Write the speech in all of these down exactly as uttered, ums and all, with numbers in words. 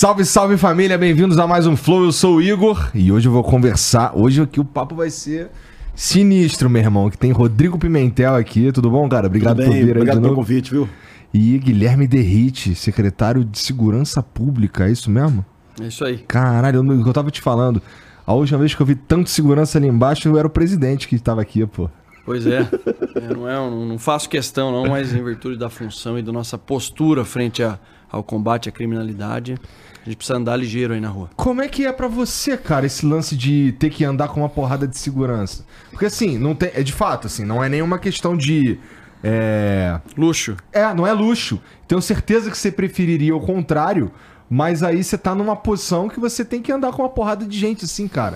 Salve, salve família, bem-vindos a mais um Flow, eu sou o Igor e hoje eu vou conversar, hoje aqui o papo vai ser sinistro, meu irmão, que tem Rodrigo Pimentel aqui, tudo bom, cara? Obrigado tudo bem, por vir aí obrigado de pelo novo. convite, viu? E Guilherme Derrite, secretário de Segurança Pública, é isso mesmo? É isso aí. Caralho, eu, eu tava te falando, a última vez que eu vi tanto segurança ali embaixo, eu era o presidente que estava aqui, pô. Pois é, é não, é não, não faço questão não, mas em virtude da função e da nossa postura frente a, ao combate à criminalidade, a gente precisa andar ligeiro aí na rua. Como é que é pra você, cara, esse lance de ter que andar com uma porrada de segurança? Porque assim, não tem, é de fato, assim, não é nenhuma questão de... É... Luxo. É, não é luxo. Tenho certeza que você preferiria o contrário, mas aí você tá numa posição que você tem que andar com uma porrada de gente, assim, cara.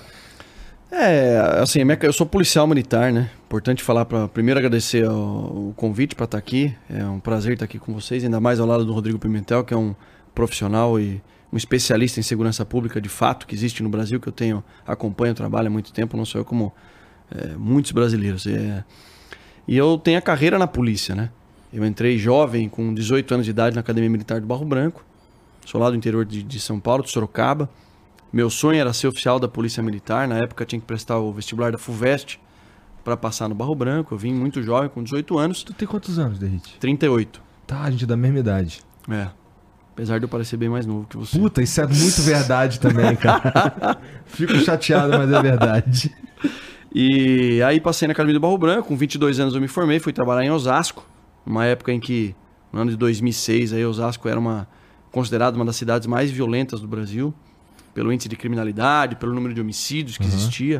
É, assim, eu sou policial militar, né? Importante falar para primeiro agradecer o convite para estar aqui. É um prazer estar aqui com vocês, ainda mais ao lado do Rodrigo Pimentel, que é um profissional e um especialista em segurança pública de fato que existe no Brasil, que eu tenho acompanho o trabalho há muito tempo, não sou eu como é, muitos brasileiros. É, e eu tenho a carreira na polícia, né? Eu entrei jovem, com dezoito anos de idade, na Academia Militar do Barro Branco. Sou lá do interior de, de São Paulo, de Sorocaba. Meu sonho era ser oficial da Polícia Militar. Na época eu tinha que prestar o vestibular da FUVEST para passar no Barro Branco. Eu vim muito jovem, com dezoito anos. Tu tem quantos anos, Derrite? trinta e oito. Tá, a gente é da mesma idade. É. Apesar de eu parecer bem mais novo que você. Puta, isso é muito verdade também, cara. Fico chateado, mas é verdade. E aí passei na Academia do Barro Branco. Com vinte e dois anos eu me formei. Fui trabalhar em Osasco. Numa época em que, no ano de dois mil e seis, aí Osasco era uma, considerada uma das cidades mais violentas do Brasil. Pelo índice de criminalidade, pelo número de homicídios que uhum. existia.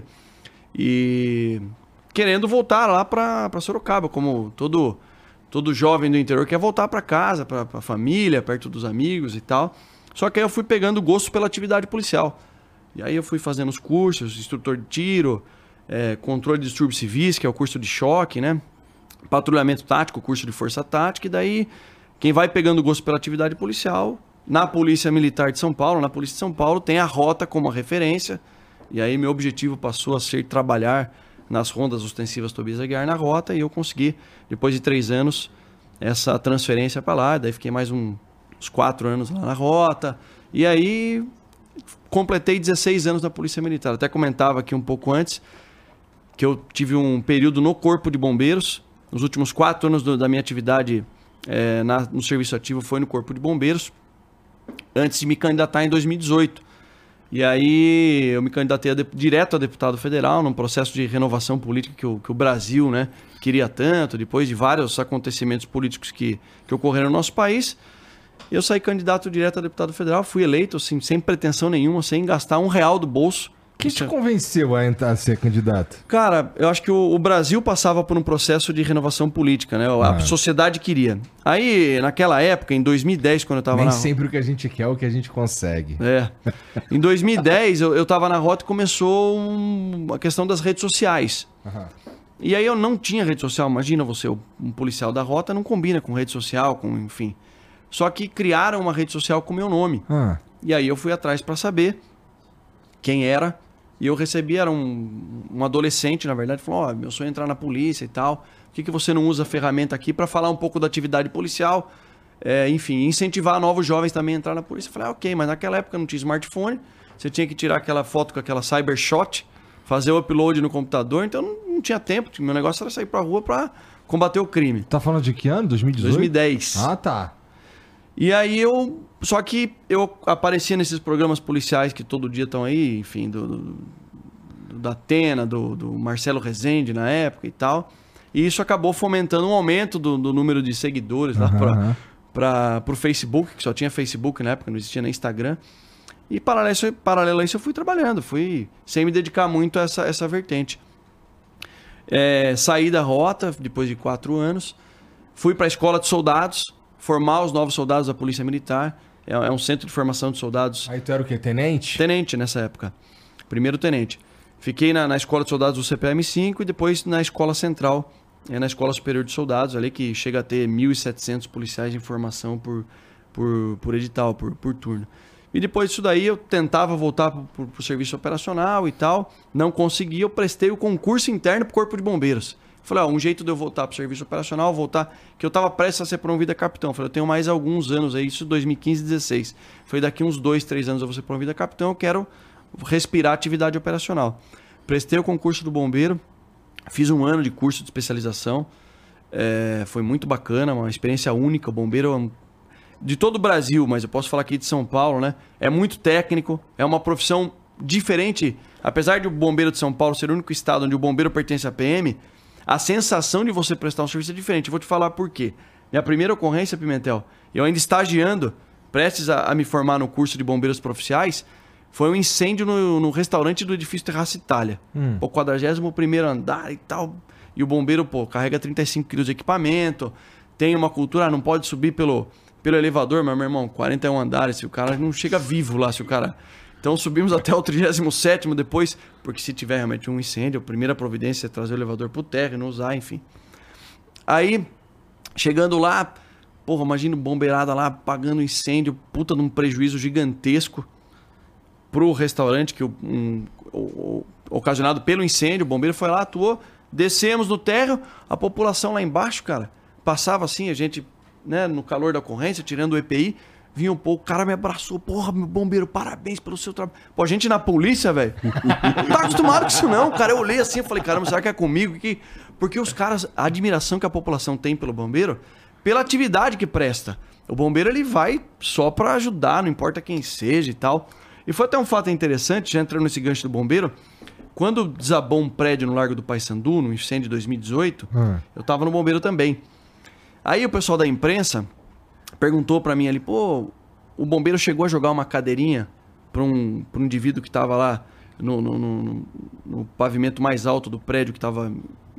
E querendo voltar lá para Sorocaba, como todo, todo jovem do interior quer voltar para casa, para a família, perto dos amigos e tal. Só que aí eu fui pegando gosto pela atividade policial. E aí eu fui fazendo os cursos, instrutor de tiro, é, controle de distúrbios civis, que é o curso de choque, né? Patrulhamento tático, curso de força tática. E daí, quem vai pegando gosto pela atividade policial... Na Polícia Militar de São Paulo, na Polícia de São Paulo, tem a rota como a referência. E aí meu objetivo passou a ser trabalhar nas rondas ostensivas Tobias Aguiar na rota. E eu consegui, depois de três anos, essa transferência para lá. Daí fiquei mais um, uns quatro anos lá na rota. E aí completei dezesseis anos na Polícia Militar. Até comentava aqui um pouco antes que eu tive um período no Corpo de Bombeiros. Nos últimos quatro anos do, da minha atividade é, na, no serviço ativo foi no Corpo de Bombeiros. Antes de me candidatar em dois mil e dezoito. E aí eu me candidatei a de, direto a deputado federal, num processo de renovação política que o, que o Brasil, né, queria tanto, depois de vários acontecimentos políticos que, que ocorreram no nosso país. Eu saí candidato direto a deputado federal, fui eleito assim, sem pretensão nenhuma, sem gastar um real do bolso. Quem te convenceu a entrar a ser candidato? Cara, eu acho que o, o Brasil passava por um processo de renovação política, né? A ah. sociedade queria. Aí, naquela época, em dois mil e dez, quando eu tava Nem na... sempre o que a gente quer é o que a gente consegue. É. Em dois mil e dez, eu, eu tava na rota e começou um, a questão das redes sociais. Uhum. E aí eu não tinha rede social. Imagina você, um policial da rota não combina com rede social, com enfim. Só que criaram uma rede social com o meu nome. Ah. E aí eu fui atrás para saber quem era. E eu recebi, era um, um adolescente, na verdade, falou, ó, oh, meu sonho é entrar na polícia e tal. Por que, que você não usa a ferramenta aqui para falar um pouco da atividade policial? É, enfim, incentivar novos jovens também a entrar na polícia. Eu falei, ah, ok, mas naquela época não tinha smartphone. Você tinha que tirar aquela foto com aquela cybershot, fazer o upload no computador. Então não, não tinha tempo. Meu negócio era sair pra rua para combater o crime. Tá falando de que ano? dois mil e dezoito? dois mil e dez. Ah, tá. E aí eu... Só que eu aparecia nesses programas policiais que todo dia estão aí, enfim, do, do, do da Atena, do, do Marcelo Rezende na época e tal. E isso acabou fomentando um aumento do, do número de seguidores lá uhum, para uhum. para o Facebook, que só tinha Facebook na época, não existia nem Instagram. E paralelo a isso, paralelo a isso eu fui trabalhando, fui sem me dedicar muito a essa, essa vertente. É, saí da rota depois de quatro anos, fui para a escola de soldados, formar os novos soldados da Polícia Militar. É, é um centro de formação de soldados. Aí tu era o quê? Tenente? Tenente nessa época. Primeiro tenente. Fiquei na, na escola de soldados do C P M cinco e depois na escola central, é, na escola superior de soldados, ali que chega a ter mil e setecentos policiais em formação por, por, por edital, por, por turno. E depois disso daí eu tentava voltar para o serviço operacional e tal. Não consegui, eu prestei o concurso interno para o Corpo de Bombeiros. Falei, ó, um jeito de eu voltar pro serviço operacional, voltar, que eu tava prestes a ser promovido a capitão. Falei, eu tenho mais alguns anos aí, isso dois mil e quinze, dezesseis. Falei, daqui uns dois, três anos eu vou ser promovido a capitão, eu quero respirar atividade operacional. Prestei o concurso do bombeiro, fiz um ano de curso de especialização, é, foi muito bacana, uma experiência única. O bombeiro é um, de todo o Brasil, mas eu posso falar aqui de São Paulo, né? É muito técnico, é uma profissão diferente. Apesar de o bombeiro de São Paulo ser o único estado onde o bombeiro pertence à P M, a sensação de você prestar um serviço é diferente. Eu vou te falar por quê. Minha primeira ocorrência, Pimentel, eu ainda estagiando, prestes a, a me formar no curso de bombeiros profissionais, foi um incêndio no, no restaurante do edifício Terraça Itália. Hum. O quadragésimo primeiro andar e tal. E o bombeiro, pô, carrega trinta e cinco quilos de equipamento, tem uma cultura, não pode subir pelo, pelo elevador, mas, meu irmão, quarenta e um andares, se o cara não chega vivo lá, se o cara... Então subimos até o trigésimo sétimo depois, porque se tiver realmente um incêndio, a primeira providência é trazer o elevador pro térreo, não usar, enfim. Aí, chegando lá, porra, imagina bombeirada lá, pagando incêndio, puta num prejuízo gigantesco pro restaurante, que um, um, um, ocasionado pelo incêndio, o bombeiro foi lá, atuou, descemos no térreo, a população lá embaixo, cara, passava assim, a gente, né, no calor da ocorrência, tirando o E P I, vinha um pouco, o cara me abraçou, porra, meu bombeiro, parabéns pelo seu trabalho. Pô, a gente na polícia, velho, não tá acostumado com isso não, cara. Eu olhei assim, eu falei, caramba, será que é comigo? Que... Porque os caras, a admiração que a população tem pelo bombeiro, pela atividade que presta. O bombeiro, ele vai só pra ajudar, não importa quem seja e tal. E foi até um fato interessante, já entrando nesse gancho do bombeiro, quando desabou um prédio no Largo do Paissandu, no incêndio de dois mil e dezoito, hum. eu tava no bombeiro também. Aí o pessoal da imprensa perguntou pra mim ali, pô, o bombeiro chegou a jogar uma cadeirinha pra um, pra um indivíduo que tava lá no, no, no, no pavimento mais alto do prédio que tava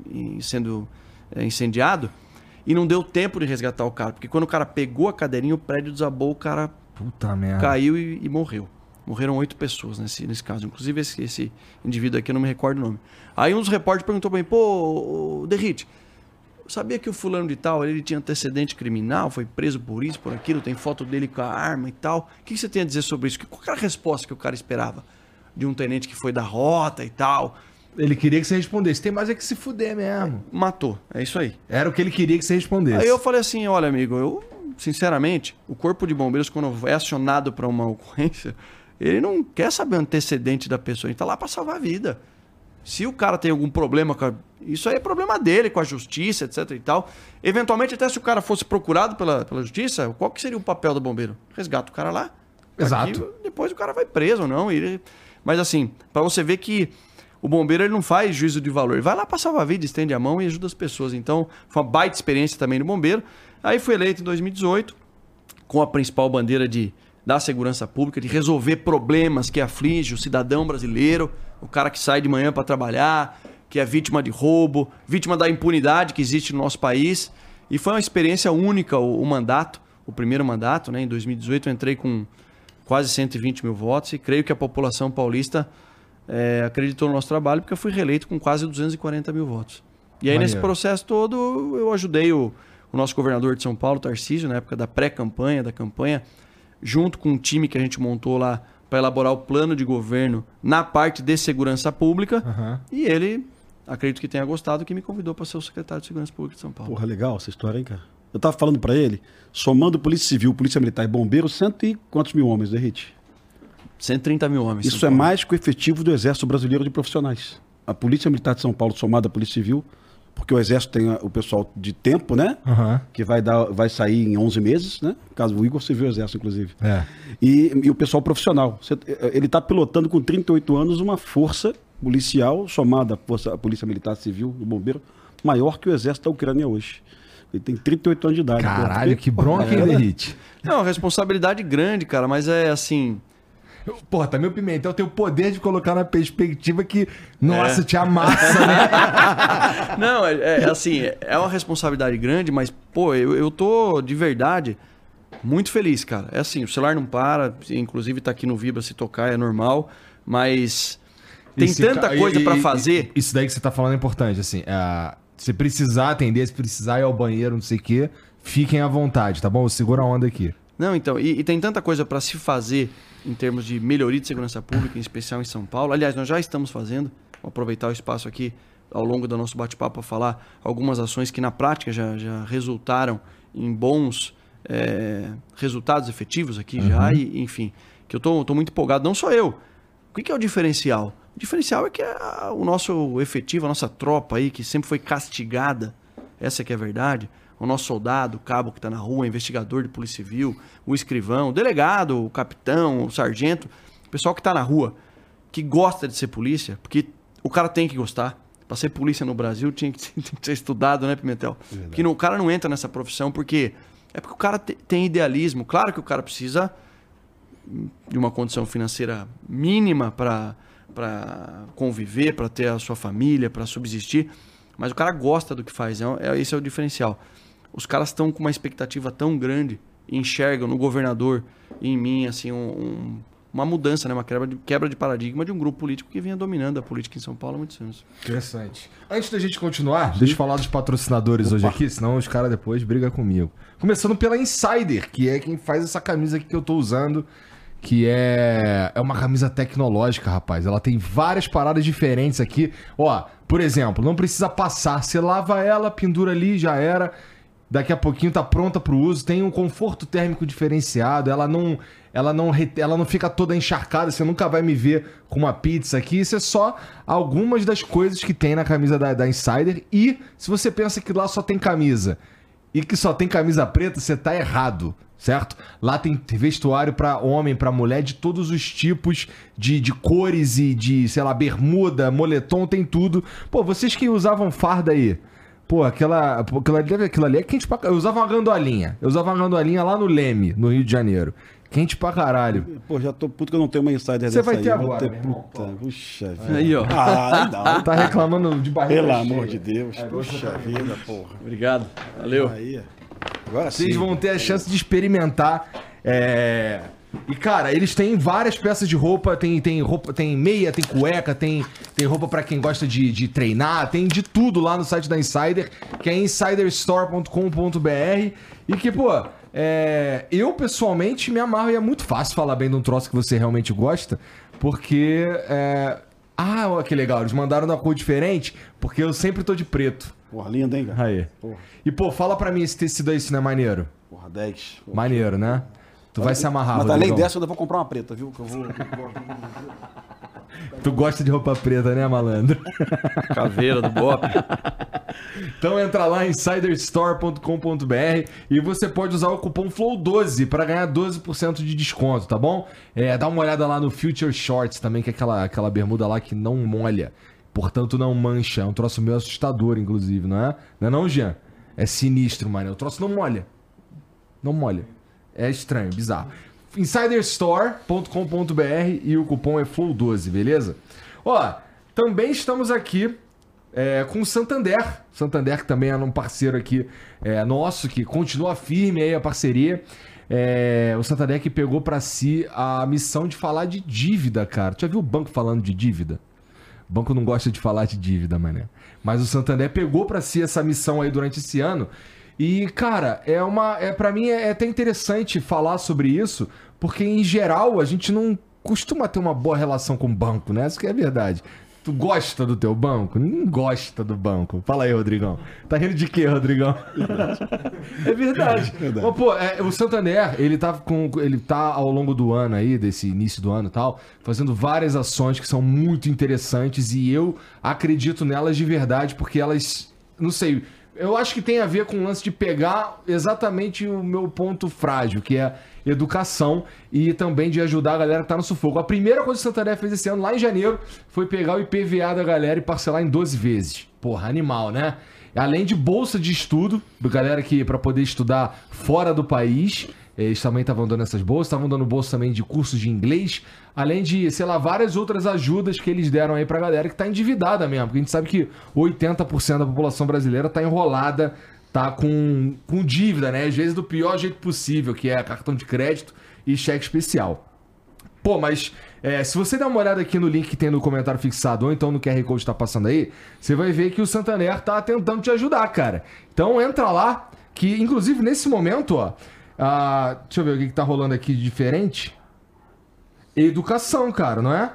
sendo é, incendiado e não deu tempo de resgatar o cara, porque quando o cara pegou a cadeirinha, o prédio desabou, o cara Puta merda. caiu e, e morreu. Morreram oito pessoas nesse, nesse caso, inclusive esse, esse indivíduo aqui, eu não me recordo o nome. Aí um dos repórteres perguntou pra mim, pô, Derrite, sabia que o fulano de tal, ele tinha antecedente criminal, foi preso por isso, por aquilo, tem foto dele com a arma e tal. O que você tem a dizer sobre isso? Qual era a resposta que o cara esperava? De um tenente que foi da rota e tal. Ele queria que você respondesse. Tem mais é que se fuder mesmo. Matou, é isso aí. Era o que ele queria que você respondesse. Aí eu falei assim, olha amigo, eu, sinceramente, o corpo de bombeiros, quando é acionado para uma ocorrência, ele não quer saber o antecedente da pessoa, ele tá lá para salvar a vida. Se o cara tem algum problema, com a... isso aí é problema dele, com a justiça, etc e tal. Eventualmente, até se o cara fosse procurado pela, pela justiça, qual que seria o papel do bombeiro? Resgata o cara lá. Exato. Aqui, depois o cara vai preso ou não. Ele... Mas assim, para você ver que o bombeiro ele não faz juízo de valor. Ele vai lá para salvar a vida, estende a mão e ajuda as pessoas. Então, foi uma baita experiência também no bombeiro. Aí fui eleito em dois mil e dezoito, com a principal bandeira de... da segurança pública, de resolver problemas que afligem o cidadão brasileiro, o cara que sai de manhã para trabalhar, que é vítima de roubo, vítima da impunidade que existe no nosso país. E foi uma experiência única o, o mandato, o primeiro mandato, né? Em dois mil e dezoito eu entrei com quase cento e vinte mil votos e creio que a população paulista é, acreditou no nosso trabalho, porque eu fui reeleito com quase duzentos e quarenta mil votos. E aí Maneiro. Nesse processo todo eu ajudei o, o nosso governador de São Paulo, Tarcísio, na época da pré-campanha, da campanha, junto com um time que a gente montou lá para elaborar o plano de governo na parte de segurança pública. Uhum. E ele, acredito que tenha gostado, que me convidou para ser o secretário de Segurança Pública de São Paulo. Porra, legal essa história, hein, cara? Eu tava falando para ele, somando Polícia Civil, Polícia Militar e Bombeiro, cento e quantos mil homens, Derrite? cento e trinta mil homens. Isso é mais que o efetivo do Exército Brasileiro de Profissionais. A Polícia Militar de São Paulo, somada à Polícia Civil, porque o Exército tem o pessoal de tempo, né? Uhum. Que vai, dar, vai sair em onze meses, né? Caso o Igor serviu o Exército, inclusive. É. E, e o pessoal profissional. Ele está pilotando com trinta e oito anos uma força policial, somada à, força, à Polícia Militar Civil, do Bombeiro, maior que o Exército da Ucrânia hoje. Ele tem trinta e oito anos de idade. Caralho, porque... que bronca, hein, Derrite? Não, responsabilidade grande, cara, mas é assim... Porra, também o Pimentel tem o poder de colocar na perspectiva que, nossa, é. te amassa, né? Não, é, é assim, é uma responsabilidade grande, mas, pô, eu, eu tô de verdade muito feliz, cara. É assim, o celular não para, inclusive tá aqui no Vibra, se tocar é normal, mas tem tanta ca... coisa para fazer. Isso daí que você tá falando é importante, assim, é, se precisar atender, se precisar ir ao banheiro, não sei o quê, fiquem à vontade, tá bom? Segura a onda aqui. Não, então, e, e tem tanta coisa para se fazer em termos de melhoria de segurança pública, em especial em São Paulo. Aliás, nós já estamos fazendo, vou aproveitar o espaço aqui ao longo do nosso bate-papo a falar algumas ações que na prática já, já resultaram em bons é, resultados efetivos aqui uhum. já, e, enfim, que eu tô, tô muito empolgado, não só eu. O que, que é o diferencial? O diferencial é que a, o nosso efetivo, a nossa tropa aí, que sempre foi castigada, essa que é a verdade, o nosso soldado, o cabo que está na rua, o investigador de polícia civil, o escrivão, o delegado, o capitão, o sargento, o pessoal que está na rua, que gosta de ser polícia, porque o cara tem que gostar. Para ser polícia no Brasil tinha que, tem que ser estudado, né, Pimentel? Verdade. Porque não, o cara não entra nessa profissão porque é porque o cara te, tem idealismo. Claro que o cara precisa de uma condição financeira mínima para para conviver, para ter a sua família, para subsistir, mas o cara gosta do que faz. É, é, esse é o diferencial. Os caras estão com uma expectativa tão grande e enxergam no governador e em mim assim, um, um, uma mudança, né? Uma quebra de, quebra de paradigma de um grupo político que vinha dominando a política em São Paulo há muitos anos. Interessante. Antes da gente continuar, Sim. deixa eu falar dos patrocinadores Opa. hoje aqui, senão os caras depois brigam comigo. Começando pela Insider, que é quem faz essa camisa aqui que eu tô usando, que é, é uma camisa tecnológica, rapaz. Ela tem várias paradas diferentes aqui. Ó, por exemplo, não precisa passar. Você lava ela, pendura ali, já era. Daqui a pouquinho tá pronta pro uso. Tem um conforto térmico diferenciado. Ela não, ela não, ela não fica toda encharcada. Você nunca vai me ver com uma pizza aqui. Isso é só algumas das coisas que tem na camisa da, da Insider. E se você pensa que lá só tem camisa e que só tem camisa preta, você tá errado. Certo? Lá tem vestuário para homem, para mulher, de todos os tipos de, de cores e de, sei lá, bermuda, moletom, tem tudo. Pô, vocês que usavam farda aí, pô, aquela, aquela, aquela ali é quente pra caralho. Eu usava uma gandolinha. Eu usava uma gandolinha lá no Leme, no Rio de Janeiro. Quente pra caralho. Pô, já tô puto que eu não tenho uma Insider dessa. Você vai ter aí. agora, ter, irmão, puta, puxa vida. Aí, ó. Ah, não. Tá reclamando de barriga Pelo cheia. amor de Deus. É, puxa vida, porra. Obrigado. Valeu. Aí, agora Vocês sim. vão ter a chance de experimentar. É... E, cara, eles têm várias peças de roupa. Tem, tem roupa, tem meia, tem cueca, tem, tem roupa pra quem gosta de, de treinar. Tem de tudo lá no site da Insider, que é insider store ponto com ponto b r. E que, pô, é... eu pessoalmente me amarro e é muito fácil falar bem de um troço que você realmente gosta, porque... É... Ah, ó, que legal, eles mandaram uma cor diferente, porque eu sempre tô de preto. Porra, lindo, hein, cara? Aí. Porra. E, pô, fala pra mim esse tecido aí, se não é maneiro. Porra, dez. Porra. Maneiro, né? Tu vai se amarrar, Mas além dessa, eu vou comprar uma preta, viu? Que eu vou... Tu gosta de roupa preta, né, malandro? Caveira do Bop. Então entra lá em insider store ponto com ponto b r e você pode usar o cupom flow doze para ganhar doze por cento de desconto, tá bom? É, dá uma olhada lá no Future Shorts também, que é aquela, aquela bermuda lá que não molha, portanto não mancha. É um troço meio assustador, inclusive, não é? Não é não, Jean? É sinistro, mano. O troço não molha. Não molha. É estranho, bizarro. insider store ponto com ponto b r e o cupom é flow doze, beleza? Ó, também estamos aqui é, com o Santander. Santander que também é um parceiro aqui é, nosso, que continua firme aí a parceria. É, o Santander que pegou pra si a missão de falar de dívida, cara. Tu já viu o banco falando de dívida? O banco não gosta de falar de dívida, mané. Mas o Santander pegou pra si essa missão aí durante esse ano. E, cara, é uma. É, pra mim é, é até interessante falar sobre isso, porque em geral a gente não costuma ter uma boa relação com o banco, né? Isso que é verdade. Tu gosta do teu banco? Não gosta do banco. Fala aí, Rodrigão. Tá rindo de quê, Rodrigão? Verdade. É verdade. verdade. Mas, pô, é, o Santander, ele tá, com, ele tá ao longo do ano aí, desse início do ano e tal, fazendo várias ações que são muito interessantes e eu acredito nelas de verdade, porque elas, não sei... Eu acho que tem a ver com o lance de pegar exatamente o meu ponto frágil, que é educação e também de ajudar a galera que tá no sufoco. A primeira coisa que o Santander fez esse ano, lá em janeiro, foi pegar o I P V A da galera e parcelar em doze vezes. Porra, animal, né? Além de bolsa de estudo, da galera que para poder estudar fora do país, eles também estavam dando essas bolsas, estavam dando bolsa também de cursos de inglês, além de, sei lá, várias outras ajudas que eles deram aí pra galera que tá endividada mesmo, porque a gente sabe que oitenta por cento da população brasileira tá enrolada, tá com, com dívida, né? Às vezes do pior jeito possível, que é cartão de crédito e cheque especial. Pô, mas é, se você der uma olhada aqui no link que tem no comentário fixado ou então no Q R Code que tá passando aí, você vai ver que o Santander tá tentando te ajudar, cara. Então entra lá, que inclusive nesse momento, ó, uh, deixa eu ver o que, que tá rolando aqui de diferente. Educação, cara, não é?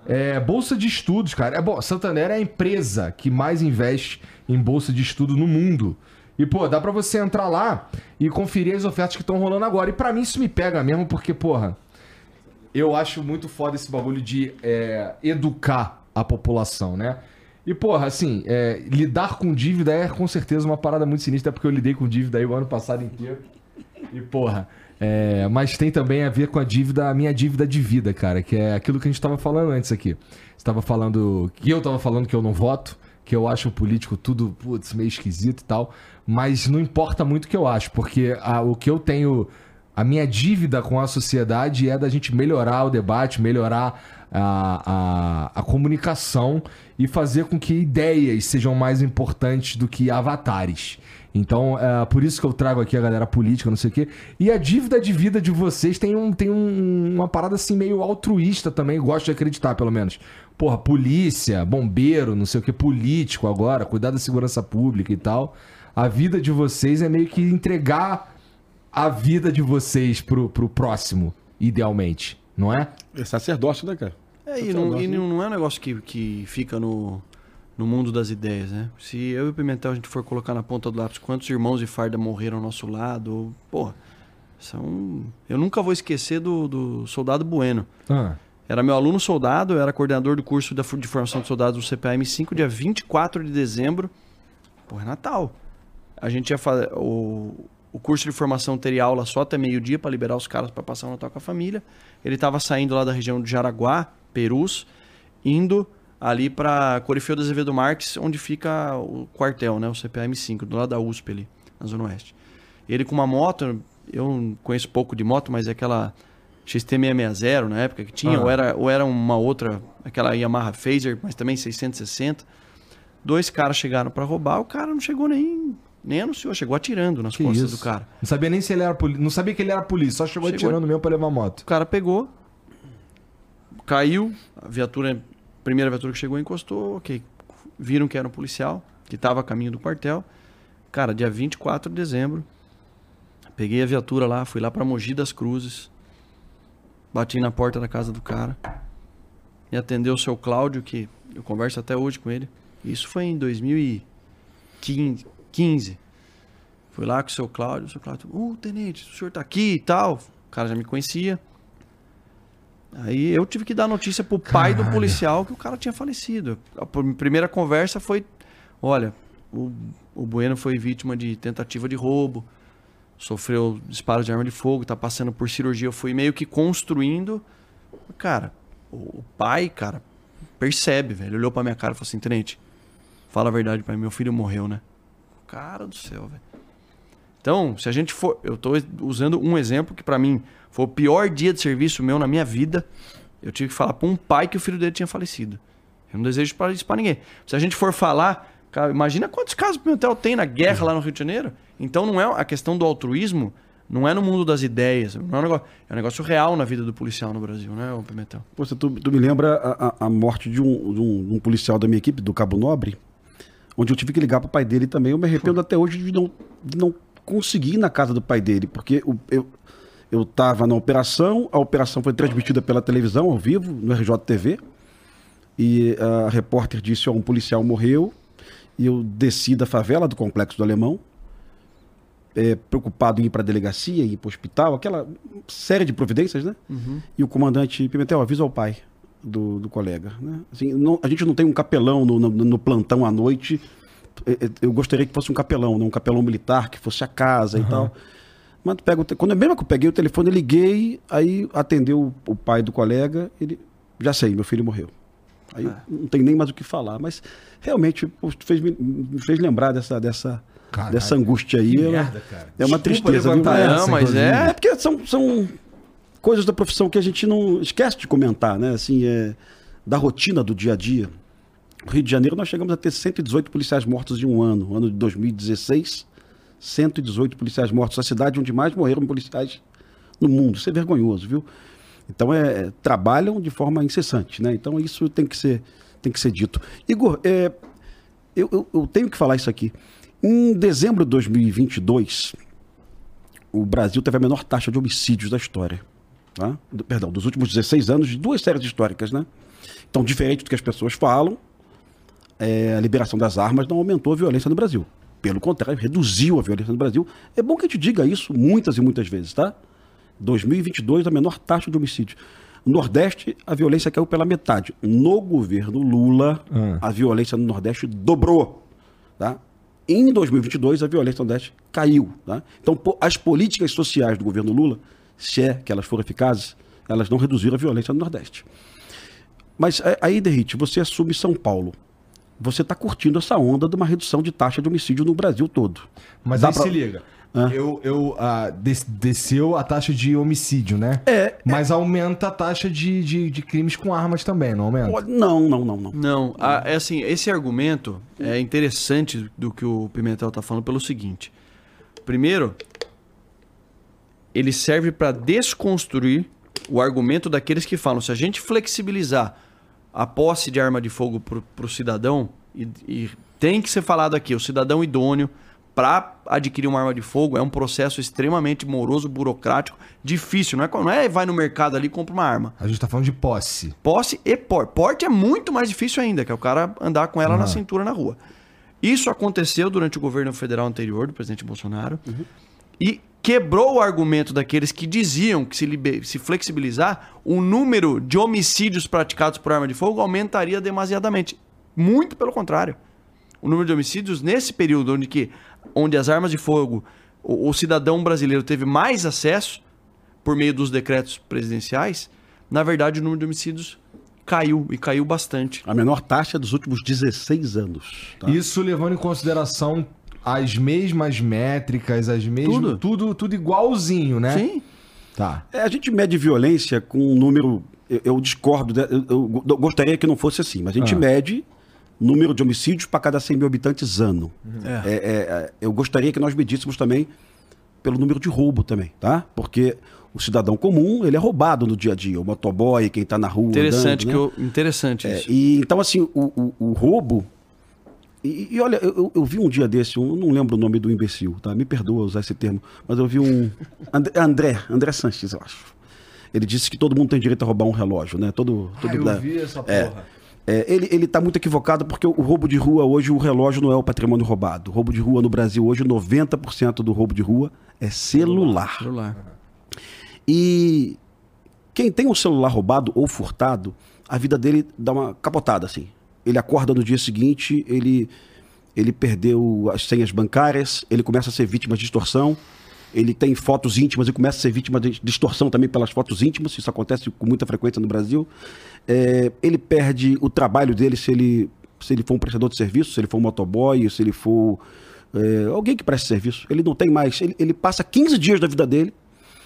É, bolsa de estudos, cara. É bom, Santander é a empresa que mais investe em bolsa de estudo no mundo. E, pô, dá pra você entrar lá e conferir as ofertas que estão rolando agora. E pra mim isso me pega mesmo, porque, porra, eu acho muito foda esse bagulho de é, educar a população, né? E, porra, assim, é, lidar com dívida é com certeza uma parada muito sinistra, porque eu lidei com dívida aí o ano passado inteiro. E, porra, é, mas tem também a ver com a dívida, a minha dívida de vida, cara, que é aquilo que a gente tava falando antes aqui. Você tava falando, que eu tava falando que eu não voto, que eu acho o político tudo, putz, meio esquisito e tal, mas não importa muito o que eu acho, porque a, o que eu tenho, a minha dívida com a sociedade é da gente melhorar o debate, melhorar a, a, a comunicação e fazer com que ideias sejam mais importantes do que avatares. Então, é por isso que eu trago aqui a galera política, não sei o quê. E a dívida de vida de vocês tem, um, tem um, uma parada assim meio altruísta também, gosto de acreditar, pelo menos. Porra, polícia, bombeiro, não sei o quê, político agora, cuidar da segurança pública e tal. A vida de vocês é meio que entregar a vida de vocês pro, pro próximo, idealmente, não é? É sacerdócio, né, cara? É, e não, e não é um negócio que, que fica no... no mundo das ideias, né? Se eu e o Pimentel a gente for colocar na ponta do lápis quantos irmãos de farda morreram ao nosso lado, pô, são... Eu nunca vou esquecer do, do Soldado Bueno. Ah. Era meu aluno soldado, eu era coordenador do curso de formação de soldados do C P A M cinco, dia vinte e quatro de dezembro. Pô, é Natal. A gente ia fazer... O, o curso de formação teria aula só até meio-dia para liberar os caras para passar o Natal com a família. Ele estava saindo lá da região de Jaraguá, Perus, indo... ali para Corifeu do Azevedo Marques, onde fica o quartel, né? O C P A M cinco, do lado da U S P ali, na Zona Oeste. Ele com uma moto, eu conheço pouco de moto, mas é aquela X T seiscentos e sessenta na época que tinha, ah. ou, era, ou era uma outra, aquela Yamaha Phaser, mas também seiscentos e sessenta. Dois caras chegaram para roubar, o cara não chegou nem... Nem anunciou, chegou atirando nas que costas isso? do cara. Não sabia nem se ele era polícia, não sabia que ele era polícia, só chegou, chegou atirando mesmo pra levar a moto. O cara pegou, caiu, a viatura... Primeira viatura que chegou encostou, ok. Viram que era um policial, que estava a caminho do quartel. Cara, dia vinte e quatro de dezembro, peguei a viatura lá, fui lá para Mogi das Cruzes, bati na porta da casa do cara, e atendeu o seu Cláudio, que eu converso até hoje com ele. Isso foi em dois mil e quinze. Fui lá com o seu Cláudio, o seu Cláudio, uh, tenente, o senhor tá aqui e tal. O cara já me conhecia. Aí eu tive que dar notícia pro pai Caralho. do policial que o cara tinha falecido. A primeira conversa foi, olha, o, o Bueno foi vítima de tentativa de roubo, sofreu disparo de arma de fogo, tá passando por cirurgia. Eu fui meio que construindo. Cara, o pai, cara, percebe, velho. Olhou pra minha cara e falou assim, tenente, fala a verdade, pai, meu filho morreu, né? Cara do céu, velho. Então, se a gente for... Eu tô usando um exemplo que pra mim foi o pior dia de serviço meu na minha vida. Eu tive que falar pra um pai que o filho dele tinha falecido. Eu não desejo isso pra ninguém. Se a gente for falar... Cara, imagina quantos casos o Pimentel tem na guerra lá no Rio de Janeiro. Então, não é a questão do altruísmo, não é no mundo das ideias. Não é, um negócio, é um negócio real na vida do policial no Brasil, né, Pimentel? Pô, tu, tu me lembra a, a morte de um, de, um, de um policial da minha equipe, do Cabo Nobre, onde eu tive que ligar pro pai dele também. Eu me arrependo Pô. até hoje de não... De não consegui ir na casa do pai dele, porque eu, eu tava na operação, a operação foi transmitida pela televisão, ao vivo, no R J T V, e a repórter disse, ó, um policial morreu, e eu desci da favela do Complexo do Alemão, é, preocupado em ir para a delegacia, ir para o hospital, aquela série de providências, né? Uhum. E o comandante Pimentel avisa ao pai do, do colega, né? Assim, não, a gente não tem um capelão no, no, no plantão à noite. Eu gostaria que fosse um capelão, né? Um capelão militar, que fosse a casa uhum. e tal. Mas pego, quando eu mesmo que eu peguei o telefone, eu liguei, aí atendeu o, o pai do colega, ele, já sei, meu filho morreu. Aí é. não tem nem mais o que falar, mas realmente pô, fez, me fez lembrar dessa, dessa, dessa angústia aí. Que ela, merda, cara. É uma Desculpa tristeza. Não, essa, mas é... é porque são, são coisas da profissão que a gente não esquece de comentar, né? Assim, é, da rotina do dia a dia. No Rio de Janeiro nós chegamos a ter cento e dezoito policiais mortos em um ano. No ano de dois mil e dezesseis, cento e dezoito policiais mortos. A cidade onde mais morreram policiais no mundo. Isso é vergonhoso, viu? Então, é, trabalham de forma incessante, né? Então, isso tem que ser, tem que ser dito. Igor, é, eu, eu, eu tenho que falar isso aqui. Em dezembro de dois mil e vinte e dois, o Brasil teve a menor taxa de homicídios da história. Tá? Perdão, dos últimos dezesseis anos, de duas séries históricas, né? Então, diferente do que as pessoas falam, é, a liberação das armas não aumentou a violência no Brasil. Pelo contrário, reduziu a violência no Brasil. É bom que a gente diga isso muitas e muitas vezes, tá? dois mil e vinte e dois, a menor taxa de homicídio. No Nordeste, a violência caiu pela metade. No governo Lula, hum. a violência no Nordeste dobrou, tá? Em dois mil e vinte e dois, a violência no Nordeste caiu, tá? Então, as políticas sociais do governo Lula, se é que elas foram eficazes, elas não reduziram a violência no Nordeste. Mas aí, Derrite, você assume São Paulo. Você está curtindo essa onda de uma redução de taxa de homicídio no Brasil todo. Mas Dá aí pra... se liga. Ah. Eu, eu, uh, des, desceu a taxa de homicídio, né? É. Mas é... aumenta a taxa de, de, de crimes com armas também, não aumenta? Não, não, não, não. Não, a, é assim, esse argumento é interessante do que o Pimentel está falando pelo seguinte. Primeiro, ele serve para desconstruir o argumento daqueles que falam, se a gente flexibilizar a posse de arma de fogo para o cidadão, e, e tem que ser falado aqui, o cidadão idôneo para adquirir uma arma de fogo é um processo extremamente moroso, burocrático, difícil. Não é, não é vai no mercado ali e compra uma arma. A gente está falando de posse. Posse e porte. Porte é muito mais difícil ainda, que é o cara andar com ela uhum. na cintura na rua. Isso aconteceu durante o governo federal anterior, do presidente Bolsonaro, uhum. e quebrou o argumento daqueles que diziam que se, liber... se flexibilizar, o número de homicídios praticados por arma de fogo aumentaria demasiadamente. Muito pelo contrário. O número de homicídios, nesse período onde, que, onde as armas de fogo, o, o cidadão brasileiro teve mais acesso por meio dos decretos presidenciais, na verdade o número de homicídios caiu, e caiu bastante. A menor taxa dos últimos dezesseis anos. Tá? Isso levando em consideração as mesmas métricas, as mesmas. Tudo, tudo, tudo igualzinho, né? Sim. Tá. É, a gente mede violência com um número. Eu, eu discordo, eu, eu, eu gostaria que não fosse assim, mas a gente ah. mede número de homicídios para cada cem mil habitantes ano. Uhum. É. É, é, eu gostaria que nós medíssemos também pelo número de roubo também, tá? Porque o cidadão comum, ele é roubado no dia a dia. O motoboy, quem está na rua. Interessante, andando, que eu, interessante é, isso. E, então, assim, o, o, o roubo. E, e olha, eu, eu vi um dia desse, um, não lembro o nome do imbecil, tá? Me perdoa usar esse termo, mas eu vi um. André, André Sanches, eu acho. Ele disse que todo mundo tem direito a roubar um relógio, né? Todo, todo, ah, eu né? vi essa é, porra. É, ele, ele tá muito equivocado porque o, o roubo de rua hoje, o relógio não é o patrimônio roubado. O roubo de rua no Brasil hoje, noventa por cento do roubo de rua é celular. Celular. E quem tem um celular roubado ou furtado, a vida dele dá uma capotada, assim. Ele acorda no dia seguinte, ele, ele perdeu as senhas bancárias, ele começa a ser vítima de extorsão, ele tem fotos íntimas e começa a ser vítima de extorsão também pelas fotos íntimas, isso acontece com muita frequência no Brasil. É, ele perde o trabalho dele se ele, se ele for um prestador de serviço, se ele for um motoboy, se ele for é, alguém que presta serviço. Ele não tem mais, ele, ele passa quinze dias da vida dele,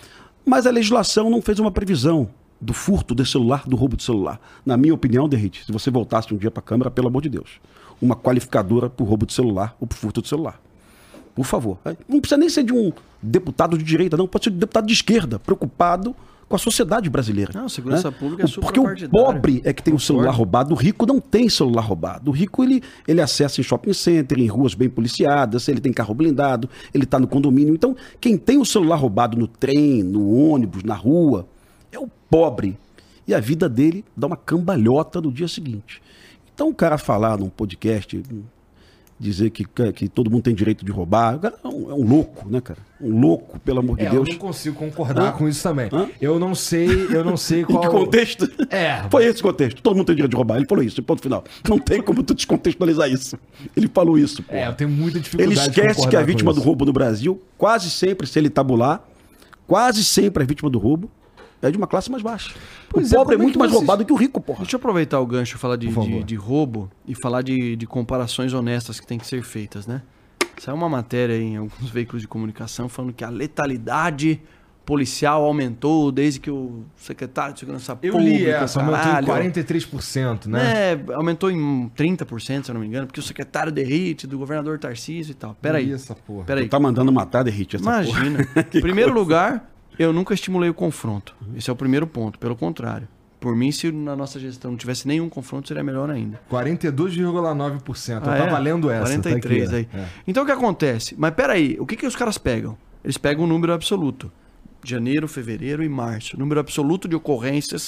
mas a legislação não fez uma previsão do furto de celular, do roubo de celular. Na minha opinião, Derrite, se você voltasse um dia para a Câmara, pelo amor de Deus, uma qualificadora para o roubo de celular ou para o furto de celular. Por favor. Não precisa nem ser de um deputado de direita, não. Pode ser de um deputado de esquerda, preocupado com a sociedade brasileira. Não, segurança né? pública é super Porque o pobre é que tem o celular roubado, o rico não tem celular roubado. O rico, ele, ele acessa em shopping center, em ruas bem policiadas, ele tem carro blindado, ele está no condomínio. Então, quem tem o celular roubado no trem, no ônibus, na rua, é o pobre. E a vida dele dá uma cambalhota no dia seguinte. Então, o cara falar num podcast, dizer que, que todo mundo tem direito de roubar, o cara é um, é um louco, né, cara? Um louco, pelo amor de é, Deus. Eu não consigo concordar Hã? com isso também. Hã? Eu não sei, eu não sei qual... Em que contexto? É. Foi esse contexto. Todo mundo tem direito de roubar. Ele falou isso, ponto final. Não tem como tu descontextualizar isso. Ele falou isso, pô. É, eu tenho muita dificuldade Ele esquece de que a vítima do isso. roubo no Brasil, quase sempre, se ele tabular, quase sempre a vítima do roubo é de uma classe mais baixa. Pois o é, pobre é, como é muito que mais vocês- roubado que o rico, porra. Deixa eu aproveitar o gancho e falar de, Por favor. de, de roubo e falar de, de comparações honestas que tem que ser feitas, né? Saiu uma matéria em alguns veículos de comunicação falando que a letalidade policial aumentou desde que o secretário de Segurança Eu Pública... li essa, aumentou em caralho, quarenta e três por cento, né? É, aumentou em trinta por cento, se eu não me engano, porque o secretário Derrite, do governador Tarcísio e tal. Peraí, Essa porra. peraí. Tu tá mandando matar, Derrite, essa porra. Imagina. Em primeiro lugar, eu nunca estimulei o confronto. Esse é o primeiro ponto. Pelo contrário. Por mim, se na nossa gestão não tivesse nenhum confronto, seria melhor ainda. quarenta e dois vírgula nove por cento. Eu Ah, tava é? lendo essa. quarenta e três tá aqui, aí. é. Então o que acontece? Mas peraí, o que, que os caras pegam? Eles pegam o número absoluto. Janeiro, fevereiro e março. Número absoluto de ocorrências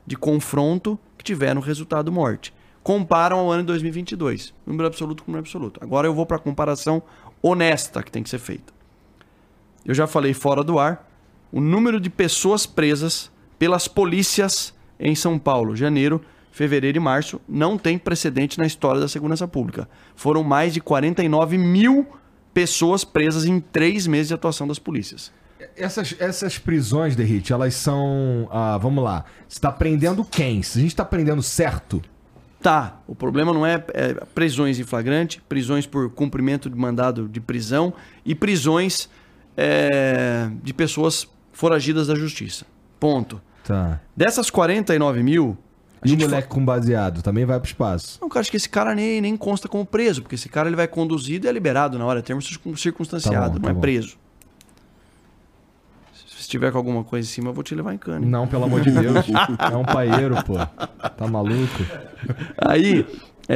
de confronto que tiveram resultado morte. Comparam ao ano de dois mil e vinte e dois. Número absoluto com número absoluto. Agora eu vou para a comparação honesta que tem que ser feita. Eu já falei fora do ar. O número de pessoas presas pelas polícias em São Paulo, janeiro, fevereiro e março, não tem precedente na história da segurança pública. Foram mais de quarenta e nove mil pessoas presas em três meses de atuação das polícias. Essas, essas prisões, Derrite, elas são... Ah, vamos lá. Você está prendendo quem? Se a gente está prendendo certo... Tá, o problema não é, é prisões em flagrante, prisões por cumprimento de mandado de prisão e prisões é, de pessoas foragidas da justiça. Ponto. Tá. Dessas quarenta e nove mil... E o moleque fa... com baseado também vai pro espaço? Não, cara, acho que esse cara nem, nem consta como preso, porque esse cara ele vai conduzido e é liberado na hora, é termo circunstanciado, tá bom, tá não é bom. preso. Se tiver com alguma coisa em cima, eu vou te levar em cana. Não, pelo amor de Deus. É um paieiro, pô. Tá maluco? Aí,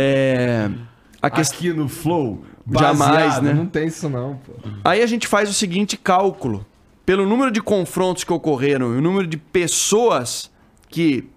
é... A quest... Aqui no Flow, jamais, né? Não tem isso não, pô. Aí a gente faz o seguinte cálculo. Pelo número de confrontos que ocorreram e o número de pessoas que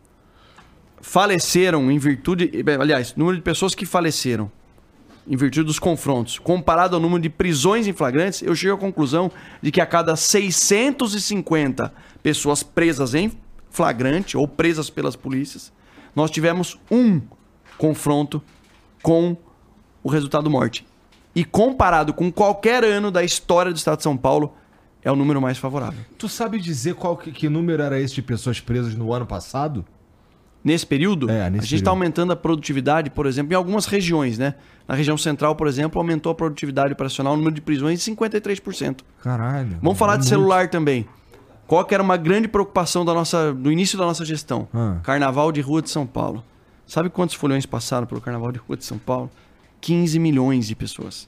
faleceram em virtude... Aliás, número de pessoas que faleceram em virtude dos confrontos, comparado ao número de prisões em flagrantes, eu chego à conclusão de que a cada seiscentas e cinquenta pessoas presas em flagrante ou presas pelas polícias, nós tivemos um confronto com o resultado morte. E comparado com qualquer ano da história do estado de São Paulo, é o número mais favorável. Tu sabe dizer qual que, que número era esse de pessoas presas no ano passado? Nesse período, é, nesse a gente está aumentando a produtividade, por exemplo, em algumas regiões, né? Na região central, por exemplo, aumentou a produtividade operacional, o número de prisões em cinquenta e três por cento. Caralho. Vamos falar de celular também. Qual que era uma grande preocupação da nossa, do início da nossa gestão? Ah. Carnaval de Rua de São Paulo. Sabe quantos folhões passaram pelo Carnaval de Rua de São Paulo? quinze milhões de pessoas.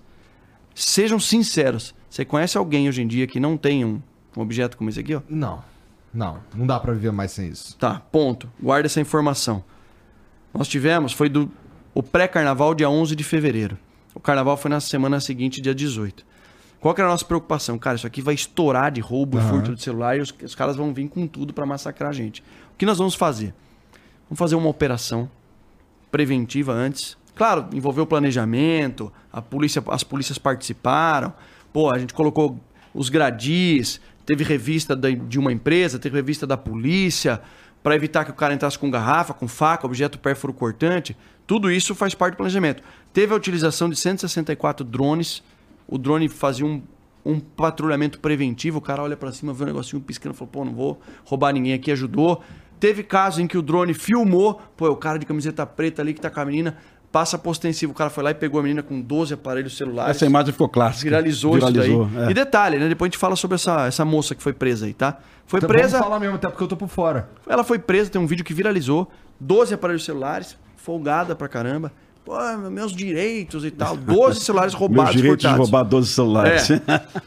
Sejam sinceros. Você conhece alguém hoje em dia que não tem um, um objeto como esse aqui? Ó? Não. Não. Não dá pra viver mais sem isso. Tá, ponto. Guarda essa informação. Nós tivemos, foi do o pré-carnaval, dia onze de fevereiro. O carnaval foi na semana seguinte, dia dezoito. Qual que era a nossa preocupação? Cara, isso aqui vai estourar de roubo uhum. e furto de celular e os, os caras vão vir com tudo pra massacrar a gente. O que nós vamos fazer? Vamos fazer uma operação preventiva antes. Claro, envolveu o planejamento, a polícia, as polícias participaram. Pô, a gente colocou os gradis, teve revista de uma empresa, teve revista da polícia, para evitar que o cara entrasse com garrafa, com faca, objeto pérfuro cortante. Tudo isso faz parte do planejamento. Teve a utilização de cento e sessenta e quatro drones. O drone fazia um, um patrulhamento preventivo. O cara olha para cima, vê um negocinho piscando, falou, pô, não vou roubar ninguém aqui, ajudou. Teve caso em que o drone filmou, pô, o cara de camiseta preta ali que tá com a menina, passa para ostensivo. O cara foi lá e pegou a menina com doze aparelhos celulares. Essa imagem ficou clássica. Viralizou, Viralizou isso daí. é. E detalhe, né? Depois a gente fala sobre essa, essa moça que foi presa aí, tá? Foi então, presa... Vamos falar mesmo, até porque eu tô por fora. Ela foi presa, tem um vídeo que viralizou. doze aparelhos celulares, folgada pra caramba. Pô, meus direitos e tal. doze celulares roubados, meus direitos furtados. de roubar doze celulares. É.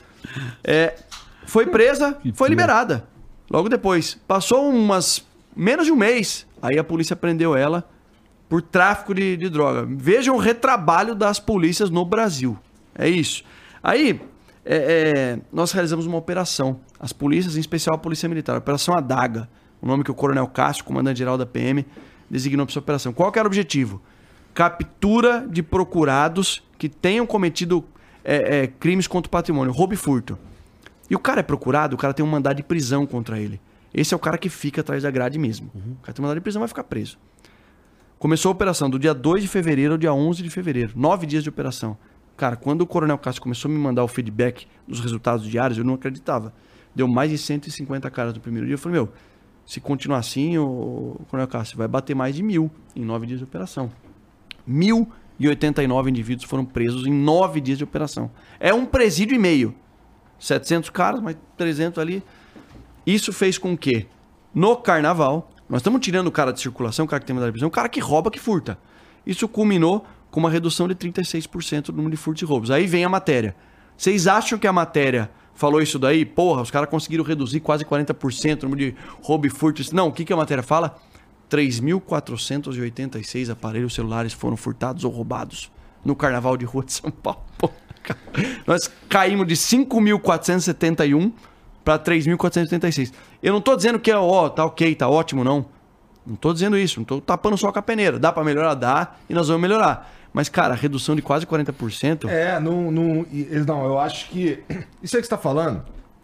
É, foi presa, foi liberada. Logo depois. Passou umas... menos de um mês. Aí a polícia prendeu ela por tráfico de, de droga. Vejam o retrabalho das polícias no Brasil. É isso. Aí, é, é, nós realizamos uma operação. As polícias, em especial a Polícia Militar. Operação Adaga. O nome que o Coronel Cássio, comandante-geral da P M, designou para essa operação. Qual que era o objetivo? Captura de procurados que tenham cometido é, é, crimes contra o patrimônio, roubo e furto. E o cara é procurado, o cara tem um mandado de prisão contra ele. Esse é o cara que fica atrás da grade mesmo. Uhum. O cara tem um mandado de prisão, vai ficar preso. Começou a operação do dia dois de fevereiro ao dia onze de fevereiro. Nove dias de operação. Cara, quando o Coronel Cássio começou a me mandar o feedback dos resultados diários, eu não acreditava. Deu mais de cento e cinquenta caras no primeiro dia. Eu falei, meu, se continuar assim, o Coronel Cássio vai bater mais de mil em nove dias de operação. mil e oitenta e nove indivíduos foram presos em nove dias de operação. É um presídio e meio. setecentos caras, mais trezentos ali. Isso fez com que, no carnaval, nós estamos tirando o cara de circulação, o cara que tem mandado de prisão, o cara que rouba, que furta. Isso culminou com uma redução de trinta e seis por cento do número de furtos e roubos. Aí vem a matéria. Vocês acham que a matéria falou isso daí? Porra, os caras conseguiram reduzir quase quarenta por cento o número de roubo e furto. Não, o que, que a matéria fala? três mil quatrocentos e oitenta e seis aparelhos celulares foram furtados ou roubados no Carnaval de Rua de São Paulo. Pô, nós caímos de cinco mil quatrocentos e setenta e um para três mil quatrocentos e oitenta e seis. Eu não estou dizendo que é, ó, tá ok, tá ótimo, não. Não tô dizendo isso, não tô tapando só com a peneira. Dá para melhorar? Dá, e nós vamos melhorar. Mas, cara, redução de quase quarenta por cento... É, não, não, não, eu acho que... Isso aí que você tá falando,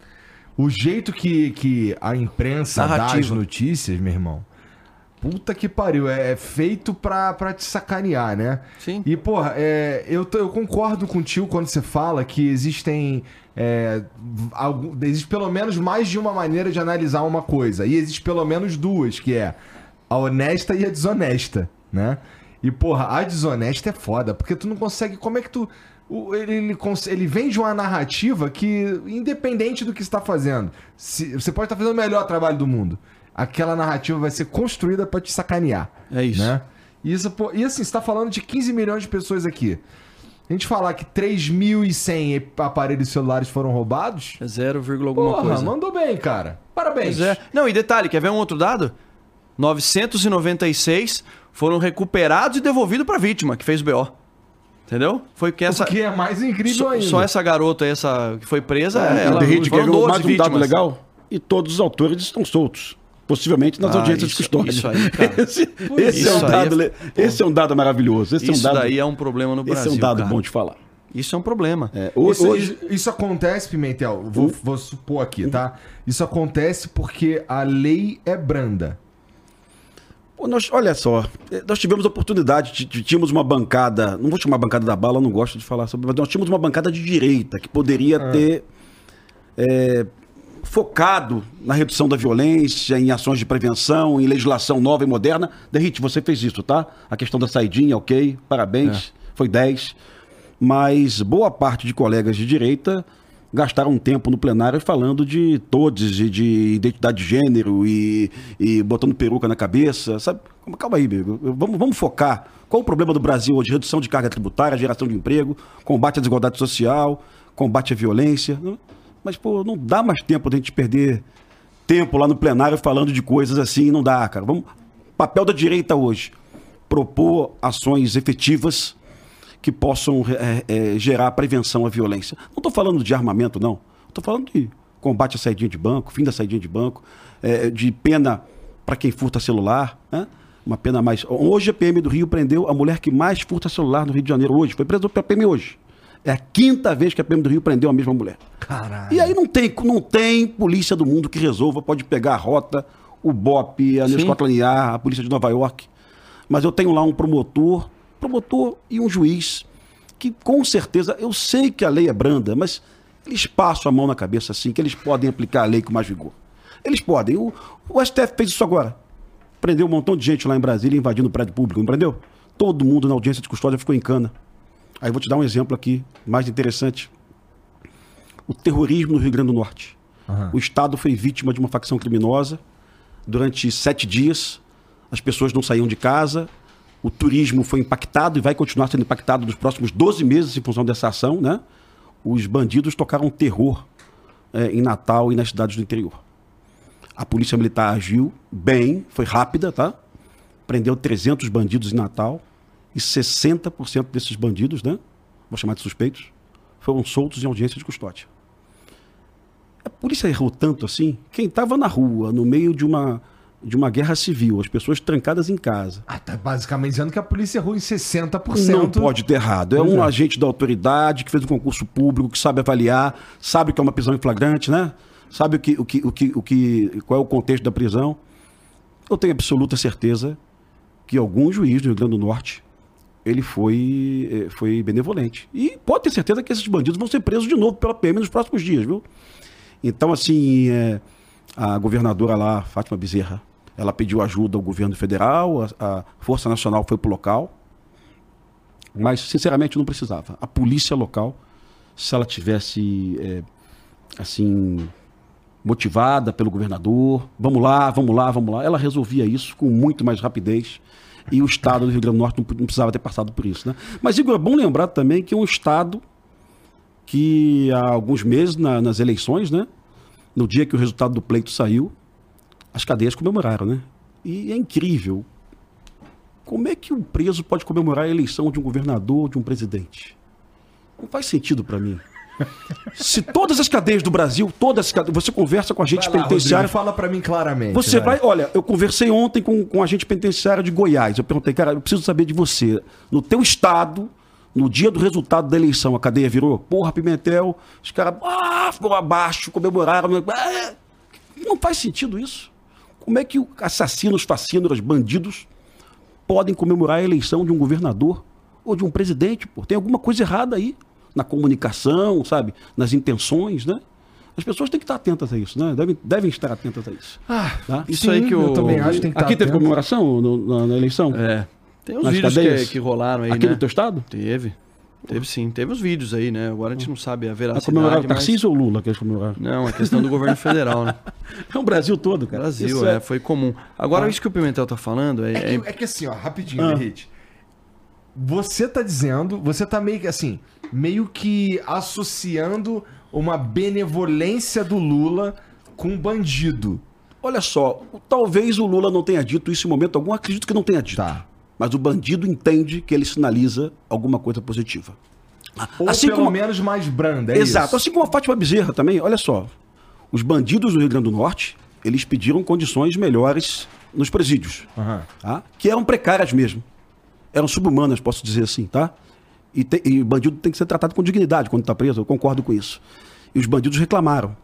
o jeito que, que a imprensa Narrativa. dá as notícias, meu irmão, puta que pariu, é feito pra, pra te sacanear, né? Sim. E, porra, é, eu, eu concordo contigo quando você fala que existem... É, algum, existe pelo menos mais de uma maneira de analisar uma coisa. E existe pelo menos duas, que é a honesta e a desonesta, né? E, porra, a desonesta é foda, porque tu não consegue... Como é que tu... Ele, ele, ele vende uma narrativa que, independente do que você está fazendo, se, você pode estar fazendo o melhor trabalho do mundo, aquela narrativa vai ser construída para te sacanear. É isso. Né? E, isso pô, e assim, você tá falando de quinze milhões de pessoas aqui. A gente falar que três mil e cem aparelhos celulares foram roubados... É zero, alguma porra, coisa. Mandou bem, cara. Parabéns. É. Não, e detalhe, quer ver um outro dado? novecentos e noventa e seis foram recuperados e devolvidos para a vítima, que fez o B O. Entendeu? Foi que essa... O que é mais incrível só, ainda. Só essa garota essa que foi presa, É, ela... o Derrite ganhou mais um vítimas. dado legal e todos os autores estão soltos. Possivelmente nas Ah, audiências isso- de custódia. isso aí, cara. esse, esse isso é um aí dado, é- le- esse é um dado maravilhoso. Esse Isso é um dado, daí é um problema no Brasil, esse é um dado cara. bom de falar. Isso é um problema. É, hoje, Isso, hoje- isso- isso acontece, Pimentel, vou, vou supor aqui, tá? Isso acontece porque a lei é branda. Pô, nós, olha só, eh, nós tivemos oportunidade, t- t- tínhamos uma bancada, não vou chamar bancada da bala, eu não gosto de falar sobre, mas nós tínhamos uma bancada de direita que poderia ter eh, focado na redução da violência, em ações de prevenção, em legislação nova e moderna. Derrite, você fez isso, tá? A questão da saidinha, ok, parabéns, foi dez. Mas boa parte de colegas de direita gastaram um tempo no plenário falando de todes e de identidade de gênero e, e botando peruca na cabeça, sabe? Calma aí, amigo. Vamos, vamos focar. Qual o problema do Brasil hoje? Redução de carga tributária, geração de emprego, combate à desigualdade social, combate à violência. Mas, pô, não dá mais tempo de a gente perder tempo lá no plenário falando de coisas assim, não dá, cara. Vamos... Papel da direita hoje, propor ações efetivas que possam é, é, gerar prevenção à violência. Não estou falando de armamento, não. Estou falando de combate à saidinha de banco, fim da saidinha de banco, é, de pena para quem furta celular, né? Uma pena mais... Hoje a P M do Rio prendeu a mulher que mais furta celular no Rio de Janeiro hoje. Foi presa pela P M hoje. É a quinta vez que a P M do Rio prendeu a mesma mulher. Caralho. E aí não tem, não tem polícia do mundo que resolva, pode pegar a rota, o B O P, a Sim. Scotland Yard, a polícia de Nova York. Mas eu tenho lá um promotor, promotor e um juiz que com certeza, eu sei que a lei é branda, mas eles passam a mão na cabeça assim, que eles podem aplicar a lei com mais vigor. Eles podem. O, o S T F fez isso agora. Prendeu um montão de gente lá em Brasília invadindo o prédio público, não prendeu? Todo mundo na audiência de custódia ficou em cana. Aí eu vou te dar um exemplo aqui, mais interessante. O terrorismo no Rio Grande do Norte. Uhum. O Estado foi vítima de uma facção criminosa durante sete dias. As pessoas não saíam de casa. O turismo foi impactado e vai continuar sendo impactado nos próximos doze meses em função dessa ação, né? Os bandidos tocaram terror é, em Natal e nas cidades do interior. A polícia militar agiu bem, foi rápida, tá? Prendeu trezentos bandidos em Natal e sessenta por cento desses bandidos, né? Vou chamar de suspeitos, foram soltos em audiência de custódia. A polícia errou tanto assim, quem estava na rua, no meio de uma... de uma guerra civil, as pessoas trancadas em casa. Ah, tá basicamente dizendo que a polícia errou em sessenta por cento. Não pode ter errado. É Pois um é. agente da autoridade que fez um concurso público, que sabe avaliar, sabe o que é uma prisão em flagrante, né? Sabe o que, o que, o que, o que, qual é o contexto da prisão. Eu tenho absoluta certeza que algum juiz do Rio Grande do Norte ele foi, eh, foi benevolente. E pode ter certeza que esses bandidos vão ser presos de novo pela P M nos próximos dias, viu? Então, assim, eh, a governadora lá, Fátima Bezerra, ela pediu ajuda ao governo federal, a, a Força Nacional foi para o local, mas, sinceramente, não precisava. A polícia local, se ela tivesse, é, assim, motivada pelo governador, vamos lá, vamos lá, vamos lá, ela resolvia isso com muito mais rapidez e o Estado do Rio Grande do Norte não, não precisava ter passado por isso, né? Mas, Igor, é bom lembrar também que é um Estado que, há alguns meses, na, nas eleições, né, no dia que o resultado do pleito saiu, as cadeias comemoraram, né? E é incrível. Como é que um preso pode comemorar a eleição de um governador ou de um presidente? Não faz sentido para mim. Se todas as cadeias do Brasil, todas as cadeias, você conversa com a gente penitenciário. Fala pra mim claramente. Você vai, vai olha, eu conversei ontem com, com a gente penitenciário de Goiás. Eu perguntei, cara, eu preciso saber de você. No teu estado, no dia do resultado da eleição, a cadeia virou? Porra, Pimentel, os caras ah, foram abaixo, comemoraram. Ah, não faz sentido isso. Como é que assassinos, fascínoras, bandidos podem comemorar a eleição de um governador ou de um presidente? Pô? Tem alguma coisa errada aí na comunicação, sabe? Nas intenções, né? As pessoas têm que estar atentas a isso, né? Devem, devem estar atentas a isso. Ah, tá? Isso sim, aí que eu, eu também acho que tem que estar Aqui atento. teve comemoração no, na, na eleição? É. Tem uns Nas vídeos cadeias? que, que rolaram aí, Aqui né? no teu estado? Teve. Teve sim. Teve os vídeos aí, né? Agora a gente não sabe a A veracidade. comemoraram mas... Tarcísio ou Lula que eles comemoraram? Não, é questão do governo federal, né? É o Brasil todo, cara. Brasil, Isso é, foi comum. Agora, Ah. isso que o Pimentel tá falando é... É é- que, é que assim, ó, rapidinho, Ah. Derrite. Você tá dizendo, você tá meio que assim, meio que associando uma benevolência do Lula com bandido. Olha só, talvez o Lula não tenha dito isso em momento algum, acredito que não tenha dito. Tá. Mas o bandido entende que ele sinaliza alguma coisa positiva. Ou Assim pelo como- menos mais branda, é Exato. isso? Assim como a Fátima Bezerra também, olha só. Os bandidos do Rio Grande do Norte, eles pediram condições melhores nos presídios, Aham. tá? Que eram precárias mesmo. Eram subhumanas, posso dizer assim, tá? E, te, e bandido tem que ser tratado com dignidade quando está preso, eu concordo com isso. E os bandidos reclamaram.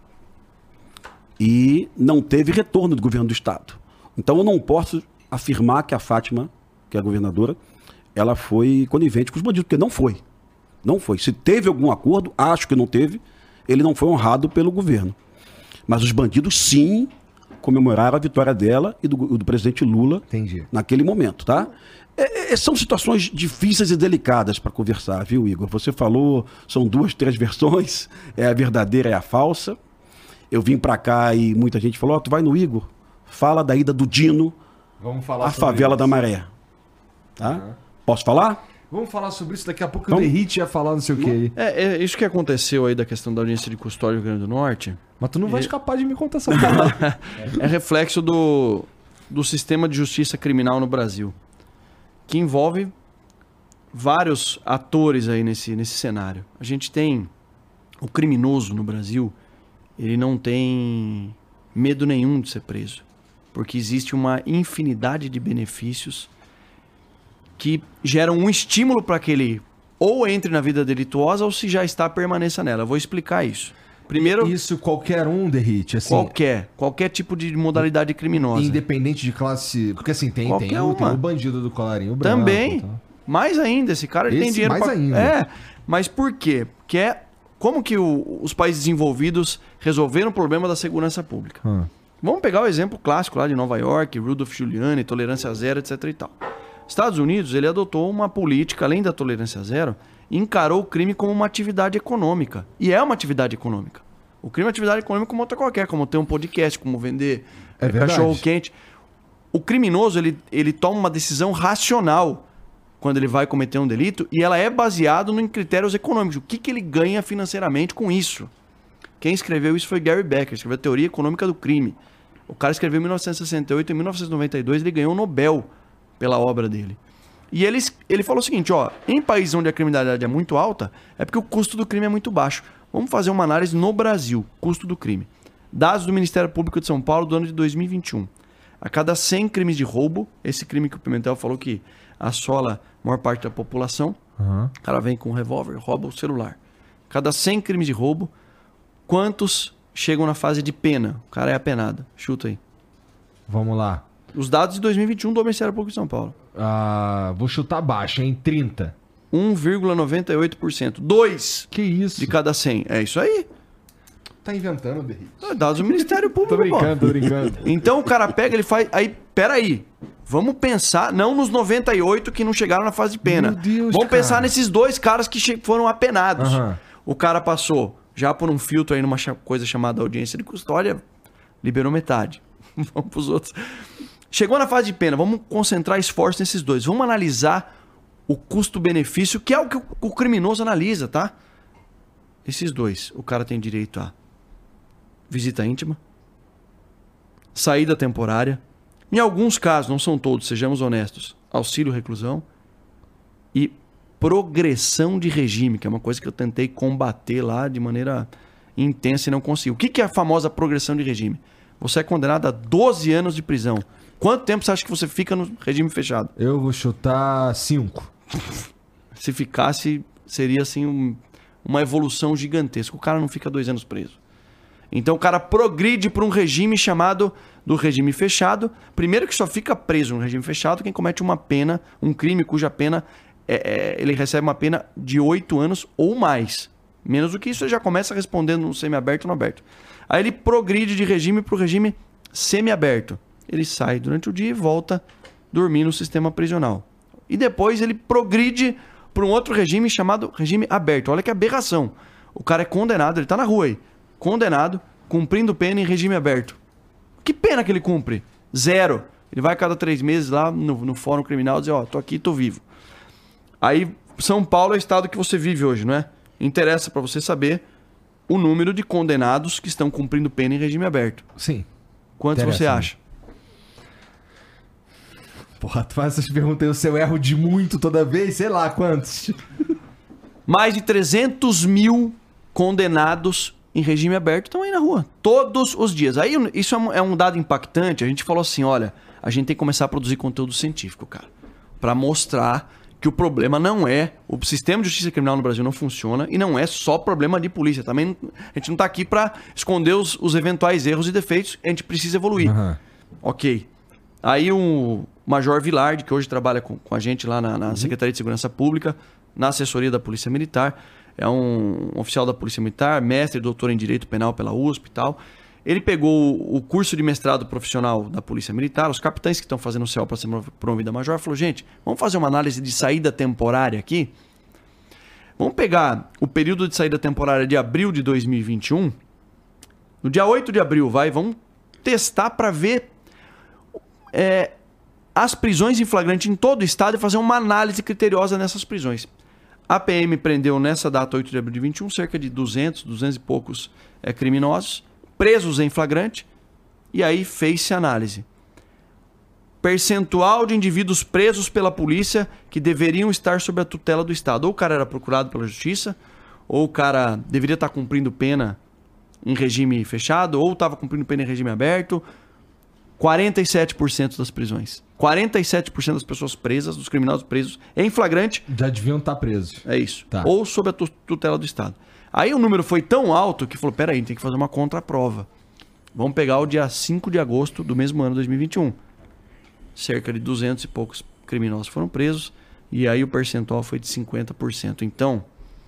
E não teve retorno do governo do Estado. Então eu não posso afirmar que a Fátima, que é a governadora, ela foi conivente com os bandidos, porque não foi. Não foi. Se teve algum acordo, acho que não teve, ele não foi honrado pelo governo. Mas os bandidos, sim, comemoraram a vitória dela e do, do presidente Lula Entendi. naquele momento, tá? É, é, são situações difíceis e delicadas para conversar, viu, Igor? Você falou, são duas, três versões, é a verdadeira e a falsa. Eu vim para cá e muita gente falou, ó, tu vai no Igor, fala da ida do Dino Vamos falar à sobre favela isso. da Maré. Tá? Posso falar? Vamos falar sobre isso daqui a pouco. Vamos. O Derrite ia falar não sei o que aí. É, é isso que aconteceu aí da questão da audiência de custódia do Rio Grande do Norte. Mas tu não vai escapar de me contar essa porra. É reflexo do, do sistema de justiça criminal no Brasil, que envolve vários atores aí nesse, nesse cenário. A gente tem o criminoso no Brasil, ele não tem medo nenhum de ser preso, porque existe uma infinidade de benefícios que geram um estímulo para que ele ou entre na vida delituosa ou, se já está, permaneça nela. Eu vou explicar isso. Primeiro, Isso qualquer um, Derrite, assim. qualquer, qualquer tipo de modalidade criminosa. Independente de classe. Porque assim, tem, Qualquer tem, o, tem uma. o bandido do colarinho branco. Também. Tá? Mais ainda, esse cara ele tem Esse dinheiro mais pra... ainda. É, mas por quê? Porque é como que o- os países desenvolvidos resolveram o problema da segurança pública. Hum. Vamos pegar o exemplo clássico lá de Nova York, Rudolph Giuliani, tolerância zero, etc e tal. Estados Unidos, ele adotou uma política, além da tolerância zero, e encarou o crime como uma atividade econômica. E é uma atividade econômica. O crime é uma atividade econômica como outra qualquer, como ter um podcast, como vender É eh, verdade. cachorro quente. O criminoso, ele, ele toma uma decisão racional quando ele vai cometer um delito, e ela é baseada em critérios econômicos. O que, que ele ganha financeiramente com isso? Quem escreveu isso foi Gary Becker, escreveu a Teoria Econômica do Crime. O cara escreveu em mil novecentos e sessenta e oito, em mil novecentos e noventa e dois ele ganhou o Nobel pela obra dele. E ele, ele falou o seguinte, ó, em países onde a criminalidade é muito alta, é porque o custo do crime é muito baixo. Vamos fazer uma análise no Brasil, custo do crime. Dados do Ministério Público de São Paulo do ano de dois mil e vinte e um. A cada cem crimes de roubo, esse crime que o Pimentel falou que assola a maior parte da população, Uhum. o cara vem com um revólver, rouba o celular. Cada cem crimes de roubo, quantos chegam na fase de pena? O cara é apenado. Chuta aí. Vamos lá. Os dados de dois mil e vinte e um do Ministério Público de São Paulo. Ah, vou chutar baixo, hein? trinta. um vírgula noventa e oito por cento. dois Que isso? de cada cem. É isso aí. Tá inventando, Derrite. É dados do Ministério Público. Tô brincando, pô. tô brincando. Então o cara pega, ele faz... Aí, peraí. Vamos pensar, não nos noventa e oito que não chegaram na fase de pena. Meu Deus, Vamos cara. pensar nesses dois caras que che- foram apenados. Aham. O cara passou já por um filtro aí numa cha- coisa chamada audiência de custódia, liberou metade. Vamos pros outros. Chegou na fase de pena, vamos concentrar esforço nesses dois. Vamos analisar o custo-benefício, que é o que o- o criminoso analisa, tá? Esses dois, o cara tem direito a visita íntima, saída temporária, em alguns casos, não são todos, sejamos honestos, auxílio reclusão e progressão de regime, que é uma coisa que eu tentei combater lá de maneira intensa e não consegui. O que, que é a famosa progressão de regime? Você é condenado a doze anos de prisão. Quanto tempo você acha que você fica no regime fechado? Eu vou chutar cinco. Se ficasse, seria assim um, uma evolução gigantesca. O cara não fica dois anos preso. Então o cara progride para um regime chamado do regime fechado. Primeiro que só fica preso no regime fechado quem comete uma pena, um crime cuja pena, é, é, ele recebe uma pena de oito anos ou mais. Menos do que isso, ele já começa respondendo no semiaberto ou no aberto. Aí ele progride de regime para o regime semiaberto. Ele sai durante o dia e volta dormir no sistema prisional. E depois ele progride para um outro regime chamado regime aberto. Olha que aberração. O cara é condenado, ele está na rua aí. Condenado, cumprindo pena em regime aberto. Que pena que ele cumpre? Zero. Ele vai a cada três meses lá no, no fórum criminal dizer, ó, tô aqui, tô vivo. Aí, São Paulo é o estado que você vive hoje, não é? Interessa para você saber o número de condenados que estão cumprindo pena em regime aberto. Sim. Quantos você acha? Porra, tu faz essas perguntas aí, se eu erro de muito toda vez, sei lá quantos. Mais de trezentos mil condenados em regime aberto estão aí na rua. Todos os dias. Aí isso é um, é um dado impactante. A gente falou assim, olha, a gente tem que começar a produzir conteúdo científico, cara. Para mostrar que o problema não é... O sistema de justiça criminal no Brasil não funciona e não é só problema de polícia. Também a gente não tá aqui para esconder os, os eventuais erros e defeitos. A gente precisa evoluir. Uhum. Ok. Aí o Major Vilardi, que hoje trabalha com, com a gente lá na, na uhum. Secretaria de Segurança Pública, na assessoria da Polícia Militar, é um, um oficial da Polícia Militar, mestre, doutor em Direito Penal pela U S P e tal. Ele pegou o curso de mestrado profissional da Polícia Militar, os capitães que estão fazendo o C E O para ser promovido a major, falou, gente, vamos fazer uma análise de saída temporária aqui? Vamos pegar o período de saída temporária de abril de dois mil e vinte e um, no dia oito de abril, vai, vamos testar para ver é, as prisões em flagrante em todo o estado e fazer uma análise criteriosa nessas prisões. A P M prendeu nessa data, oito de abril de vinte e um, cerca de duzentos, duzentos e poucos é, criminosos, presos em flagrante, e aí fez-se análise. Percentual de indivíduos presos pela polícia que deveriam estar sob a tutela do Estado. Ou o cara era procurado pela justiça, ou o cara deveria estar cumprindo pena em regime fechado, ou estava cumprindo pena em regime aberto. quarenta e sete por cento das prisões. quarenta e sete por cento das pessoas presas, dos criminosos presos em flagrante... já deviam estar presos. É isso. Tá. Ou sob a tutela do Estado. Aí o número foi tão alto que falou, peraí, tem que fazer uma contraprova. Vamos pegar o dia cinco de agosto do mesmo ano, dois mil e vinte e um. Cerca de duzentos e poucos criminosos foram presos e aí o percentual foi de cinquenta por cento. Então,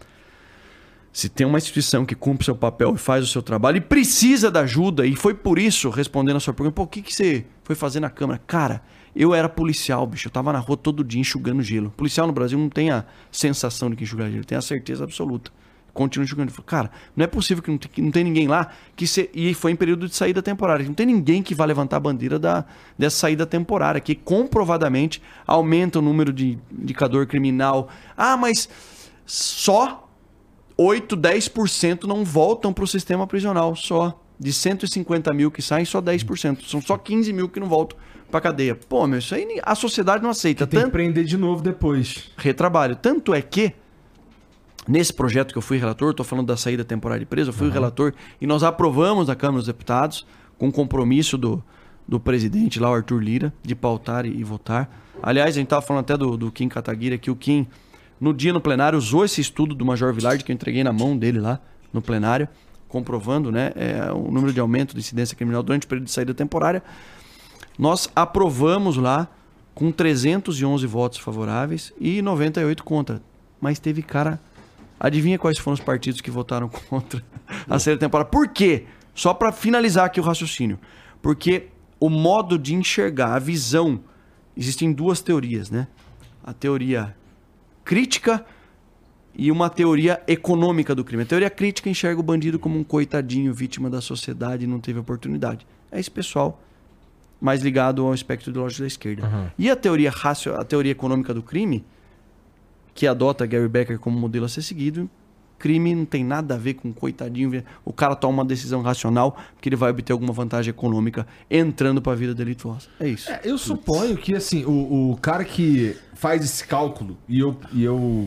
se tem uma instituição que cumpre seu papel e faz o seu trabalho e precisa da ajuda, e foi por isso, respondendo a sua pergunta, pô, o que, que você foi fazer na Câmara? Cara, eu era policial, bicho, eu tava na rua todo dia enxugando gelo. Policial no Brasil não tem a sensação de que enxugar gelo, tem a certeza absoluta. Continua enxugando. Cara, não é possível que não tem, que não tem ninguém lá que se, e foi em período de saída temporária. Não tem ninguém que vá levantar a bandeira da, dessa saída temporária, que comprovadamente aumenta o número de indicador criminal. Ah, mas só oito, dez por cento não voltam para o sistema prisional. Só de cento e cinquenta mil que saem, só dez por cento. São só quinze mil que não voltam para cadeia. Pô, meu, isso aí a sociedade não aceita. Que tem Tanto... que prender de novo depois. Retrabalho. Tanto é que nesse projeto que eu fui relator, estou falando da saída temporária de preso, eu fui uhum. o relator e nós aprovamos na Câmara dos Deputados, com compromisso do, do presidente lá, o Arthur Lira, de pautar e, e votar. Aliás, a gente estava falando até do, do Kim Kataguiri, que o Kim, no dia no plenário, usou esse estudo do Major Vilardi, que eu entreguei na mão dele lá no plenário, comprovando, né, é, o número de aumento de incidência criminal durante o período de saída temporária. Nós aprovamos lá com trezentos e onze votos favoráveis e noventa e oito contra. Mas teve cara... Adivinha quais foram os partidos que votaram contra a saída temporária? Por quê? Só para finalizar aqui o raciocínio. Porque o modo de enxergar, a visão... Existem duas teorias, né? A teoria crítica e uma teoria econômica do crime. A teoria crítica enxerga o bandido como um coitadinho, vítima da sociedade e não teve oportunidade. É esse pessoal mais ligado ao espectro ideológico da esquerda. Uhum. E a teoria, racio... a teoria econômica do crime... que adota Gary Becker como modelo a ser seguido, crime não tem nada a ver com coitadinho. O cara toma uma decisão racional porque ele vai obter alguma vantagem econômica entrando para a vida delituosa. É isso. É, eu suponho que, assim, o, o cara que faz esse cálculo, e eu, e eu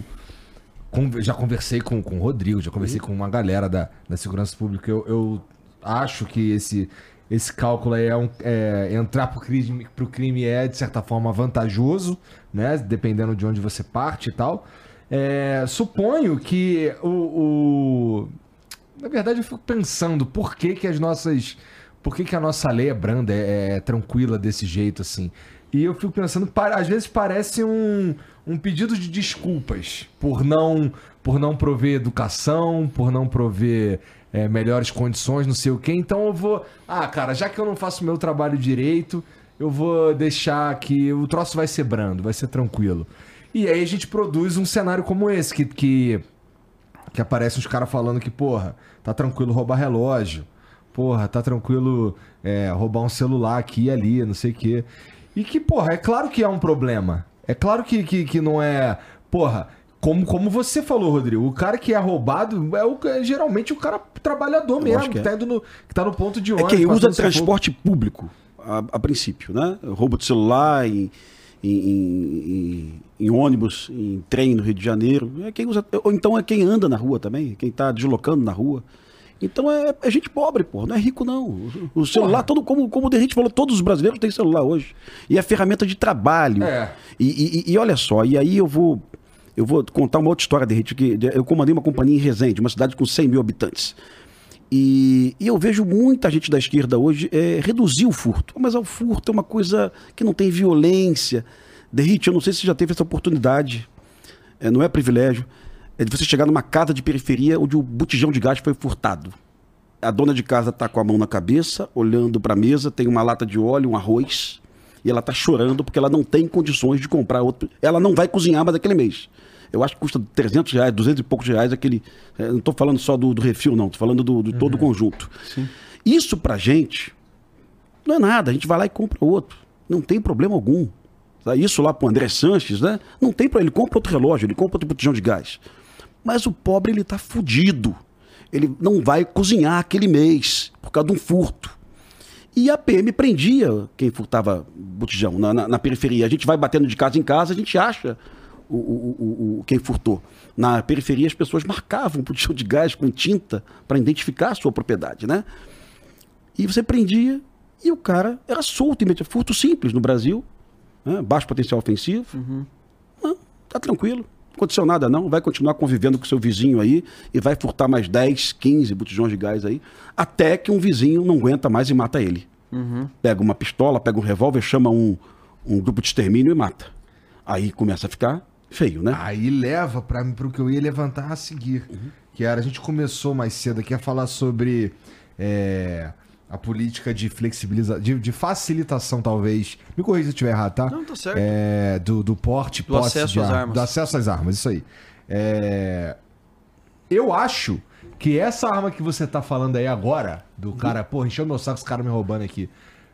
já conversei com, com o Rodrigo, já conversei com uma galera da, da segurança pública, eu, eu acho que esse, esse cálculo aí é, um, é entrar pro crime, pro crime é, de certa forma, vantajoso, né? Dependendo de onde você parte e tal. É, suponho que o, o... Na verdade, eu fico pensando por que que as nossas... Por que que a nossa lei é branda, é, é tranquila desse jeito, assim. E eu fico pensando, às vezes parece um, um pedido de desculpas por não, por não prover educação, por não prover é, melhores condições, não sei o quê. Então eu vou... Ah, cara, já que eu não faço o meu trabalho direito, eu vou deixar que o troço vai ser brando, vai ser tranquilo. E aí a gente produz um cenário como esse, que, que, que aparecem os caras falando que, porra, tá tranquilo roubar relógio, porra, tá tranquilo é, roubar um celular aqui e ali, não sei o quê. E que, porra, é claro que é um problema. É claro que, que, que não é... Porra, como, como você falou, Rodrigo, o cara que é roubado é, o, é geralmente o cara trabalhador mesmo, que, que, é. tá indo no, que tá no ponto de ônibus. É quem usa transporte público, a, a princípio, né? Roubo de celular e... Em, em, em ônibus, em trem no Rio de Janeiro, é quem usa, ou então é quem anda na rua também, quem está deslocando na rua. Então é, é gente pobre, pô, não é rico não. O celular, todo, como, como o Derrite falou, todos os brasileiros têm celular hoje. E é ferramenta de trabalho. É. E, e, e olha só, e aí eu vou, eu vou contar uma outra história, Derrite, que eu comandei uma companhia em Resende, uma cidade com cem mil habitantes. E, e eu vejo muita gente da esquerda hoje é, reduzir o furto. Mas o furto é uma coisa que não tem violência. Derrite, eu não sei se você já teve essa oportunidade, é, não é privilégio, é de você chegar numa casa de periferia onde o botijão de gás foi furtado. A dona de casa está com a mão na cabeça, olhando para a mesa, tem uma lata de óleo, um arroz, e ela está chorando porque ela não tem condições de comprar outro. Ela não vai cozinhar mais daquele mês. Eu acho que custa trezentos reais, duzentos e poucos reais aquele... É, não estou falando só do, do refil, não. Estou falando do, do uhum. todo o conjunto. Sim. Isso pra gente não é nada. A gente vai lá e compra outro. Não tem problema algum. Isso lá pro André Sanches, né? Não tem problema. Ele compra outro relógio, ele compra outro botijão de gás. Mas o pobre, ele tá fudido. Ele não vai cozinhar aquele mês por causa de um furto. E a P M prendia quem furtava botijão na, na, na periferia. A gente vai batendo de casa em casa, a gente acha... O, o, o, quem furtou. Na periferia as pessoas marcavam um botijão de gás com tinta para identificar a sua propriedade, né? E você prendia e o cara era solto, imediatamente. Furto simples no Brasil, né? Baixo potencial ofensivo. Uhum. Não, tá tranquilo, não aconteceu nada não, vai continuar convivendo com seu vizinho aí e vai furtar mais dez, quinze botijões de gás aí, até que um vizinho não aguenta mais e mata ele. Uhum. Pega uma pistola, pega um revólver, chama um, um grupo de extermínio e mata. Aí começa a ficar feio, né? Aí leva para o que eu ia levantar a seguir. Uhum. Que era, a gente começou mais cedo aqui a falar sobre é, a política de flexibilização, de, de facilitação, talvez. Me corrija se eu estiver errado, tá? Não, tá certo. É, do, do porte, do acesso às armas. Do acesso às armas, isso aí. É, eu acho que essa arma que você tá falando aí agora, do uhum. cara, pô, encheu meu saco, os caras me roubando aqui,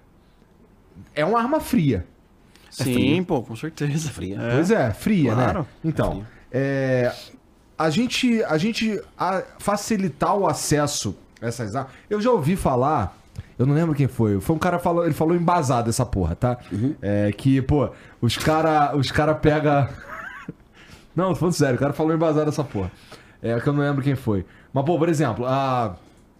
é uma arma fria. É Sim, fria. Pô, com certeza. Fria. É. Pois é, fria, claro. Né? Então, é, a gente, a gente a facilitar o acesso a essas armas... Eu já ouvi falar, eu não lembro quem foi, foi um cara, falou, ele falou embasado essa porra, tá? Uhum. É, que, pô, os cara, os cara pega... Não, tô falando sério, o cara falou embasado essa porra. É que eu não lembro quem foi. Mas, pô, por exemplo, a...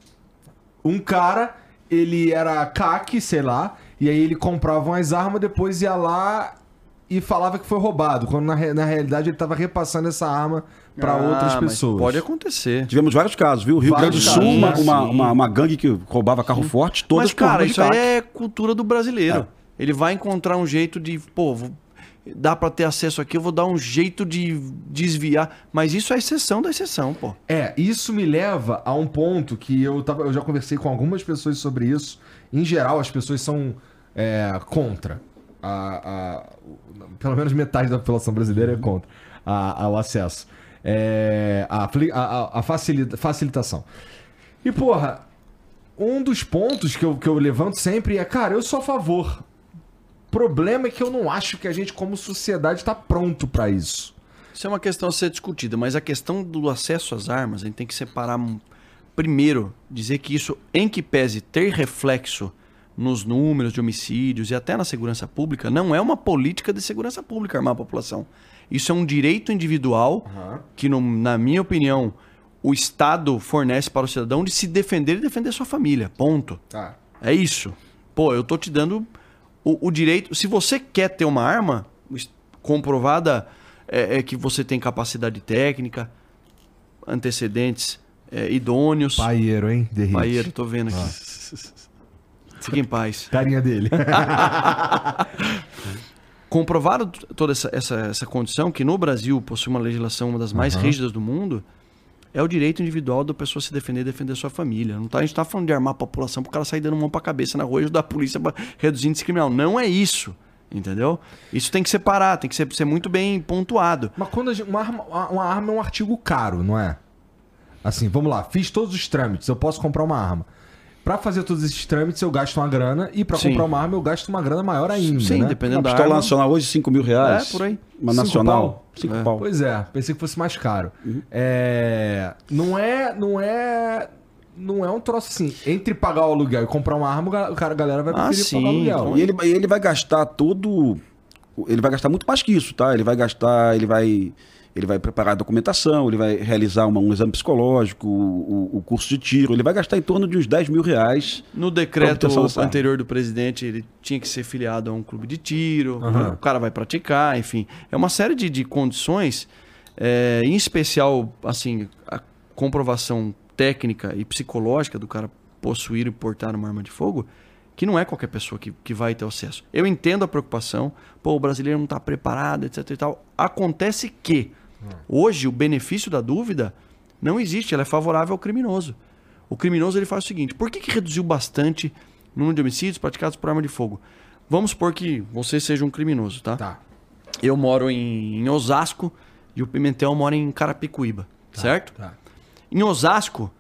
um cara, ele era C A C, sei lá... E aí ele comprava umas armas, depois ia lá e falava que foi roubado. Quando na, na realidade ele estava repassando essa arma para ah, outras pessoas. Pode acontecer. Tivemos vários casos, viu? Rio Grande do Sul, uma, uma, uma, uma gangue que roubava carro sim. forte, todas Mas, cara, isso aí é cultura do brasileiro. É. Ele vai encontrar um jeito de, pô, dá para ter acesso aqui, eu vou dar um jeito de desviar. Mas isso é exceção da exceção, pô. É, isso me leva a um ponto que eu, tava, eu já conversei com algumas pessoas sobre isso. Em geral, as pessoas são é, contra. A, a, pelo menos metade da população brasileira é contra a, ao acesso. É, a, a, a facilita, facilitação. E, porra, um dos pontos que eu, que eu levanto sempre é, cara, eu sou a favor. O problema é que eu não acho que a gente, como sociedade, tá pronto pra isso. Isso é uma questão a ser discutida, mas a questão do acesso às armas, a gente tem que separar primeiro, dizer que isso, em que pese ter reflexo nos números de homicídios e até na segurança pública, não é uma política de segurança pública armar a população. Isso é um direito individual uhum. que, no, na minha opinião, o Estado fornece para o cidadão de se defender e defender sua família. Ponto. Ah. É isso. Pô, eu tô te dando o, o direito... Se você quer ter uma arma comprovada, é, é que você tem capacidade técnica, antecedentes é, idôneos... Paieiro, hein? Derrite. Paieiro, tô vendo aqui. Ah. Fique em paz. Carinha dele. Comprovado toda essa, essa, essa condição, que no Brasil possui uma legislação uma das mais uhum. rígidas do mundo, é o direito individual da pessoa se defender e defender sua família. Não tá, a gente tá falando de armar a população pro cara sair dando mão pra cabeça na rua e ajudar a polícia pra reduzir índice criminal. Não é isso. Entendeu? Isso tem que separar, tem que ser, ser muito bem pontuado. Mas quando a gente, uma, arma, uma arma é um artigo caro, não é? Assim, vamos lá. Fiz todos os trâmites, eu posso comprar uma arma. Pra fazer todos esses trâmites, eu gasto uma grana. E pra Sim. comprar uma arma, eu gasto uma grana maior ainda, Sim, né? dependendo da arma. Uma pistola nacional hoje, cinco mil reais. É, por aí. Uma nacional, cinco pau. Pois é, pensei que fosse mais caro. Uhum. É... Não é... Não é... Não é um troço assim. Entre pagar o aluguel e comprar uma arma, o cara, a galera vai preferir ah, pagar o aluguel. E ele, ele vai gastar todo... Ele vai gastar muito mais que isso, tá? Ele vai gastar... Ele vai... Ele vai preparar a documentação, ele vai realizar uma, um exame psicológico, o, o curso de tiro. Ele vai gastar em torno de uns dez mil reais. No decreto anterior do presidente, ele tinha que ser filiado a um clube de tiro. Uhum. O cara vai praticar, enfim. É uma série de, de condições, é, em especial, assim, a comprovação técnica e psicológica do cara possuir e portar uma arma de fogo, que não é qualquer pessoa que, que vai ter acesso. Eu entendo a preocupação. Pô, o brasileiro não está preparado, etc e tal. Acontece que hoje o benefício da dúvida não existe, ela é favorável ao criminoso. O criminoso ele faz o seguinte: por que, que reduziu bastante o número de homicídios praticados por arma de fogo? Vamos supor que você seja um criminoso, tá? Tá. Eu moro em, em Osasco e o Pimentel mora em Carapicuíba, tá, certo? Tá. Em Osasco,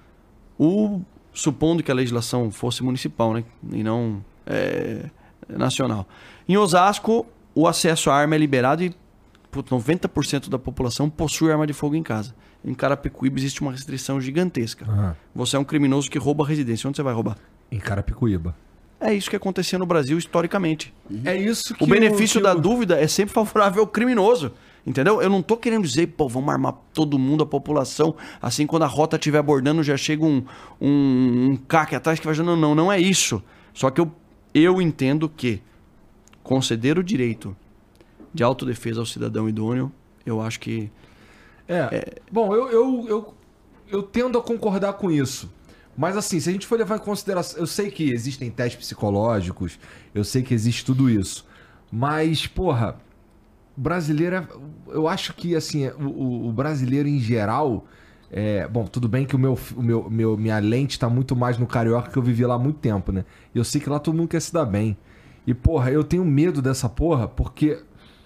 o, supondo que a legislação fosse municipal, né, e não é, nacional. Em Osasco, o acesso à arma é liberado e noventa por cento da população possui arma de fogo em casa. Em Carapicuíba existe uma restrição gigantesca. Uhum. Você é um criminoso que rouba a residência. Onde você vai roubar? Em Carapicuíba. É isso que acontecia no Brasil historicamente. Uhum. É isso que o benefício o, que da o... dúvida é sempre favorável ao criminoso. Entendeu? Eu não tô querendo dizer, pô, vamos armar todo mundo, a população. Assim, quando a rota estiver abordando, já chega um, um, um C A C atrás que vai... Não, não, não é isso. Só que eu, eu entendo que conceder o direito de autodefesa ao cidadão idôneo, eu acho que... É, é... Bom, eu, eu, eu, eu tendo a concordar com isso. Mas assim, se a gente for levar em consideração... Eu sei que existem testes psicológicos, eu sei que existe tudo isso. Mas, porra, brasileiro... Eu acho que, assim, o, o brasileiro em geral... É, bom, tudo bem que o meu, o meu, meu, minha lente está muito mais no carioca, que eu vivi lá há muito tempo, né? E eu sei que lá todo mundo quer se dar bem. E, porra, eu tenho medo dessa porra, porque...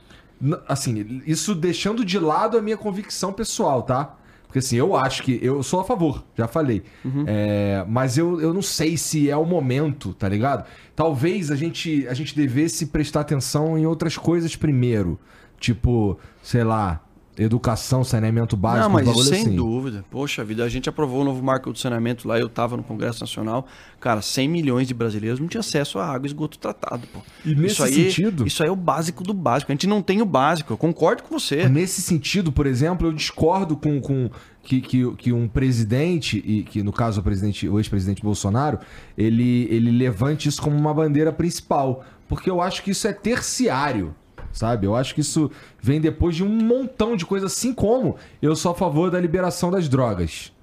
Assim, isso deixando de lado a minha convicção pessoal, tá? Porque assim, eu acho que... Eu sou a favor, já falei. Uhum. É, mas eu, eu não sei se é o momento, tá ligado? Talvez a gente, a gente devesse prestar atenção em outras coisas primeiro. Tipo, sei lá... Educação, saneamento básico, não, mas um sem assim. dúvida. Poxa vida, a gente aprovou o novo marco do saneamento lá, eu tava no Congresso Nacional. Cara, cem milhões de brasileiros não tinham acesso a água e esgoto tratado, pô. E nesse isso aí, sentido... Isso aí é o básico do básico. A gente não tem o básico, eu concordo com você. Nesse sentido, por exemplo, eu discordo com, com que, que, que um presidente, e que no caso o, presidente, o ex-presidente Bolsonaro, ele, ele levante isso como uma bandeira principal. Porque eu acho que isso é terciário. Sabe? Eu acho que isso vem depois de um montão de coisas, assim como eu sou a favor da liberação das drogas.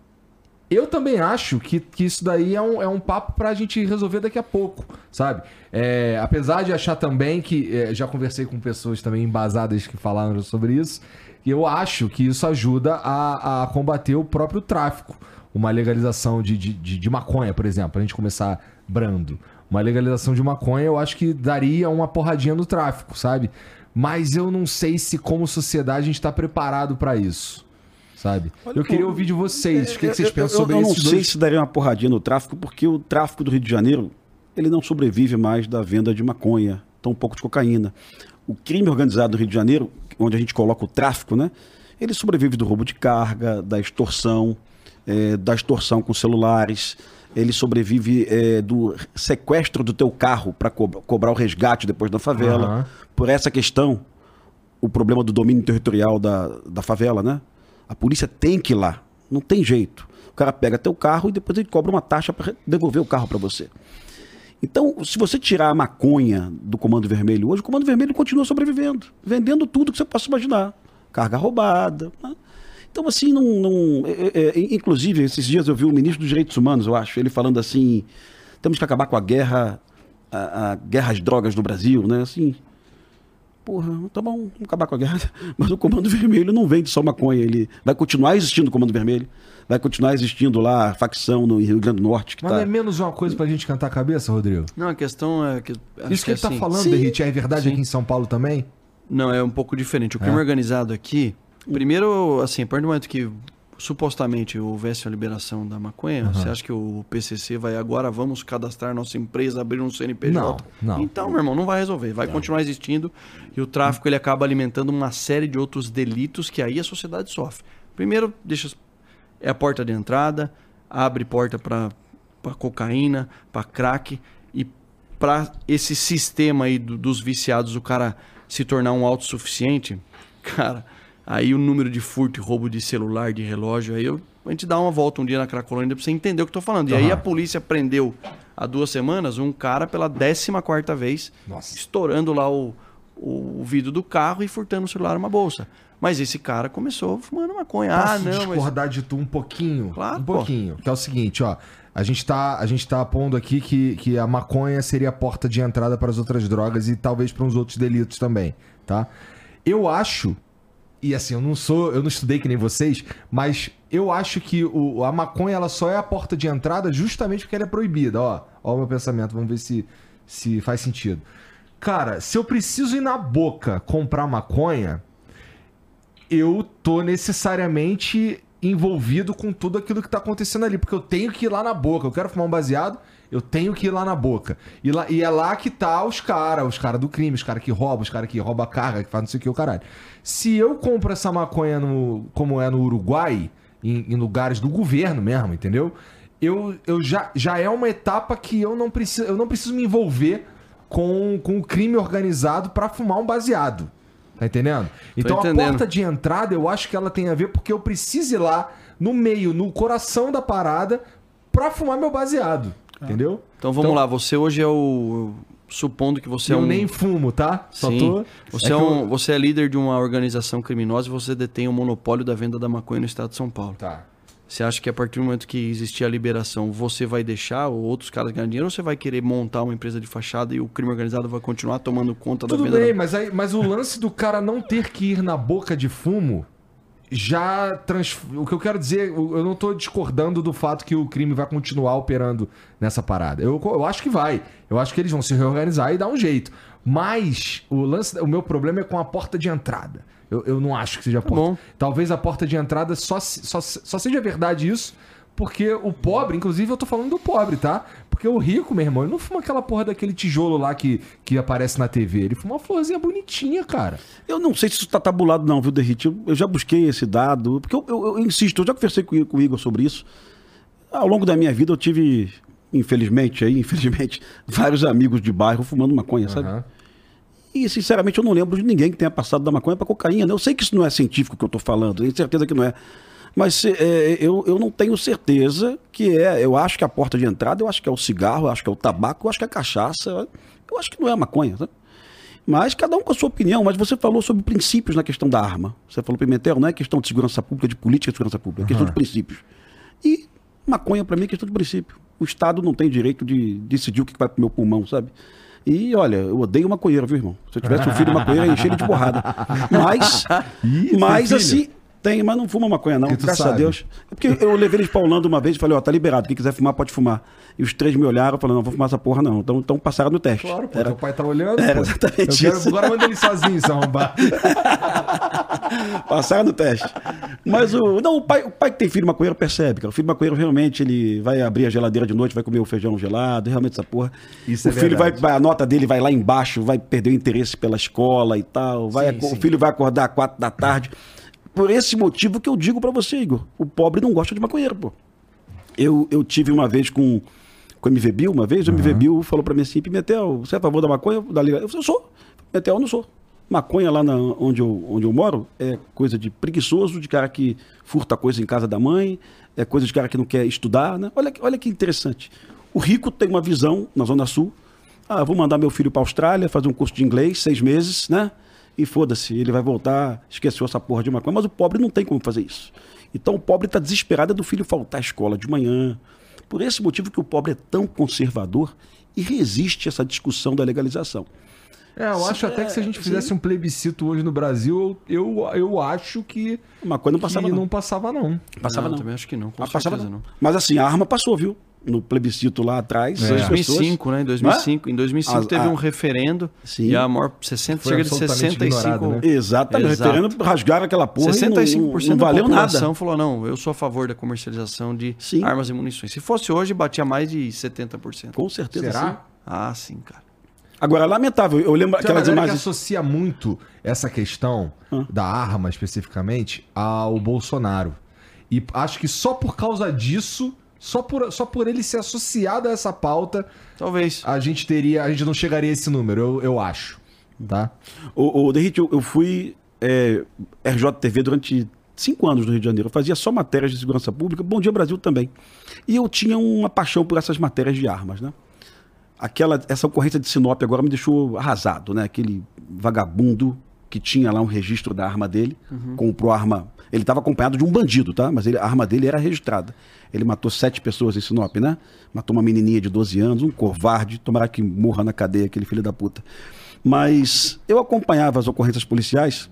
Eu também acho que, que isso daí é um, é um papo pra gente resolver daqui a pouco, sabe? É, apesar de achar também que... É, já conversei com pessoas também embasadas que falaram sobre isso, e eu acho que isso ajuda a, a combater o próprio tráfico. Uma legalização de, de, de, de maconha, por exemplo, a gente começar brando. Uma legalização de maconha eu acho que daria uma porradinha no tráfico, sabe? Mas eu não sei se como sociedade a gente está preparado para isso, sabe? Olha, eu queria ouvir de vocês, o que, que vocês pensam sobre isso? Eu não sei dois... se daria uma porradinha no tráfico, porque o tráfico do Rio de Janeiro, ele não sobrevive mais da venda de maconha tão pouco de cocaína. O crime organizado do Rio de Janeiro, onde a gente coloca o tráfico, né? Ele sobrevive do roubo de carga, da extorsão, é, da extorsão com celulares. Ele sobrevive é, do sequestro do teu carro para co cobrar o resgate depois da favela. Uhum. Por essa questão, o problema do domínio territorial da, da favela, né? A polícia tem que ir lá, não tem jeito. O cara pega teu carro e depois ele cobra uma taxa para devolver o carro para você. Então, se você tirar a maconha do Comando Vermelho hoje, o Comando Vermelho continua sobrevivendo, vendendo tudo que você possa imaginar. Carga roubada. Né? Então, assim, não... não é, é, inclusive, esses dias eu vi o ministro dos Direitos Humanos, eu acho, ele falando assim, temos que acabar com a guerra, a, a guerra às drogas no Brasil, né? Assim, porra, tá bom, vamos acabar com a guerra. Mas o Comando Vermelho não vende só maconha, ele vai continuar existindo o Comando Vermelho. Vai continuar existindo lá a facção no Rio Grande do Norte. Que Mas tá... não é menos uma coisa pra gente cantar a cabeça, Rodrigo? Não, a questão é que... Isso que, que ele assim, tá falando, sim, Derrite, é verdade sim. aqui em São Paulo também? Não, é um pouco diferente. O crime é. organizado aqui, primeiro, assim, a partir do momento que supostamente houvesse a liberação da maconha, uhum. você acha que o P C C vai agora, vamos cadastrar nossa empresa, abrir um C N P J? Não, não. Então, meu irmão, não vai resolver. Vai não. continuar existindo e o tráfico ele acaba alimentando uma série de outros delitos que aí a sociedade sofre. Primeiro, deixa... é a porta de entrada, abre porta para cocaína, para crack e para esse sistema aí do, dos viciados, o cara se tornar um autossuficiente, cara, aí o número de furto e roubo de celular, de relógio, aí eu, a gente dá uma volta um dia na Cracolândia para você entender o que eu tô falando. E uhum. aí a polícia prendeu há duas semanas um cara pela décima quarta vez, Nossa. estourando lá o, o, o vidro do carro e furtando o celular numa bolsa. Mas esse cara começou fumando maconha. Posso ah, não, discordar mas... de tu um pouquinho? Claro, Um pouquinho. Pô. Que é o seguinte, ó. A gente tá, a gente tá pondo aqui que, que a maconha seria a porta de entrada para as outras drogas e talvez para uns outros delitos também, tá? Eu acho, e assim, eu não sou, eu não estudei que nem vocês, mas eu acho que o, a maconha ela só é a porta de entrada justamente porque ela é proibida, ó. Ó o meu pensamento, vamos ver se, se faz sentido. Cara, se eu preciso ir na Boca comprar maconha, eu tô necessariamente envolvido com tudo aquilo que tá acontecendo ali, porque eu tenho que ir lá na Boca. Eu quero fumar um baseado, eu tenho que ir lá na Boca. E, lá, e é lá que tá os caras, os caras do crime, os caras que roubam, os caras que roubam a carga, que fazem não sei o que, o caralho. Se eu compro essa maconha no, como é no Uruguai, em, em lugares do governo mesmo, entendeu? Eu, eu já, já é uma etapa que eu não preciso, eu não preciso me envolver com, com o crime organizado pra fumar um baseado. Tá entendendo? Então a porta de entrada eu acho que ela tem a ver porque eu preciso ir lá no meio, no coração da parada pra fumar meu baseado. Ah. Entendeu? Então vamos então, lá, você hoje é o... Supondo que você eu é um... Eu nem fumo, tá? Só Sim. tô... Você é, é um... eu... você é líder de uma organização criminosa e você detém o monopólio da venda da maconha no estado de São Paulo. Tá. Você acha que a partir do momento que existir a liberação, você vai deixar ou outros caras ganhar dinheiro ou você vai querer montar uma empresa de fachada e o crime organizado vai continuar tomando conta Tudo da venda? Tudo bem, da... mas, aí, mas o lance do cara não ter que ir na boca de fumo já... Trans... O que eu quero dizer, eu não tô discordando do fato que o crime vai continuar operando nessa parada. Eu, eu acho que vai. Eu acho que eles vão se reorganizar e dar um jeito. Mas o, lance, o meu problema é com a porta de entrada. Eu, eu não acho que seja a porta. Bom. Talvez a porta de entrada só, só, só seja verdade isso, porque o pobre, inclusive eu tô falando do pobre, tá? Porque o rico, meu irmão, ele não fuma aquela porra daquele tijolo lá que, que aparece na T V. Ele fuma uma florzinha bonitinha, cara. Eu não sei se isso tá tabulado não, viu, Derrite? Eu, eu já busquei esse dado, porque eu, eu, eu insisto, eu já conversei com, com o Igor sobre isso. Ao longo da minha vida eu tive, infelizmente, aí, infelizmente, vários amigos de bairro fumando maconha, sabe? Uhum. E, sinceramente, eu não lembro de ninguém que tenha passado da maconha para cocaína. Eu sei que isso não é científico que eu estou falando, tenho certeza que não é. Mas é, eu, eu não tenho certeza que é. Eu acho que a porta de entrada, eu acho que é o cigarro, eu acho que é o tabaco, eu acho que é a cachaça. Eu acho que não é a maconha. Tá? Mas cada um com a sua opinião. Mas você falou sobre princípios na questão da arma. Você falou, Pimentel, não é questão de segurança pública, de política de segurança pública, é questão uhum. de princípios. E maconha, para mim, é questão de princípio. O Estado não tem direito de decidir o que vai pro meu pulmão, sabe? E olha, eu odeio maconheiro, viu, irmão? Se eu tivesse um filho maconheiro, eu ia encher ele de porrada. Mas, Ih, mas assim, tem, mas não fuma maconha, não. Graças sabe. a Deus. É porque eu levei eles pra Holanda uma vez e falei, ó, tá liberado, quem quiser fumar, pode fumar. E os três me olharam e falaram, não, vou fumar essa porra, não. Então, então passaram no teste. Claro, pô, Era... teu pai tá olhando. Era pô. exatamente eu quero... isso. Agora manda ele sozinho, se arrombar. Passaram no teste. Mas o. Não, o pai, o pai que tem filho maconheiro percebe, cara. O filho maconheiro realmente ele vai abrir a geladeira de noite, vai comer o feijão gelado, realmente essa porra. Isso o é filho vai, verdade. vai, a nota dele vai lá embaixo, vai perder o interesse pela escola e tal. Vai, Sim, o sim. filho vai acordar às quatro da tarde. Por esse motivo que eu digo pra você, Igor. O pobre não gosta de maconheiro, pô. Eu, eu tive uma vez com. Com o M V Bill, uma vez, o M V Bill falou pra mim assim: Pimentel, você é a favor da maconha? Da liga? Eu falei, eu sou. Pimentel, eu não sou. Maconha lá na, onde, eu, onde eu moro é coisa de preguiçoso, de cara que furta coisa em casa da mãe, é coisa de cara que não quer estudar, né? Olha, olha que interessante. O rico tem uma visão na Zona Sul. Ah, vou mandar meu filho pra Austrália, fazer um curso de inglês, seis meses, né? E foda-se, ele vai voltar, esqueceu essa porra de maconha. Mas o pobre não tem como fazer isso. Então o pobre tá desesperado do filho faltar à escola de manhã. Por esse motivo que o pobre é tão conservador e resiste a essa discussão da legalização. É, eu acho até que se a gente sim. fizesse um plebiscito hoje no Brasil, eu, eu, eu acho que, A maconha não passava, que não. não passava, não. Passava não, não. também acho que não, com Ah, passava certeza não. não. Mas assim, a arma passou, viu? No plebiscito lá atrás. É. as Em dois mil e pessoas- cinco, né? Em dois mil e cinco, em dois mil e cinco As- teve a- um referendo Sim. e a maior sessenta, Foi cerca de absolutamente sessenta e cinco, ignorado, né? Exatamente. Exato. O referendo rasgaram aquela porra sessenta e cinco por e cento não, não valeu da população nada. falou, não, eu sou a favor da comercialização de Sim. armas e munições. Se fosse hoje, batia mais de setenta por cento. Com certeza. Será? Sim. Ah, sim, cara. Agora, lamentável. Eu lembro Tem uma aquelas galera que imagens. associa muito essa questão Hã? da arma, especificamente, ao Bolsonaro. E acho que só por causa disso, só por, só por ele ser associado a essa pauta, Talvez. a gente teria, a gente não chegaria a esse número, eu, eu acho. Tá? O, o Derrite, eu, eu fui é, R J T V durante cinco anos no Rio de Janeiro. Eu fazia só matérias de segurança pública. Bom Dia Brasil também. E eu tinha uma paixão por essas matérias de armas, né? Aquela, essa ocorrência de Sinop agora me deixou arrasado, né? Aquele vagabundo que tinha lá um registro da arma dele, comprou a arma. Ele estava acompanhado de um bandido, tá? Mas ele, a arma dele era registrada. Ele matou sete pessoas em Sinop, né? Matou uma menininha de doze anos, um covarde. Tomara que morra na cadeia, aquele filho da puta. Mas eu acompanhava as ocorrências policiais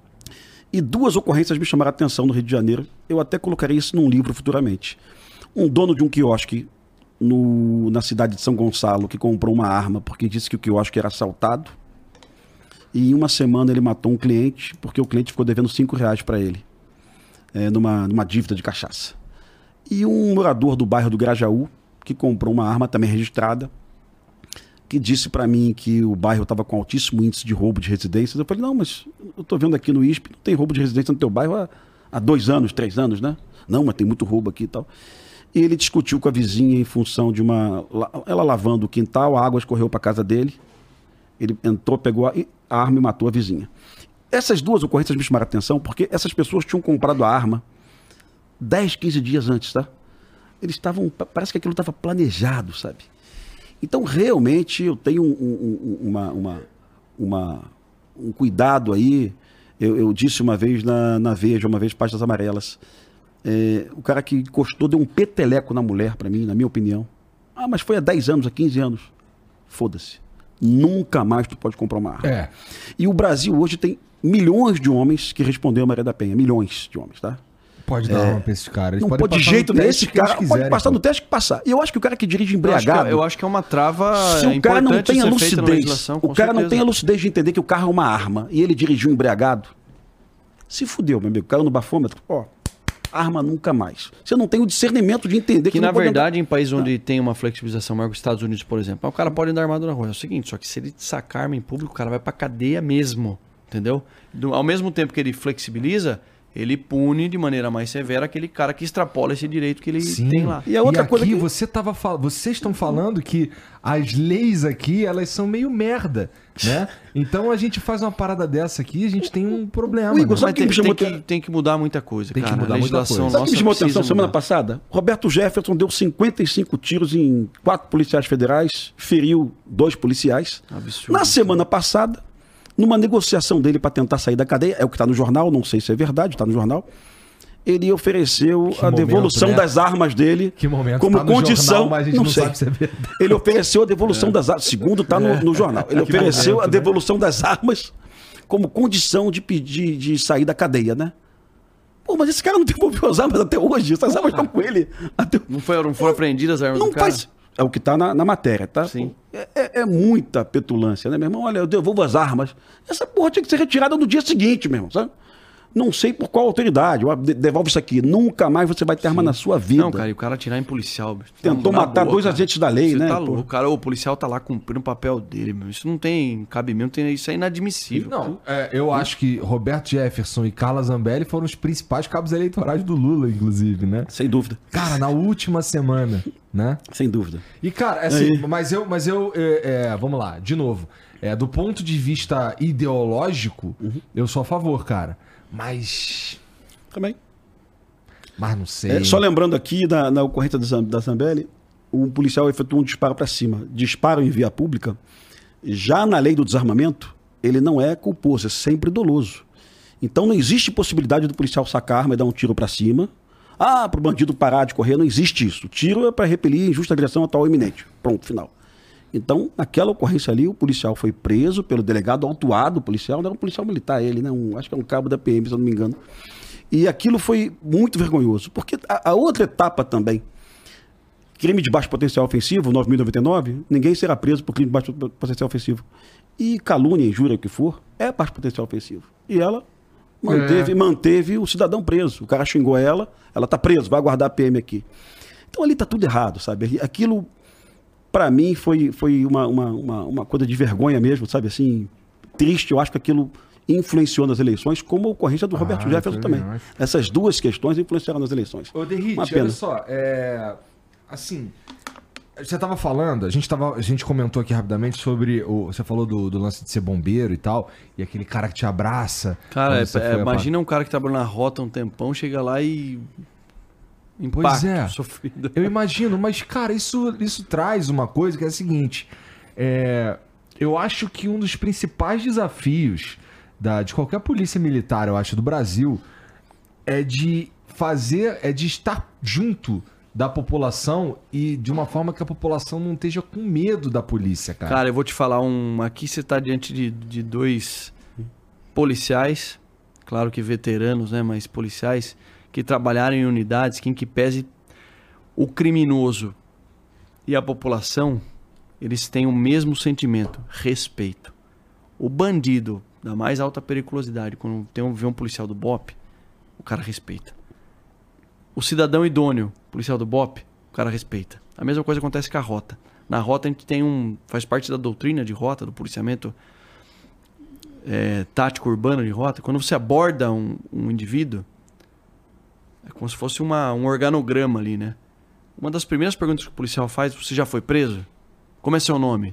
e duas ocorrências me chamaram a atenção no Rio de Janeiro. Eu até colocarei isso num livro futuramente. Um dono de um quiosque no, na cidade de São Gonçalo que comprou uma arma porque disse que o quiosque era assaltado. E em uma semana ele matou um cliente porque o cliente ficou devendo cinco reais para ele, é, numa, numa dívida de cachaça. E um morador do bairro do Grajaú que comprou uma arma também registrada, que disse para mim que o bairro estava com altíssimo índice de roubo de residências. Eu falei, não, mas eu tô vendo aqui no I S P, não tem roubo de residência no teu bairro há, há dois anos, três anos, né? Não, mas tem muito roubo aqui e tal. E ele discutiu com a vizinha em função de uma... Ela lavando o quintal, a água escorreu para casa dele. Ele entrou, pegou a, a arma e matou a vizinha. Essas duas ocorrências me chamaram a atenção porque essas pessoas tinham comprado a arma dez, quinze dias antes, tá? Eles estavam... Parece que aquilo estava planejado, sabe? Então, realmente, eu tenho um, um, uma, uma, uma, um cuidado aí. Eu, eu disse uma vez na, na Veja, uma vez Páginas Amarelas, é, o cara que encostou deu um peteleco na mulher, pra mim, na minha opinião. Ah, mas foi há dez anos, há quinze anos. Foda-se. Nunca mais tu pode comprar uma arma. É. E o Brasil hoje tem milhões de homens que responderam a Maria da Penha. Milhões de homens, tá? Pode dar uma pra esses caras. Eles Não podem pode de passar no jeito teste nesse que eles cara. Pode quiserem, passar pô. no teste que passar. E eu acho que o cara que dirige Eu acho, que, embriagado... eu acho que é uma trava Se o cara não importante tem a ser feita na lucidez, legislação, o com cara não certeza. tem a lucidez de entender que o carro é uma arma e ele dirigiu embriagado, se fudeu, meu amigo. Caiu no bafômetro, ó, arma nunca mais. Você não tem o discernimento de entender que, Que não na pode verdade, em países onde tem uma flexibilização maior que os Estados Unidos, por exemplo, o cara pode andar armado na rua. É o seguinte, só que se ele sacar arma em público, o cara vai pra cadeia mesmo, entendeu? Do- ao mesmo tempo que ele flexibiliza, ele pune de maneira mais severa aquele cara que extrapola esse direito que ele Sim. tem lá. E a outra aqui coisa que- você tava fal... vocês estão falando que as leis aqui, elas são meio merda, né? Então a gente faz uma parada dessa aqui, a gente tem um problema. O Igor, né? sabe Mas que tem, me chamou tem, aten- que, tem que mudar muita coisa, Tem que cara. mudar a muita legislação coisa. Sabe o que nossa me chamou a precisa atenção semana mudar. passada? Roberto Jefferson deu cinquenta e cinco tiros em quatro policiais federais, feriu dois policiais. Absurdo. Na semana passada, numa negociação dele para tentar sair da cadeia, é o que está no jornal, não sei se é verdade, está no jornal, ele ofereceu Que a momento, devolução né? das armas dele Que momento, como tá no condição. jornal, mas a gente não sei. sabe se é verdade. Ele ofereceu a devolução das armas, segundo está no, no jornal. Ele Que ofereceu momento, a né? devolução das armas como condição de pedir de sair da cadeia, né? Pô, mas esse cara não devolveu as armas até hoje. Essas armas estão com ele. Até... Não, foi, não foram apreendidas as armas Não do cara? faz. É o que está na, na matéria, tá? Sim. É, é- é muita petulância, né, meu irmão? Olha, eu devolvo as armas. Essa porra tinha que ser retirada no dia seguinte, meu irmão, sabe? Não sei por qual autoridade. Devolve isso aqui. Nunca mais você vai ter arma Sim. na sua vida. Não, cara, e o cara atirar em policial. Tentou tá matar boa, dois cara. agentes da lei, você né? Tá louco. O, cara, o policial tá lá cumprindo o papel dele, meu. Isso não tem cabimento, tem, isso é inadmissível. Não, é, eu acho que Roberto Jefferson e Carla Zambelli foram os principais cabos eleitorais do Lula, inclusive, né? Sem dúvida. Cara, na última semana, né? Sem dúvida. E, cara, assim, mas eu, mas eu é, é, vamos lá, de novo. É, do ponto de vista ideológico, uhum. eu sou a favor, cara. Mas... Também. Mas não sei. É, só lembrando aqui, na, na ocorrência da, da Zambelli, o policial efetuou um disparo para cima. Disparo em via pública. Já na lei do desarmamento, ele não é culposo, é sempre doloso. Então não existe possibilidade do policial sacar a arma e dar um tiro para cima. Ah, para o bandido parar de correr, não existe isso. O tiro é para repelir injusta agressão atual iminente. Pronto, final. Então, naquela ocorrência ali, o policial foi preso pelo delegado autuado, o policial, não era um policial militar ele, né? Um, acho que é um cabo da P M, se eu não me engano. E aquilo foi muito vergonhoso, porque a, a outra etapa também, crime de baixo potencial ofensivo, nove mil e noventa e nove, ninguém será preso por crime de baixo potencial ofensivo. E calúnia, injúria, o que for, é baixo potencial ofensivo. E ela manteve, é. manteve o cidadão preso. O cara xingou ela, ela tá presa, vai aguardar a P M aqui. Então ali tá tudo errado, sabe? Aquilo, para mim, foi, foi uma, uma, uma, uma coisa de vergonha mesmo, sabe? Assim, triste. Eu acho que aquilo influenciou nas eleições, como a ocorrência do ah, Roberto Jefferson também. Acho. Essas duas questões influenciaram nas eleições. Ô, Derrite, olha só, é... assim, você estava falando, a gente, tava, a gente comentou aqui rapidamente sobre, o, você falou do, do lance de ser bombeiro e tal, e aquele cara que te abraça. Cara, é, é, imagina a... um cara que trabalha na rota um tempão, chega lá e... Impacto, pois é, sofrido. Eu imagino, mas cara, isso, isso traz uma coisa que é a seguinte, é, eu acho que um dos principais desafios Da, de qualquer polícia militar, eu acho, do Brasil, é de fazer, é de estar junto da população e de uma forma que a população não esteja com medo da polícia, cara. Cara, eu vou te falar um... Aqui você está diante de, de dois policiais, claro que veteranos, né, mas policiais, que trabalharam em unidades que, em que pese o criminoso e a população, eles têm o mesmo sentimento, respeito. O bandido da mais alta periculosidade, quando tem um, vê um policial do B O P, o cara respeita. O cidadão idôneo, policial do B O P, o cara respeita. A mesma coisa acontece com a rota. Na rota a gente tem um... faz parte da doutrina de rota, do policiamento é, tático urbano de rota. Quando você aborda um, um indivíduo, é como se fosse uma, um organograma ali, né? Uma das primeiras perguntas que o policial faz, você já foi preso? Como é seu nome?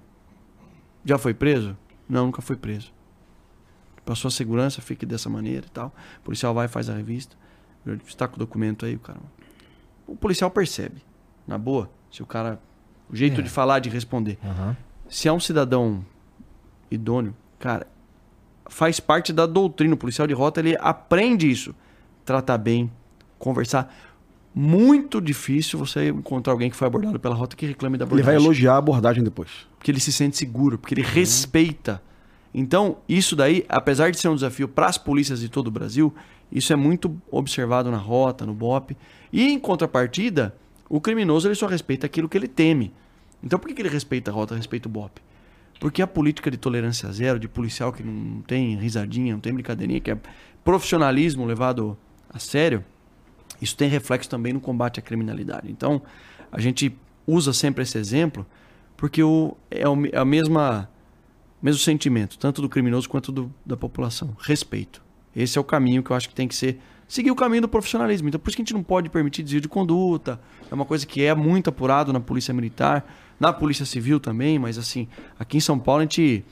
Já foi preso? Não, nunca foi preso. Para sua segurança, fique dessa maneira e tal. O policial vai e faz a revista. Está com o documento aí, o cara. O policial percebe, na boa, se o cara... O jeito é. de falar, de responder. Uhum. Se é um cidadão idôneo, cara, faz parte da doutrina. O policial de rota, ele aprende isso. Tratar bem, conversar. Muito difícil você encontrar alguém que foi abordado pela rota que reclame da abordagem. Ele vai elogiar a abordagem depois. Porque ele se sente seguro, porque ele uhum. respeita. Então, isso daí, apesar de ser um desafio para as polícias de todo o Brasil, isso é muito observado na rota, no B O P. E, em contrapartida, o criminoso ele só respeita aquilo que ele teme. Então, por que ele respeita a rota, respeita o B O P? Porque a política de tolerância zero, de policial que não tem risadinha, não tem brincadeirinha, que é profissionalismo levado a sério, isso tem reflexo também no combate à criminalidade. Então, a gente usa sempre esse exemplo porque o, é, o, é a mesma... mesmo sentimento, tanto do criminoso quanto do, da população. Respeito. Esse é o caminho que eu acho que tem que ser... Seguir o caminho do profissionalismo. Então, por isso que a gente não pode permitir desvio de conduta. É uma coisa que é muito apurado na Polícia Militar, na Polícia Civil também, mas assim, aqui em São Paulo a gente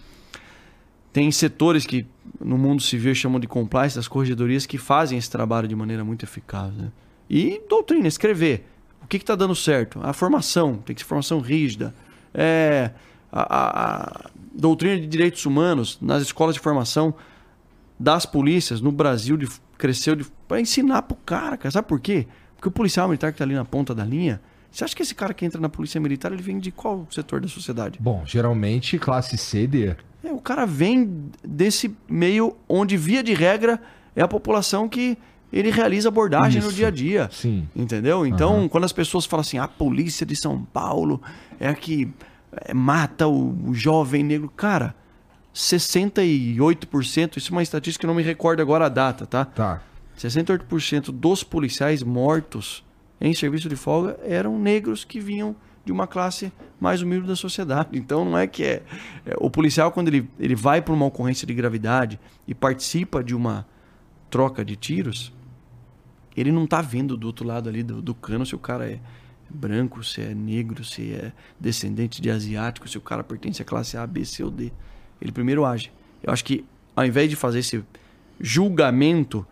tem setores que no mundo civil chamam de compliance, das corregedorias, que fazem esse trabalho de maneira muito eficaz. Né? E doutrina, escrever. O que está dando certo? A formação. Tem que ser formação rígida. É... A, a, a doutrina de direitos humanos nas escolas de formação das polícias no Brasil de, cresceu para ensinar pro cara, cara. Sabe por quê? Porque o policial militar que tá ali na ponta da linha, você acha que esse cara que entra na polícia militar, ele vem de qual setor da sociedade? Bom, geralmente classe C e D. É, o cara vem desse meio onde, via de regra, é a população que ele realiza abordagem Isso. no dia a dia. Sim. Entendeu? Então, uhum. quando as pessoas falam assim, a polícia de São Paulo é a que... É, mata o, o jovem negro. Cara, sessenta e oito por cento, isso é uma estatística que eu não me recordo agora a data, tá? Tá. sessenta e oito por cento dos policiais mortos em serviço de folga eram negros que vinham de uma classe mais humilde da sociedade. Então não é que é... é o policial, quando ele, ele vai para uma ocorrência de gravidade e participa de uma troca de tiros, ele não tá vendo do outro lado ali do, do cano se o cara é branco, se é negro, se é descendente de asiático, se o cara pertence à classe A, B, C ou D. Ele primeiro age. Eu acho que ao invés de fazer esse julgamento,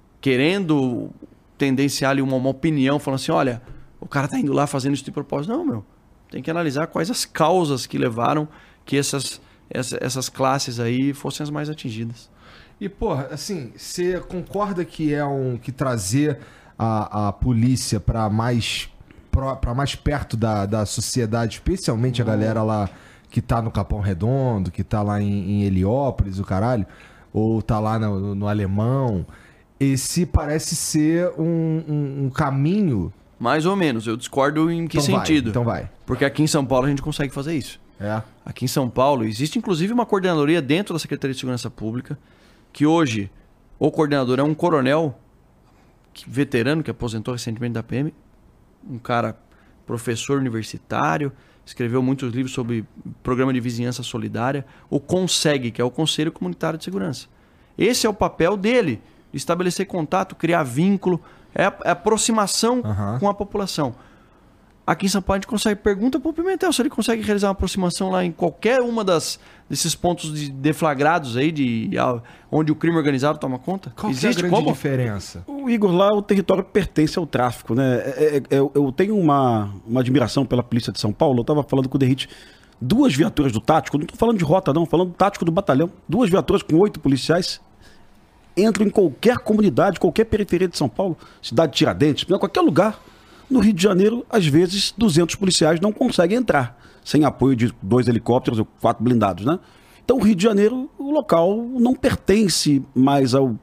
querendo tendenciar ali uma, uma opinião, falando assim, olha, o cara tá indo lá fazendo isso de propósito. Não, meu. Tem que analisar quais as causas que levaram que essas, essa, essas classes aí fossem as mais atingidas. E, porra, assim, você concorda que é um que trazer a, a polícia para mais para mais perto da, da sociedade, especialmente a galera lá que tá no Capão Redondo, que tá lá em, em Heliópolis, o caralho, ou tá lá no, no Alemão, esse parece ser um, um, um caminho... Mais ou menos, eu discordo em que então sentido. Vai, então vai. Porque aqui em São Paulo a gente consegue fazer isso. É. Aqui em São Paulo existe inclusive uma coordenadoria dentro da Secretaria de Segurança Pública, que hoje o coordenador é um coronel que, veterano que aposentou recentemente da P M, um cara professor universitário, escreveu muitos livros sobre programa de vizinhança solidária, o CONSEG, que é o Conselho Comunitário de Segurança. Esse é o papel dele, estabelecer contato, criar vínculo, é a, é a aproximação uhum. com a população. Aqui em São Paulo a gente consegue, pergunta para o Pimentel se ele consegue realizar uma aproximação lá em qualquer uma das, desses pontos de deflagrados aí, de, onde o crime organizado toma conta. Qual Existe é a grande como? diferença? O Igor, lá o território pertence ao tráfico, né? É, é, eu, eu tenho uma, uma admiração pela polícia de São Paulo, eu estava falando com o Derrite, duas viaturas do tático, não estou falando de rota não, falando do tático do batalhão, duas viaturas com oito policiais, entram em qualquer comunidade, qualquer periferia de São Paulo, cidade de Tiradentes, qualquer lugar. No Rio de Janeiro, às vezes, duzentos policiais não conseguem entrar, sem apoio de dois helicópteros ou quatro blindados, né? Então, o Rio de Janeiro, o local não pertence mais ao,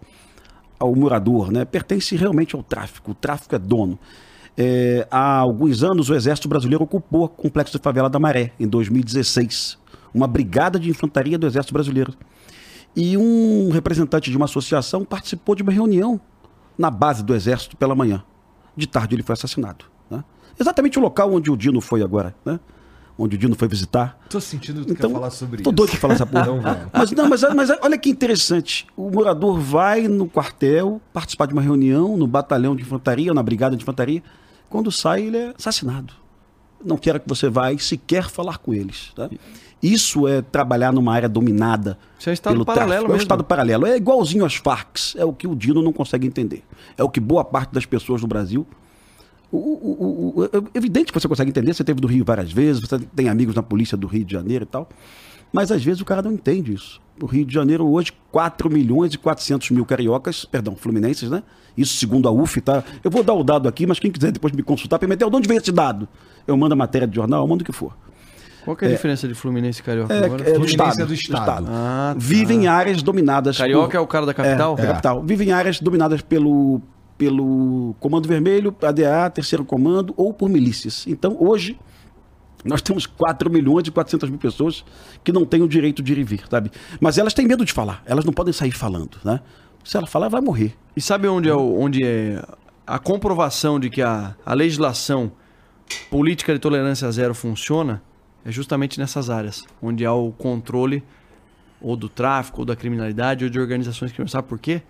ao morador, né? Pertence realmente ao tráfico. O tráfico é dono. É, há alguns anos, o Exército Brasileiro ocupou o Complexo de Favela da Maré, em dois mil e dezesseis. Uma brigada de infantaria do Exército Brasileiro. E um representante de uma associação participou de uma reunião na base do Exército pela manhã. De tarde ele foi assassinado. Né? Exatamente o local onde o Dino foi agora, né? Onde o Dino foi visitar. Tô sentindo que tu então, quer falar sobre tô isso. Tô doido de falar essa porra. Não, velho. Mas, não, mas, mas olha que interessante. O morador vai no quartel participar de uma reunião no batalhão de infantaria, ou na brigada de infantaria. Quando sai, ele é assassinado. Não quero que você vá sequer falar com eles. Tá? Isso é trabalhar numa área dominada Isso é estado pelo paralelo tráfico. mesmo. É o estado paralelo. É igualzinho às Farc. É o que o Dino não consegue entender. É o que boa parte das pessoas do Brasil... O, o, o, é evidente que você consegue entender. Você esteve no Rio várias vezes, você tem amigos na polícia do Rio de Janeiro e tal. Mas às vezes o cara não entende isso. O Rio de Janeiro hoje, quatro milhões e quatrocentos mil cariocas, perdão, fluminenses, né? Isso segundo a U F, tá? Eu vou dar o dado aqui, mas quem quiser depois me consultar, Pimentel, de onde veio esse dado? Eu mando a matéria de jornal, eu mando o que for. Qual que é a é, diferença de Fluminense e Carioca é, agora? É do Fluminense estado. é do estado. Do estado. Ah, tá. Vivem em áreas dominadas... Carioca por... é o cara da capital? É, é, é. capital. Vivem em áreas dominadas pelo, pelo Comando Vermelho, A D A, Terceiro Comando, ou por milícias. Então, hoje, nós temos quatro milhões e quatrocentas mil pessoas que não têm o direito de ir e vir, sabe? Mas elas têm medo de falar. Elas não podem sair falando, né? Se ela falar, vai morrer. E sabe onde é, onde é a comprovação de que a, a legislação política de tolerância zero funciona? É justamente nessas áreas, onde há o controle ou do tráfico, ou da criminalidade, ou de organizações criminosas. Sabe por quê?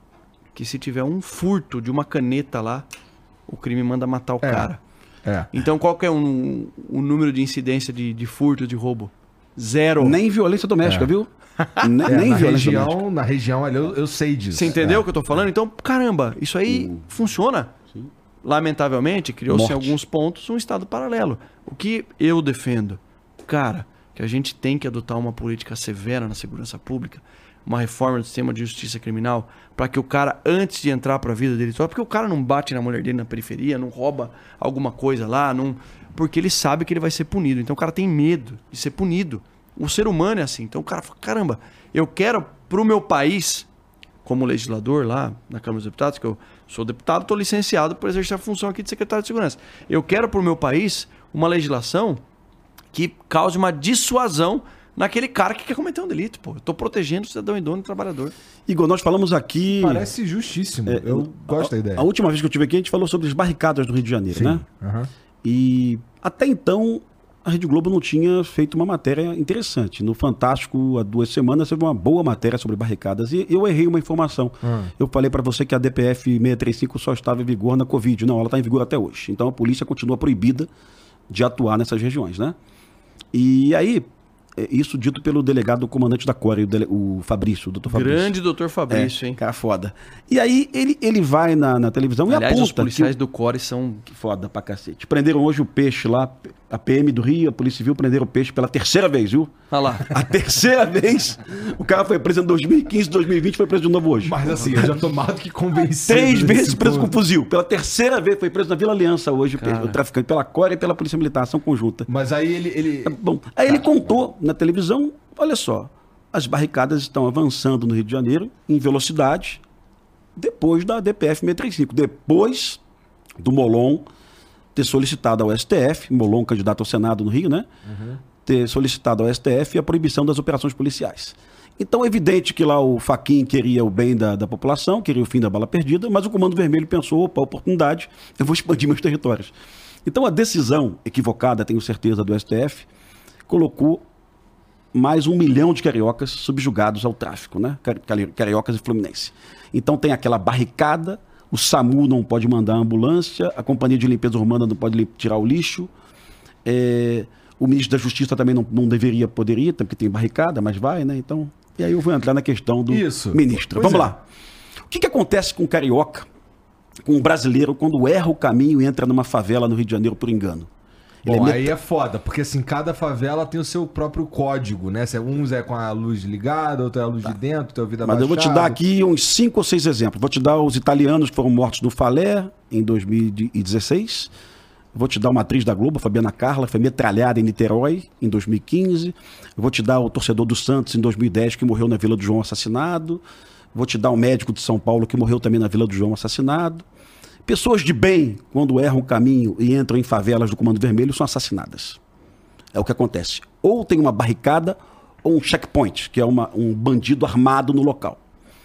Que se tiver um furto de uma caneta lá, o crime manda matar o é, cara. É. Então qual que é o um, um número de incidência de, de furto, de roubo? Zero. Nem violência doméstica, é. viu? Nem, é, nem na violência região, doméstica. Na região ali eu, eu sei disso. Você entendeu é. o que eu tô falando? Então, caramba, isso aí Sim. funciona. Sim. Lamentavelmente, criou-se em Morte. alguns pontos um estado paralelo. O que eu defendo? Cara, que a gente tem que adotar uma política severa na segurança pública, uma reforma do sistema de justiça criminal, para que o cara, antes de entrar para a vida dele, porque o cara não bate na mulher dele na periferia, não rouba alguma coisa lá, não, porque ele sabe que ele vai ser punido. Então o cara tem medo de ser punido. O ser humano é assim. Então o cara fala, caramba, eu quero pro meu país, como legislador lá na Câmara dos Deputados, que eu sou deputado, estou licenciado para exercer a função aqui de secretário de segurança. Eu quero pro meu país uma legislação que cause uma dissuasão naquele cara que quer cometer um delito, pô. Eu tô protegendo o cidadão idôneo e trabalhador. Igor, nós falamos aqui... Parece justíssimo. É, eu gosto a, da ideia. A última vez que eu estive aqui, a gente falou sobre as barricadas do Rio de Janeiro, Sim. né? Uhum. E até então, a Rede Globo não tinha feito uma matéria interessante. No Fantástico, há duas semanas, teve uma boa matéria sobre barricadas. E eu errei uma informação. Uhum. Eu falei para você que a D P F seiscentos e trinta e cinco só estava em vigor na Covid. Não, ela está em vigor até hoje. Então a polícia continua proibida de atuar nessas regiões, né? E aí... Isso dito pelo delegado comandante da Core, o, dele, o Fabrício, o doutor Fabrício. Grande doutor Fabrício, é, hein? Cara foda. E aí ele, ele vai na, na televisão Aliás, e aponta... os policiais que, do Core são... Foda pra cacete. Prenderam hoje o Peixe lá, a P M do Rio, a Polícia Civil prenderam o Peixe pela terceira vez, viu? Olha lá. A terceira vez. O cara foi preso em dois mil e quinze, dois mil e vinte, foi preso de novo hoje. Mas assim, eu já tô mais do que convencido. Três vezes preso ponto. com fuzil. Pela terceira vez foi preso na Vila Aliança hoje, cara. O traficante, pela Core e pela Polícia Militar, ação conjunta. Mas aí ele... ele... Bom, aí ele contou na televisão... Olha só, as barricadas estão avançando no Rio de Janeiro em velocidade depois da D P F seiscentos e trinta e cinco, depois do Molon ter solicitado ao S T F, Molon candidato ao Senado no Rio, né? Uhum. Ter solicitado ao S T F a proibição das operações policiais. Então é evidente que lá o Fachin queria o bem da, da população, queria o fim da bala perdida, mas o Comando Vermelho pensou, opa, oportunidade, eu vou expandir meus territórios. Então a decisão equivocada, tenho certeza, do S T F, colocou mais um milhão de cariocas subjugados ao tráfico, né? Cariocas e fluminense. Então tem aquela barricada, o SAMU não pode mandar a ambulância, a Companhia de Limpeza Urbana não pode tirar o lixo, é, o ministro da Justiça também não, não deveria, poderia, porque tem barricada, mas vai, né? Então, e aí eu vou entrar na questão do Isso. ministro. Pois Vamos é. lá. O que, que acontece com o carioca, com o brasileiro, quando erra o caminho e entra numa favela no Rio de Janeiro por engano? Bom, é met... aí é foda, porque assim, cada favela tem o seu próprio código, né? Uns é com a luz ligada, outro é a luz tá. de dentro, outro é o vida Mas baixada. eu vou te dar aqui uns cinco ou seis exemplos. Vou te dar os italianos que foram mortos no Falé, em dois mil e dezesseis. Vou te dar uma atriz da Globo, Fabiana Carla, foi metralhada em Niterói, em dois mil e quinze. Vou te dar o torcedor do Santos, em dois mil e dez, que morreu na Vila do João assassinado. Vou te dar um médico de São Paulo que morreu também na Vila do João assassinado. Pessoas de bem, quando erram o caminho e entram em favelas do Comando Vermelho, são assassinadas. É o que acontece. Ou tem uma barricada ou um checkpoint, que é uma, um bandido armado no local.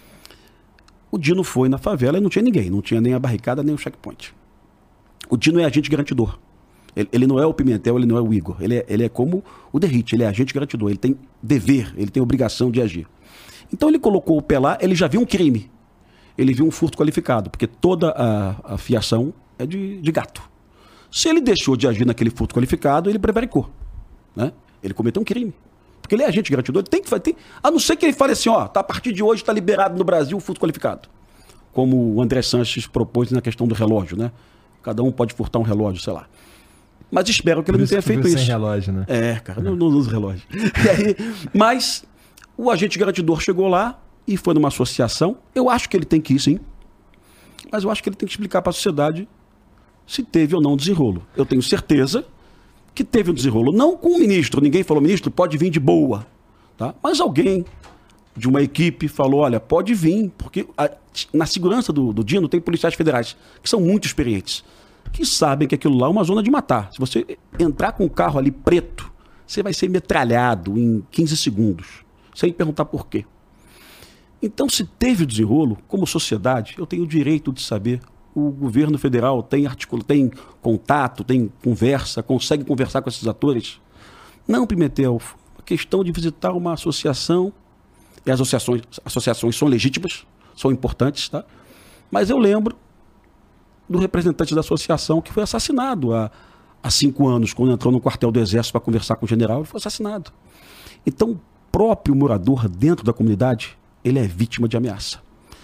O Dino foi na favela e não tinha ninguém, não tinha nem a barricada nem o checkpoint. O Dino é agente garantidor. Ele, ele não é o Pimentel, ele não é o Igor. Ele é, ele é como o Derrite, ele é agente garantidor. Ele tem dever, ele tem obrigação de agir. Então ele colocou o pé lá, ele já viu um crime. Ele viu um furto qualificado, porque toda a, a fiação é de, de gato. Se ele deixou de agir naquele furto qualificado, ele prevaricou, né? Ele cometeu um crime. Porque ele é agente garantidor, ele tem que fazer. A não ser que ele fale assim, ó, tá, a partir de hoje está liberado no Brasil o furto qualificado. Como o André Sanches propôs na questão do relógio, né? Cada um pode furtar um relógio, sei lá. Mas espero que ele não tenha feito isso. Sem relógio, né? É, cara, não, não uso relógio. E aí, mas o agente garantidor chegou lá e foi numa associação. Eu acho que ele tem que ir, sim. Mas eu acho que ele tem que explicar para a sociedade se teve ou não desenrolo. Eu tenho certeza que teve um desenrolo. Não com o ministro. Ninguém falou, ministro, pode vir de boa. Tá? Mas alguém de uma equipe falou, olha, pode vir. Porque a, na segurança do, do Dino tem policiais federais que são muito experientes. Que sabem que aquilo lá é uma zona de matar. Se você entrar com um carro ali preto, você vai ser metralhado em quinze segundos. Sem perguntar por quê. Então, se teve o desenrolo, como sociedade, eu tenho o direito de saber. O governo federal tem articula, tem contato, tem conversa, consegue conversar com esses atores. Não, Pimentel, a questão de visitar uma associação, e as associações, associações são legítimas, são importantes, tá? Mas eu lembro do representante da associação que foi assassinado há, há cinco anos, quando entrou no quartel do Exército para conversar com o general, ele foi assassinado. Então, o próprio morador dentro da comunidade, ele é vítima de ameaça.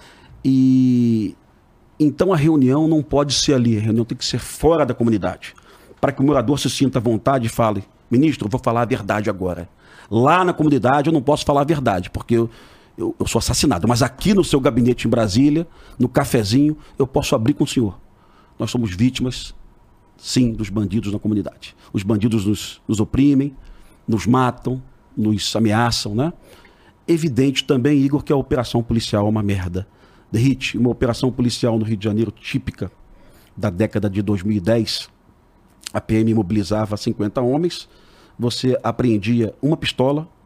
E então a reunião não pode ser ali, a reunião tem que ser fora da comunidade, para que o morador se sinta à vontade e fale, ministro, eu vou falar a verdade agora. Lá na comunidade eu não posso falar a verdade, porque eu, eu, eu sou assassinado, mas aqui no seu gabinete em Brasília, no cafezinho, eu posso abrir com o senhor. Nós somos vítimas, sim, dos bandidos na comunidade. Os bandidos nos, nos oprimem, nos matam, nos ameaçam, né? Evidente também, Igor, que a operação policial é uma merda. Derrite, uma operação policial no Rio de Janeiro típica da década de dois mil e dez. A P M mobilizava cinquenta homens, você apreendia uma pistola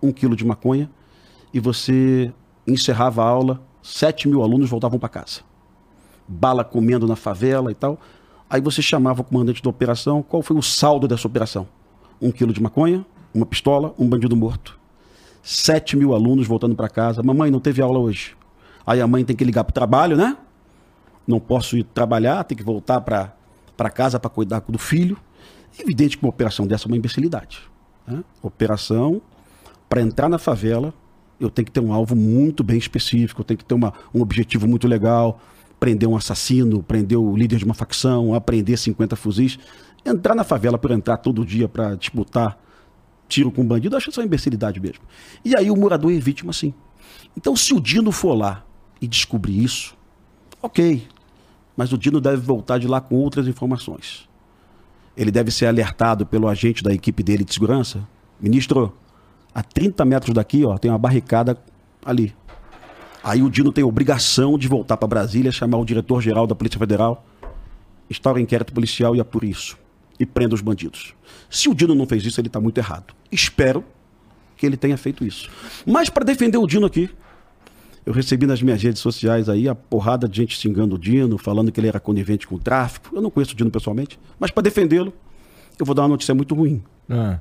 um quilo de maconha, e você encerrava a aula, sete mil alunos voltavam para casa. Bala comendo na favela e tal. Aí você chamava o comandante da operação, qual foi o saldo dessa operação? Um quilo de maconha, uma pistola, um bandido morto. Sete mil alunos voltando para casa. Mamãe, não teve aula hoje. Aí a mãe tem que ligar para o trabalho, né? Não posso ir trabalhar, tem que voltar para casa para cuidar do filho. É evidente que uma operação dessa é uma imbecilidade. Né? Operação, para entrar na favela, eu tenho que ter um alvo muito bem específico, eu tenho que ter uma, um objetivo muito legal, prender um assassino, prender o líder de uma facção, aprender cinquenta fuzis. Entrar na favela por entrar todo dia para disputar tiro com bandido, eu acho isso uma imbecilidade mesmo. E aí o morador é vítima, sim. Então, se o Dino for lá e descobrir isso, ok. Mas o Dino deve voltar de lá com outras informações. Ele deve ser alertado pelo agente da equipe dele de segurança. Ministro, a trinta metros daqui, ó, tem uma barricada ali. Aí o Dino tem a obrigação de voltar para Brasília, chamar o diretor-geral da Polícia Federal, instaura inquérito policial e é por isso. E prenda os bandidos. Se o Dino não fez isso, ele está muito errado. Espero que ele tenha feito isso. Mas para defender o Dino aqui, eu recebi nas minhas redes sociais aí a porrada de gente xingando o Dino, falando que ele era conivente com o tráfico. Eu não conheço o Dino pessoalmente, mas para defendê-lo, eu vou dar uma notícia muito ruim. Ah.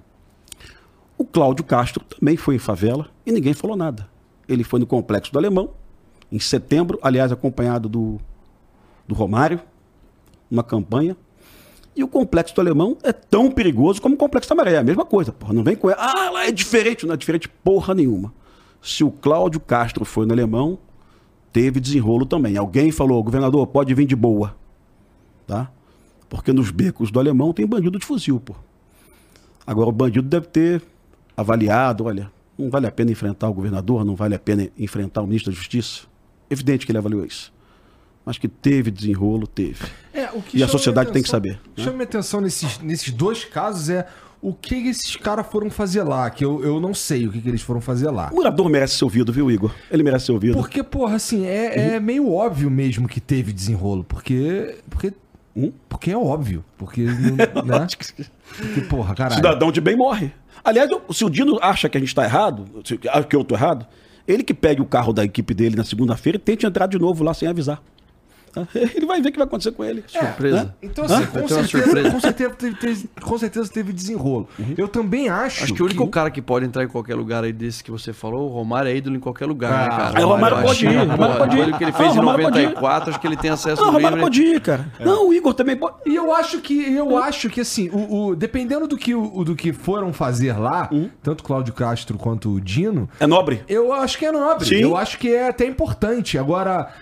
O Cláudio Castro também foi em favela e ninguém falou nada. Ele foi no Complexo do Alemão, em setembro, aliás, acompanhado do, do Romário, uma campanha. E o Complexo do Alemão é tão perigoso como o Complexo da Maré. É a mesma coisa, porra. Não vem com... Ah, lá é diferente. Não é diferente porra nenhuma. Se o Cláudio Castro foi no Alemão, teve desenrolo também. Alguém falou, governador, pode vir de boa. Tá? Porque nos becos do Alemão tem bandido de fuzil, pô. Agora o bandido deve ter avaliado, olha, não vale a pena enfrentar o governador, não vale a pena enfrentar o ministro da Justiça. Evidente que ele avaliou isso. Mas que teve desenrolo, teve. É, o que e a sociedade atenção, tem que saber. O que chama minha atenção nesses, nesses dois casos é o que esses caras foram fazer lá, que eu, eu não sei o que, que eles foram fazer lá. O morador merece ser ouvido, viu, Igor? Ele merece ser ouvido. Porque, porra, assim, é, é meio óbvio mesmo que teve desenrolo. Porque... porque... Hum? Porque é óbvio. Porque, né? Porque, porra, caralho. Cidadão de bem morre. Aliás, se o Dino acha que a gente tá errado, que eu tô errado, ele que pegue o carro da equipe dele na segunda-feira e tente entrar de novo lá sem avisar. Ele vai ver o que vai acontecer com ele. É, surpresa. Né? Então, assim, com certeza, com, certeza teve, teve, com certeza teve desenrolo. Uhum. Eu também acho. Acho que o único que... cara que pode entrar em qualquer lugar aí desse que você falou, o Romário é ídolo em qualquer lugar, ah, né, cara? Aí o Romário pode ir. O Romário pode ir. O que ele fez ah, em noventa e quatro, acho que ele tem acesso ao livre. O Romário pode ir, cara. É. Não, o Igor também pode. E eu acho que, eu acho que assim, o, o, dependendo do que, o, do que foram fazer lá, uhum. tanto o Cláudio Castro quanto o Dino. É nobre. Eu acho que é nobre. Sim. Eu acho que é até importante. Agora.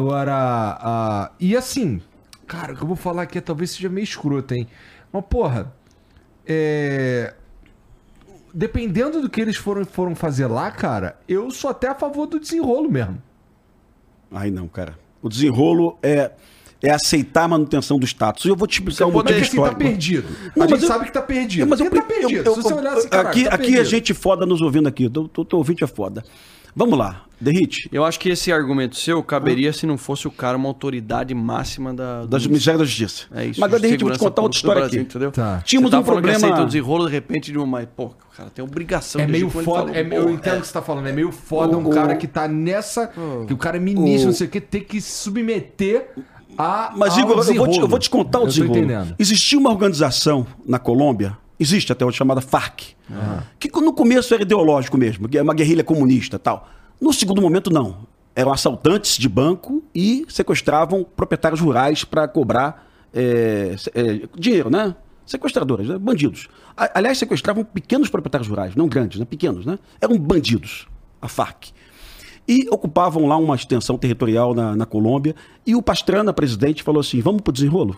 Agora, uh, e assim, cara, o que eu vou falar aqui é, talvez seja meio escroto, hein? Mas, porra, é... dependendo do que eles foram, foram fazer lá, cara, eu sou até a favor do desenrolo mesmo. Ai, não, cara. O desenrolo é, é aceitar a manutenção do status. Eu vou te explicar um pouquinho de história. Tá perdido. Não, a gente eu... sabe que tá perdido. Mas eu... tá perdido. Eu, eu, Se você olhar assim, caralho, aqui, tá aqui a gente foda nos ouvindo aqui. O teu ouvinte é foda. Vamos lá, Derrite. Eu acho que esse argumento seu caberia ah. se não fosse o cara uma autoridade máxima da... Do Ministério da Justiça. É isso. Mas, Derrite, vou te contar outra história Brasil, aqui. Entendeu? Tá. Tínhamos você um problema... Você o desenrolo, de repente, de uma... Pô, o cara tem obrigação é de... Meio foda, é meio foda, eu entendo o que você tá falando, é meio foda o, um cara que tá nessa... O, que o cara é ministro, o, não sei o que, ter que se submeter a... Mas, Igor, eu vou, te, eu vou te contar o desenrolo. Existia uma organização na Colômbia... Existe até hoje, chamada FARC. Uhum. Que no começo era ideológico mesmo, é uma guerrilha comunista e tal. No segundo momento, não. Eram assaltantes de banco e sequestravam proprietários rurais para cobrar é, é, dinheiro, né? Sequestradores, né? Bandidos. Aliás, sequestravam pequenos proprietários rurais, não grandes, né? Pequenos, né? Eram bandidos, a FARC. E ocupavam lá uma extensão territorial na, na Colômbia. E o Pastrana, presidente, falou assim, vamos para o desenrolo?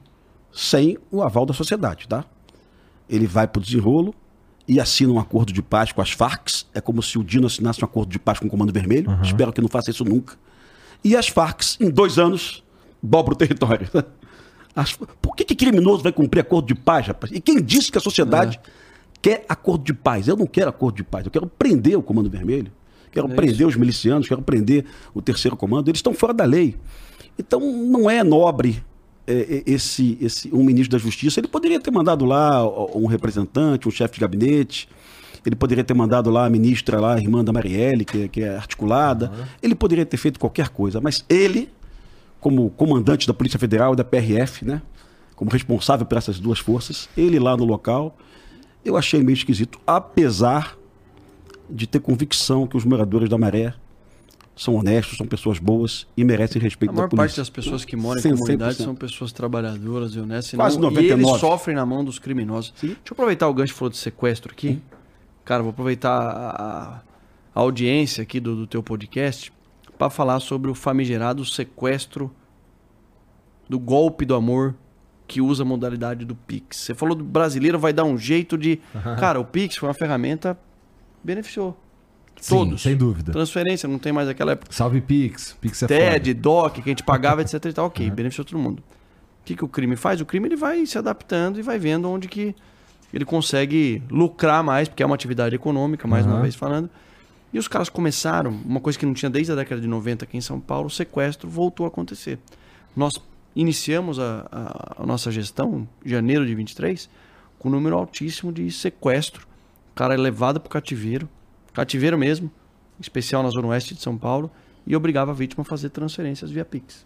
Sem o aval da sociedade, tá? Ele vai para o desenrolo e assina um acordo de paz com as FARC. É como se o Dino assinasse um acordo de paz com o Comando Vermelho. Uhum. Espero que não faça isso nunca. E as FARC, em dois anos, dobram o território. As... Por que, que criminoso vai cumprir acordo de paz, rapaz? E quem disse que a sociedade é. quer acordo de paz? Eu não quero acordo de paz. Eu quero prender o Comando Vermelho. Quero é prender isso. os milicianos. Quero prender o terceiro comando. Eles estão fora da lei. Então, não é nobre... Esse, esse, um ministro da Justiça, ele poderia ter mandado lá um representante, um chefe de gabinete, Ele poderia ter mandado lá a ministra, lá, a irmã da Marielle, que, que é articulada. Uhum. Ele poderia ter feito qualquer coisa, mas ele, como comandante da Polícia Federal e da P R F, né, como responsável por essas duas forças, ele lá no local, eu achei meio esquisito, apesar de ter convicção que os moradores da Maré são honestos, são pessoas boas e merecem respeito da polícia. A maior parte das pessoas que moram em comunidade são pessoas trabalhadoras e honestas. Quase não, noventa e nove. E eles sofrem na mão dos criminosos. Sim. Deixa eu aproveitar o gancho que falou de sequestro aqui. Sim. Cara, vou aproveitar a, a audiência aqui do, do teu podcast para falar sobre o famigerado sequestro do golpe do amor que usa a modalidade do Pix. Você falou do brasileiro vai dar um jeito de... Uhum. Cara, o Pix foi uma ferramenta que beneficiou. Todos. Sim, sem dúvida. Transferência, não tem mais aquela época. Salve Pix. Pix é T E D, foda. D O C, que a gente pagava, etc e tal. Ok, uhum. Beneficiou todo mundo. O que, que o crime faz? O crime ele vai se adaptando e vai vendo onde que ele consegue lucrar mais, porque é uma atividade econômica, mais uhum. uma vez falando. E os caras começaram, uma coisa que não tinha desde a década de noventa aqui em São Paulo, o sequestro voltou a acontecer. Nós iniciamos a, a, a nossa gestão em janeiro de vinte e três com um número altíssimo de sequestro. O cara é levado para o cativeiro, cativeiro mesmo, especial na Zona Oeste de São Paulo, e obrigava a vítima a fazer transferências via Pix.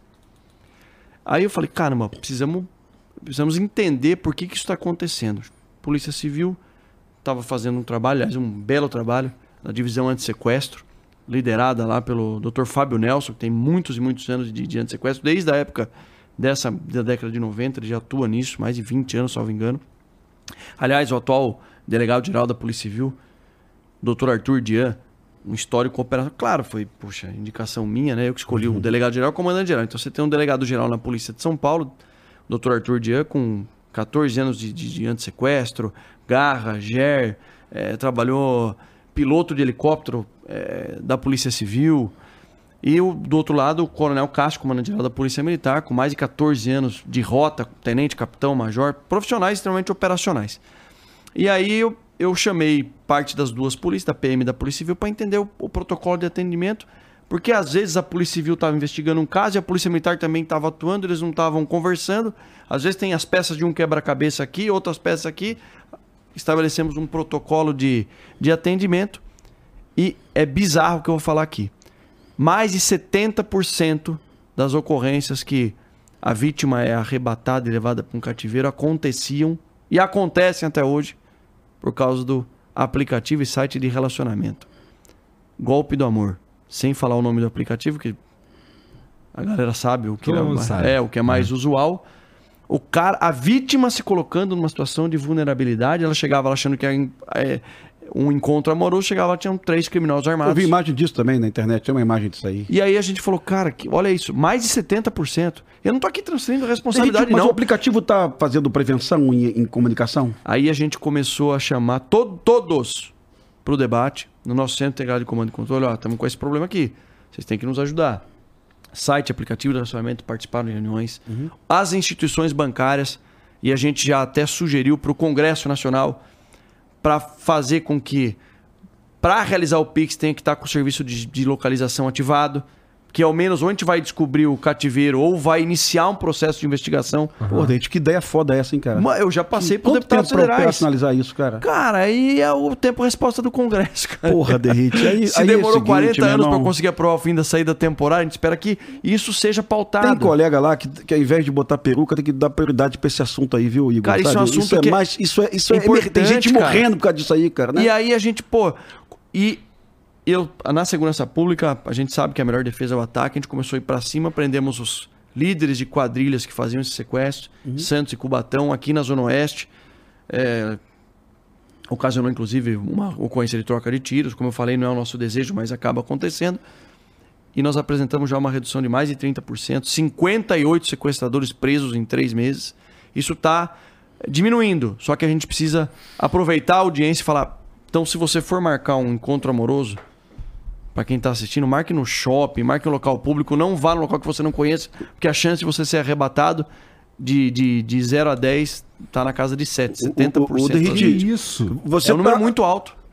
Aí eu falei, caramba, precisamos, precisamos entender por que, que isso está acontecendo. Polícia Civil estava fazendo um trabalho, aliás, um belo trabalho, na divisão anti-sequestro, liderada lá pelo doutor Fábio Nelson, que tem muitos e muitos anos de, de anti-sequestro, desde a época dessa, da década de noventa, ele já atua nisso, mais de vinte anos, salvo engano. Aliás, o atual delegado-geral da Polícia Civil, doutor Arthur Dian, um histórico operacional. Claro, foi, puxa, indicação minha, né? Eu que escolhi uhum. o delegado-geral e o comandante-geral. Então você tem um delegado-geral na Polícia de São Paulo, doutor Arthur Dian, com catorze anos de, de, de anti-sequestro, garra, ger, é, trabalhou piloto de helicóptero é, da Polícia Civil. E o, do outro lado, o coronel Castro, comandante-geral da Polícia Militar, com mais de catorze anos de rota, tenente, capitão, major, profissionais extremamente operacionais. E aí eu, eu chamei parte das duas polícias, da P M e da Polícia Civil, para entender o, o protocolo de atendimento, porque às vezes a Polícia Civil estava investigando um caso e a Polícia Militar também estava atuando, eles não estavam conversando. Às vezes tem as peças de um quebra-cabeça aqui, outras peças aqui. Estabelecemos um protocolo de, de atendimento e é bizarro o que eu vou falar aqui. Mais de setenta por cento das ocorrências que a vítima é arrebatada e levada para um cativeiro aconteciam e acontecem até hoje por causa do aplicativo e site de relacionamento. Golpe do amor. Sem falar o nome do aplicativo, que a galera sabe o que, é, sabe. É, o que é mais uhum. usual. O cara, a vítima se colocando numa situação de vulnerabilidade, ela chegava lá achando que era é, um encontro amoroso, chegava lá, tinham três criminosos armados. Eu vi imagem disso também na internet, tem uma imagem disso aí. E aí a gente falou, cara, que, olha isso, mais de setenta por cento. Eu não tô aqui transferindo responsabilidade, mas não. Mas o aplicativo tá fazendo prevenção em, em comunicação? Aí a gente começou a chamar to todos pro debate, no nosso Centro Integrado de Comando e Controle, ó, estamos com esse problema aqui, vocês têm que nos ajudar. Site, aplicativo de relacionamento, participaram de reuniões, uhum. as instituições bancárias, e a gente já até sugeriu para o Congresso Nacional para fazer com que, para realizar o Pix, tenha que estar com o serviço de, de localização ativado, que ao menos ou a gente vai descobrir o cativeiro ou vai iniciar um processo de investigação. Uhum. Pô, gente, que ideia foda é essa, hein, cara? Eu já passei por deputados federais. Quanto tempo pra operacionalizar isso, cara? Cara, aí é o tempo-resposta do Congresso, cara. Porra, Derrite. Aí, Se aí demorou é seguinte, quarenta anos para conseguir aprovar o fim da saída temporária, a gente espera que isso seja pautado. Tem colega lá que, que ao invés de botar peruca, tem que dar prioridade pra esse assunto aí, viu, Igor? Cara, isso é um assunto isso que é mais, isso é, isso é importante, tem gente cara. morrendo por causa disso aí, cara, né? E aí a gente, pô... E... Eu, na segurança pública, a gente sabe que a melhor defesa é o ataque. A gente começou a ir para cima, prendemos os líderes de quadrilhas que faziam esse sequestro, uhum. Santos e Cubatão, aqui na Zona Oeste. É, ocasionou, inclusive, uma ocorrência de troca de tiros. Como eu falei, não é o nosso desejo, mas acaba acontecendo. E nós apresentamos já uma redução de mais de trinta por cento. cinquenta e oito sequestradores presos em três meses. Isso está diminuindo. Só que a gente precisa aproveitar a audiência e falar... Então, se você for marcar um encontro amoroso... Para quem está assistindo, marque no shopping, marque no local público, não vá no local que você não conheça, porque a chance de você ser arrebatado de, de, de zero a dez está na casa de sete, setenta por cento. O, o, o isso. Você é um número tá, muito alto.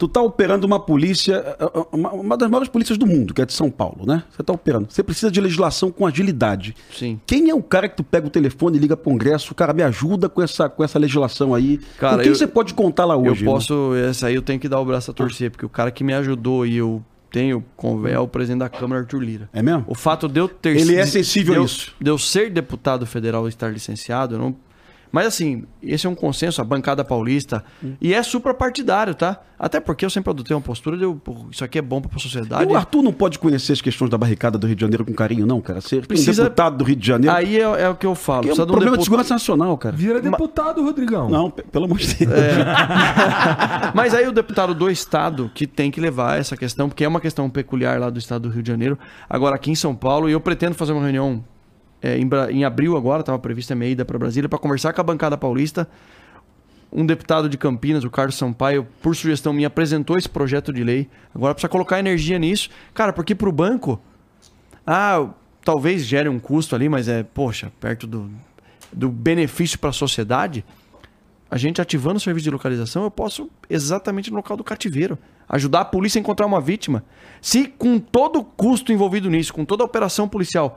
Tu tá operando uma polícia, uma, uma das maiores polícias do mundo, que é de São Paulo, né? Você tá operando. Você precisa de legislação com agilidade. Sim. Quem é o cara que tu pega o telefone e liga pro Congresso, o cara me ajuda com essa, com essa legislação aí? Cara, com quem eu, você pode contar lá hoje? Eu posso, né? Essa aí eu tenho que dar o braço a torcer, porque o cara que me ajudou e eu tenho é o presidente da Câmara, Arthur Lira. É mesmo? O fato de eu ter... Ele é sensível de eu, a isso. De eu ser deputado federal e estar licenciado, eu não... Mas assim, esse é um consenso, a bancada paulista, hum. e é suprapartidário, tá? Até porque eu sempre adotei uma postura de eu, isso aqui é bom para a sociedade. E o Arthur não pode conhecer as questões da barricada do Rio de Janeiro com carinho, não, cara? Ser precisa... um deputado do Rio de Janeiro... Aí é, é o que eu falo. É um problema um deput... de segurança nacional, cara. Vira deputado, Ma... Rodrigão. Não, pelo amor de Deus. É. Mas aí o deputado do estado que tem que levar essa questão, porque é uma questão peculiar lá do estado do Rio de Janeiro. Agora aqui em São Paulo, e eu pretendo fazer uma reunião... É, em, em abril agora, estava prevista a minha ida para Brasília para conversar com a bancada paulista. Um deputado de Campinas, o Carlos Sampaio, por sugestão minha, apresentou esse projeto de lei. Agora precisa colocar energia nisso. Cara, porque para o banco, ah, talvez gere um custo ali, mas é, poxa, perto do, do benefício para a sociedade, a gente ativando o serviço de localização, eu posso exatamente no local do cativeiro. Ajudar a polícia a encontrar uma vítima. Se com todo o custo envolvido nisso, com toda a operação policial...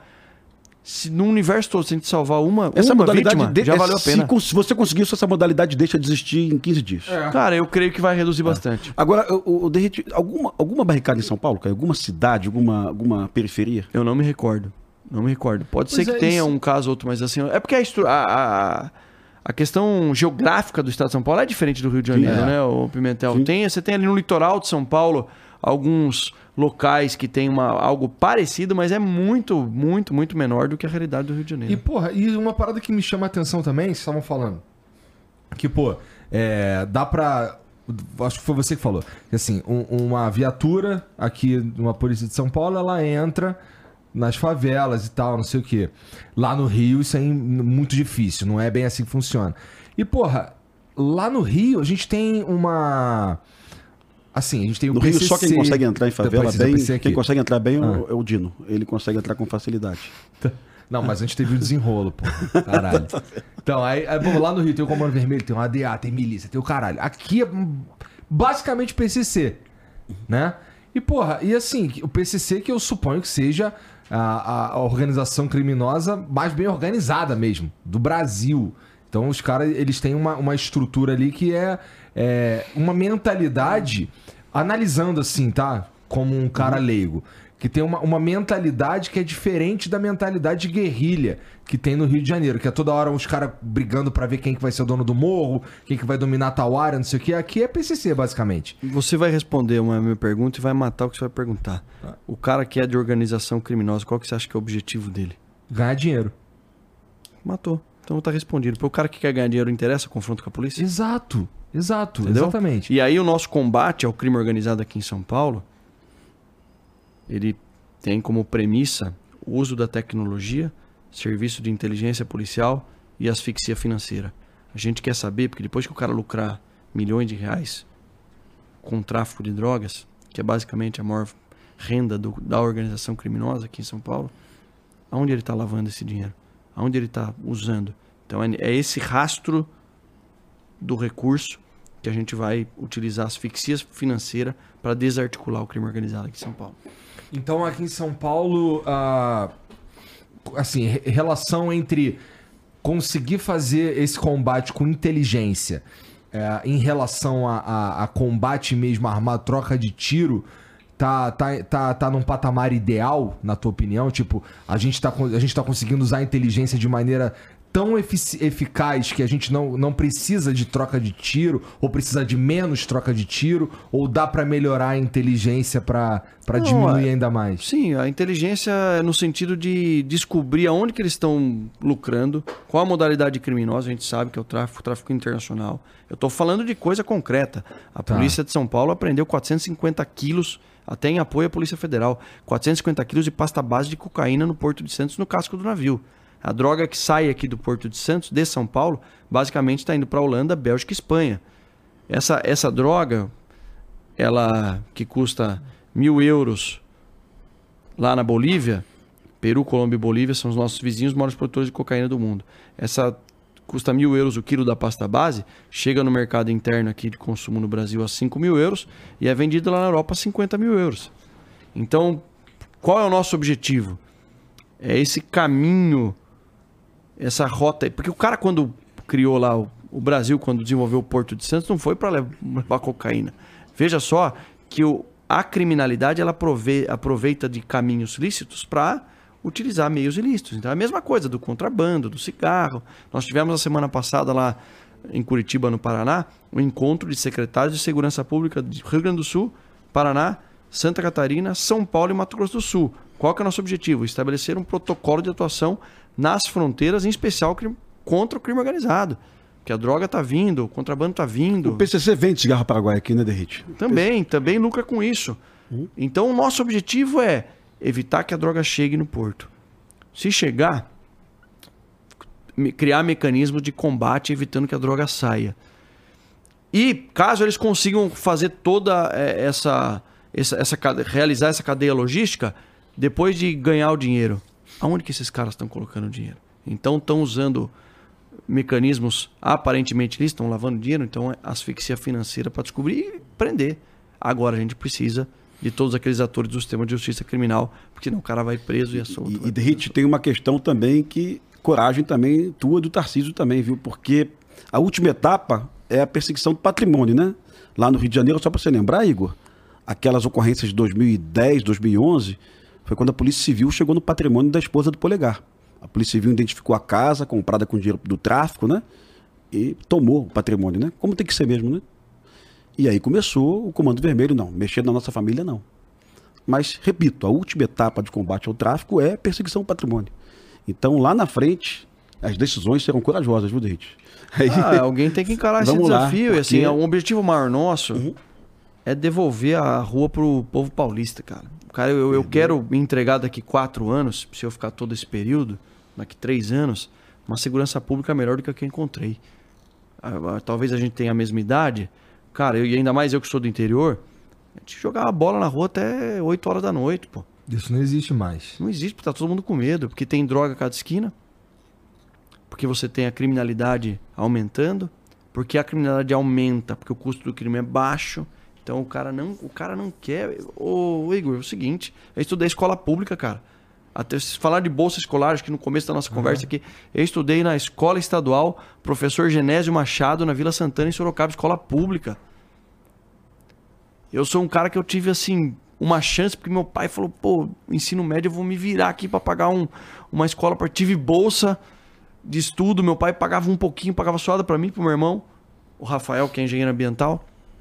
Se no universo todo, se a gente salvar uma, essa uma modalidade vítima, de... já valeu a pena. Se, se você conseguir isso, essa modalidade deixa de existir em quinze dias. É. Cara, eu creio que vai reduzir é. bastante. Agora, o, o Derrite, alguma, alguma barricada em São Paulo, cara? Alguma cidade, alguma, alguma periferia? Eu não me recordo. Não me recordo. Pode pois ser que é tenha isso. um caso ou outro, mas assim... É porque a, a, a questão geográfica do estado de São Paulo é diferente do Rio de Janeiro, é. né, o Pimentel? Tem, você tem ali no litoral de São Paulo alguns... locais que tem uma, algo parecido, mas é muito, muito, muito menor do que a realidade do Rio de Janeiro. E, porra, e uma parada que me chama a atenção também, vocês estavam falando, que, pô, é, dá pra... Acho que foi você que falou. Que, assim, um, uma viatura aqui, uma polícia de São Paulo, ela entra nas favelas e tal, não sei o quê. Lá no Rio isso é muito difícil, não é bem assim que funciona. E, porra, lá no Rio a gente tem uma... Assim, a gente tem o no P C C, Rio só quem consegue entrar em favela bem, quem consegue entrar bem ah. é o Dino. Ele consegue entrar com facilidade. Não, mas a gente teve o desenrolo, pô. Caralho. Então, aí, aí bom, lá no Rio tem o Comando Vermelho, tem o A D A, tem milícia, tem o caralho. Aqui é basicamente P C C, né? E, porra, e assim, o P C C que eu suponho que seja a, a organização criminosa mais bem organizada mesmo, do Brasil. Então, os caras, eles têm uma, uma estrutura ali que é, é uma mentalidade, analisando assim, tá? Como um cara leigo, que tem uma, uma mentalidade que é diferente da mentalidade de guerrilha que tem no Rio de Janeiro, que é toda hora os caras brigando pra ver quem que vai ser o dono do morro, quem que vai dominar tal área, não sei o que. Aqui é P C C, basicamente. Você vai responder uma minha pergunta e vai matar o que você vai perguntar. Ah. O cara que é de organização criminosa, qual que você acha que é o objetivo dele? Ganhar dinheiro. Matou. Então tá respondido. Para o cara que quer ganhar dinheiro, interessa o confronto com a polícia? Exato. Exato. Entendeu? Exatamente. E aí o nosso combate ao crime organizado aqui em São Paulo, ele tem como premissa o uso da tecnologia, serviço de inteligência policial e asfixia financeira. A gente quer saber, porque depois que o cara lucrar milhões de reais com o tráfico de drogas, que é basicamente a maior renda do, da organização criminosa aqui em São Paulo, aonde ele está lavando esse dinheiro? Aonde ele está usando? Então é, é esse rastro do recurso que a gente vai utilizar a asfixia financeira para desarticular o crime organizado aqui em São Paulo. Então aqui em São Paulo, uh, assim, relação entre conseguir fazer esse combate com inteligência uh, em relação a, a, a combate mesmo armado, troca de tiro, tá, tá, tá, tá num patamar ideal, na tua opinião? Tipo, a gente tá, a gente tá conseguindo usar a inteligência de maneira tão efic- eficaz que a gente não, não precisa de troca de tiro, ou precisa de menos troca de tiro, ou dá pra melhorar a inteligência pra, pra Não, diminuir é, ainda mais? Sim, a inteligência é no sentido de descobrir aonde que eles estão lucrando, qual a modalidade criminosa, a gente sabe que é o tráfico, o tráfico internacional. Eu tô falando de coisa concreta. A Tá. polícia de São Paulo apreendeu quatrocentos e cinquenta quilos, até em apoio à Polícia Federal, quatrocentos e cinquenta quilos de pasta base de cocaína no Porto de Santos, no casco do navio. A droga que sai aqui do Porto de Santos, de São Paulo, basicamente está indo para a Holanda, Bélgica e Espanha. Essa, essa droga, ela que custa mil euros lá na Bolívia, Peru, Colômbia e Bolívia são os nossos vizinhos, os maiores produtores de cocaína do mundo. Essa custa mil euros o quilo da pasta base, chega no mercado interno aqui de consumo no Brasil a cinco mil euros e é vendido lá na Europa a cinquenta mil euros. Então, qual é o nosso objetivo? É esse caminho, essa rota. Porque o cara, quando criou lá o, o Brasil, quando desenvolveu o Porto de Santos, não foi para levar, levar cocaína. Veja só que o, a criminalidade ela aprove, aproveita de caminhos lícitos para utilizar meios ilícitos. Então é a mesma coisa do contrabando, do cigarro. Nós tivemos a semana passada lá em Curitiba, no Paraná, um encontro de secretários de Segurança Pública de Rio Grande do Sul, Paraná, Santa Catarina, São Paulo e Mato Grosso do Sul. Qual que é o nosso objetivo? Estabelecer um protocolo de atuação nas fronteiras, em especial contra o crime organizado. Que a droga está vindo, o contrabando está vindo. O P C C vende cigarro paraguaio aqui, né, Derrite? Também, também lucra com isso. Uhum. Então o nosso objetivo é evitar que a droga chegue no porto. Se chegar, criar mecanismos de combate evitando que a droga saia. E caso eles consigam fazer toda essa, essa, essa realizar essa cadeia logística, depois de ganhar o dinheiro, aonde que esses caras estão colocando o dinheiro? Então estão usando mecanismos aparentemente lícitos, estão lavando dinheiro, então é asfixia financeira para descobrir e prender. Agora a gente precisa de todos aqueles atores do sistema de justiça criminal, porque senão o cara vai preso e é solto. E, e Derrite, tem uma questão também que coragem também tua do Tarcísio também, viu? Porque a última etapa é a perseguição do patrimônio, né? Lá no Rio de Janeiro, só para você lembrar, Igor, aquelas ocorrências de dois mil e dez, dois mil e onze, foi quando a Polícia Civil chegou no patrimônio da esposa do Polegar. A Polícia Civil identificou a casa comprada com dinheiro do tráfico, né? E tomou o patrimônio, né? Como tem que ser mesmo, né? E aí começou o Comando Vermelho, não, mexer na nossa família, não. Mas, repito, a última etapa de combate ao tráfico é perseguição ao patrimônio. Então, lá na frente, as decisões serão corajosas, viu, Derrite? Aí... Ah, alguém tem que encarar esse desafio. Lá, porque... E assim, um objetivo maior nosso uhum. é devolver a rua pro povo paulista, cara. Cara, eu, eu quero entregar daqui quatro anos, se eu ficar todo esse período, daqui três anos, uma segurança pública melhor do que a que eu encontrei. Talvez a gente tenha a mesma idade. Cara, eu, e ainda mais eu que sou do interior, a gente jogava bola na rua até oito horas da noite, pô. Isso não existe mais. Não existe, porque tá todo mundo com medo, porque tem droga a cada esquina, porque você tem a criminalidade aumentando, porque a criminalidade aumenta, porque o custo do crime é baixo. Então o cara não, o cara não quer... Ô, Igor, é o seguinte, eu estudei escola pública, cara. Até falar de bolsa escolar, acho que no começo da nossa uhum. conversa aqui, eu estudei na escola estadual Professor Genésio Machado, na Vila Santana, em Sorocaba, escola pública. Eu sou um cara que eu tive, assim, uma chance, porque meu pai falou, pô, ensino médio, eu vou me virar aqui para pagar um, uma escola. Pra... Tive bolsa de estudo, meu pai pagava um pouquinho, pagava suada para mim e pro meu irmão, o Rafael, que é engenheiro ambiental.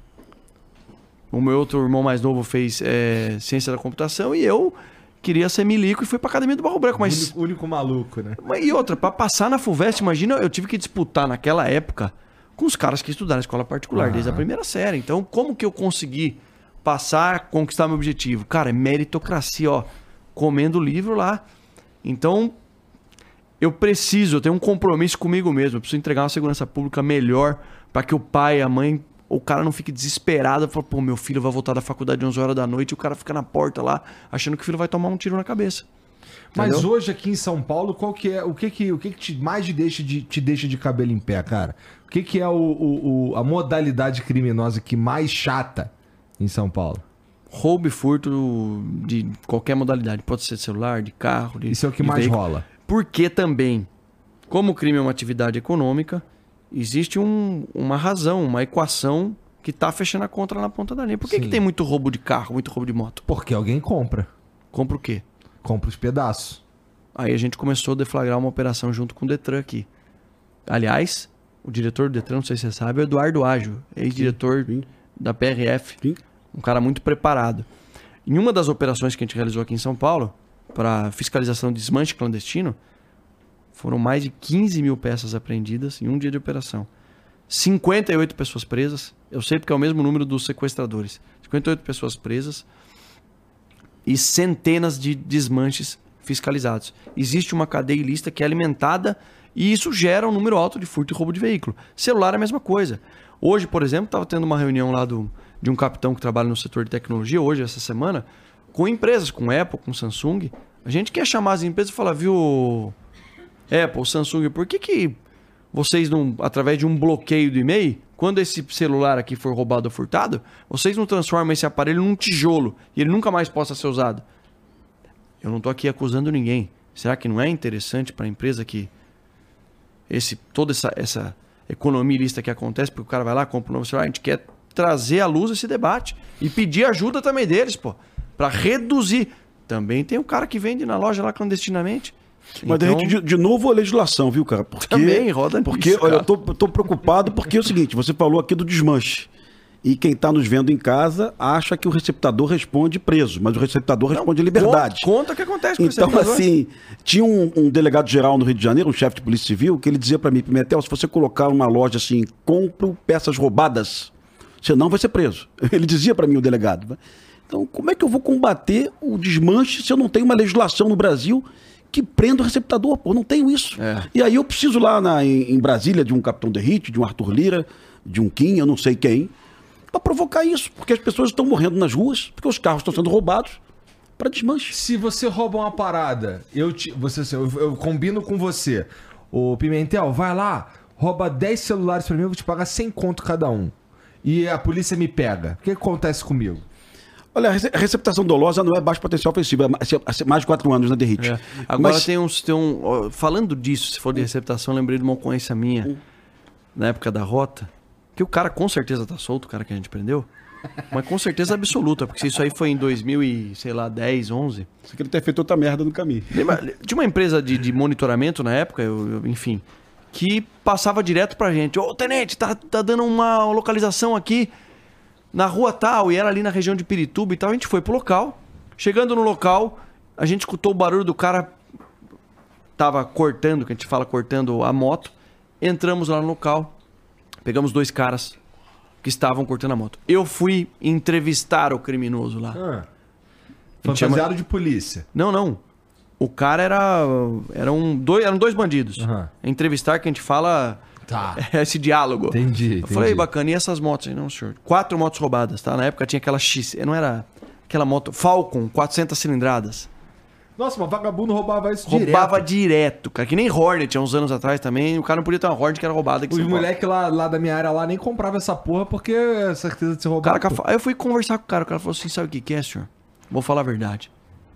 O meu outro irmão mais novo fez é, ciência da computação e eu queria ser milico e fui pra academia do Barro Branco. Mas... O único, único maluco, né? E outra, pra passar na FUVEST, imagina, eu tive que disputar naquela época com os caras que estudaram na escola particular, ah. desde a primeira série. Então, como que eu consegui passar, conquistar meu objetivo? Cara, é meritocracia, ó, comendo livro lá. Então, eu preciso, eu tenho um compromisso comigo mesmo, eu preciso entregar uma segurança pública melhor para que o pai, a mãe, o cara não fique desesperado, fala, pô, meu filho vai voltar da faculdade às onze horas da noite e o cara fica na porta lá, achando que o filho vai tomar um tiro na cabeça. Mas entendeu? Hoje aqui em São Paulo, qual que é, o que que, o que, que te, mais te deixa, de, te deixa de cabelo em pé, cara? O que que é o, o, o, a modalidade criminosa que mais chata em São Paulo? Roubo e furto de qualquer modalidade, pode ser celular, de carro, de Isso é o que mais veículo. rola. Porque também, como o crime é uma atividade econômica, existe um, uma razão, uma equação que está fechando a conta lá na ponta da linha. Por que, que tem muito roubo de carro, muito roubo de moto? Porque alguém compra. Compra o quê? Compra os pedaços. Aí a gente começou a deflagrar uma operação junto com o Detran aqui. Aliás, o diretor do Detran, não sei se você sabe, é o Eduardo Ágio, ex-diretor sim, sim. da P R F. Sim. Um cara muito preparado. Em uma das operações que a gente realizou aqui em São Paulo, para fiscalização de desmanche clandestino, foram mais de quinze mil peças apreendidas em um dia de operação. cinquenta e oito pessoas presas. Eu sei porque é o mesmo número dos sequestradores. cinquenta e oito pessoas presas e centenas de desmanches fiscalizados. Existe uma cadeia ilícita que é alimentada e isso gera um número alto de furto e roubo de veículo. Celular é a mesma coisa. Hoje, por exemplo, estava tendo uma reunião lá do, de um capitão que trabalha no setor de tecnologia, hoje, essa semana, com empresas, com Apple, com Samsung. A gente quer chamar as empresas e falar, viu... Apple, Samsung, por que que vocês não, através de um bloqueio do e-mail, quando esse celular aqui for roubado ou furtado, vocês não transformam esse aparelho num tijolo e ele nunca mais possa ser usado. Eu não estou aqui acusando ninguém. Será que não é interessante para a empresa que esse, toda essa, essa economia ilícita que acontece, porque o cara vai lá, compra um novo celular, a gente quer trazer à luz esse debate e pedir ajuda também deles, pô, para reduzir. Também tem o cara que vende na loja lá clandestinamente. Mas então... de, de novo a legislação, viu, cara? Porque, também roda Porque, nisso, olha, eu tô, eu tô preocupado porque é o seguinte, você falou aqui do desmanche. E quem está nos vendo em casa acha que o receptador responde preso, mas o receptador não, responde liberdade. Conta, conta o que acontece com o então, receptador. Então, assim, tinha um, um delegado-geral no Rio de Janeiro, um chefe de polícia civil, que ele dizia para mim, Pimentel, se você colocar uma loja assim, compro peças roubadas, senão vai ser preso. Ele dizia para mim, o delegado. Então, como é que eu vou combater o desmanche se eu não tenho uma legislação no Brasil que prenda o receptador? Pô, não tenho isso. É. E aí eu preciso lá na, em, em Brasília de um Capitão Derrite, de um Arthur Lira, de um Kim, eu não sei quem, para provocar isso, porque as pessoas estão morrendo nas ruas, porque os carros estão sendo roubados para desmanche. Se você rouba uma parada, eu, te, você, eu, eu combino com você, ô Pimentel, vai lá, rouba dez celulares para mim, eu vou te pagar cem conto cada um. E a polícia me pega. O que acontece comigo? Olha, a receptação dolosa não é baixo potencial ofensivo, é mais de quatro anos na Derrite. É. Agora Mas... tem uns... Tem um, falando disso, se for de receptação, eu lembrei de uma ocorrência minha, hum. na época da Rota, que o cara com certeza tá solto, o cara que a gente prendeu, mas com certeza absoluta, porque isso aí foi em dois mil e, sei lá, dez, onze. Você queria ter feito outra merda no caminho. Tinha uma empresa de, de monitoramento na época, eu, eu, enfim, que passava direto pra gente. Ô, tenente, tá, tá dando uma localização aqui na rua tal, e era ali na região de Pirituba e tal. A gente foi pro local. Chegando no local, a gente escutou o barulho do cara tava cortando, que a gente fala cortando a moto. Entramos lá no local, pegamos dois caras que estavam cortando a moto. Eu fui entrevistar o criminoso lá. Ah, fantasiado chama... de polícia. Não, não. O cara era, era um, dois, eram dois bandidos. Uhum. Entrevistar, que a gente fala... Tá. Esse diálogo. Entendi, Eu entendi. falei, bacana, e essas motos aí? Não, senhor. Quatro motos roubadas, tá? Na época tinha aquela X, não era aquela moto Falcon, quatrocentas cilindradas. Nossa, mas vagabundo roubava isso roubava direto. Roubava direto, cara. Que nem Hornet, há uns anos atrás também. O cara não podia ter uma Hornet que era roubada. Os moleques lá, lá da minha área lá nem compravam essa porra porque é certeza de ser roubado. Cara, aí eu fui conversar com o cara. O cara falou assim, sabe o que que é, senhor? Vou falar a verdade.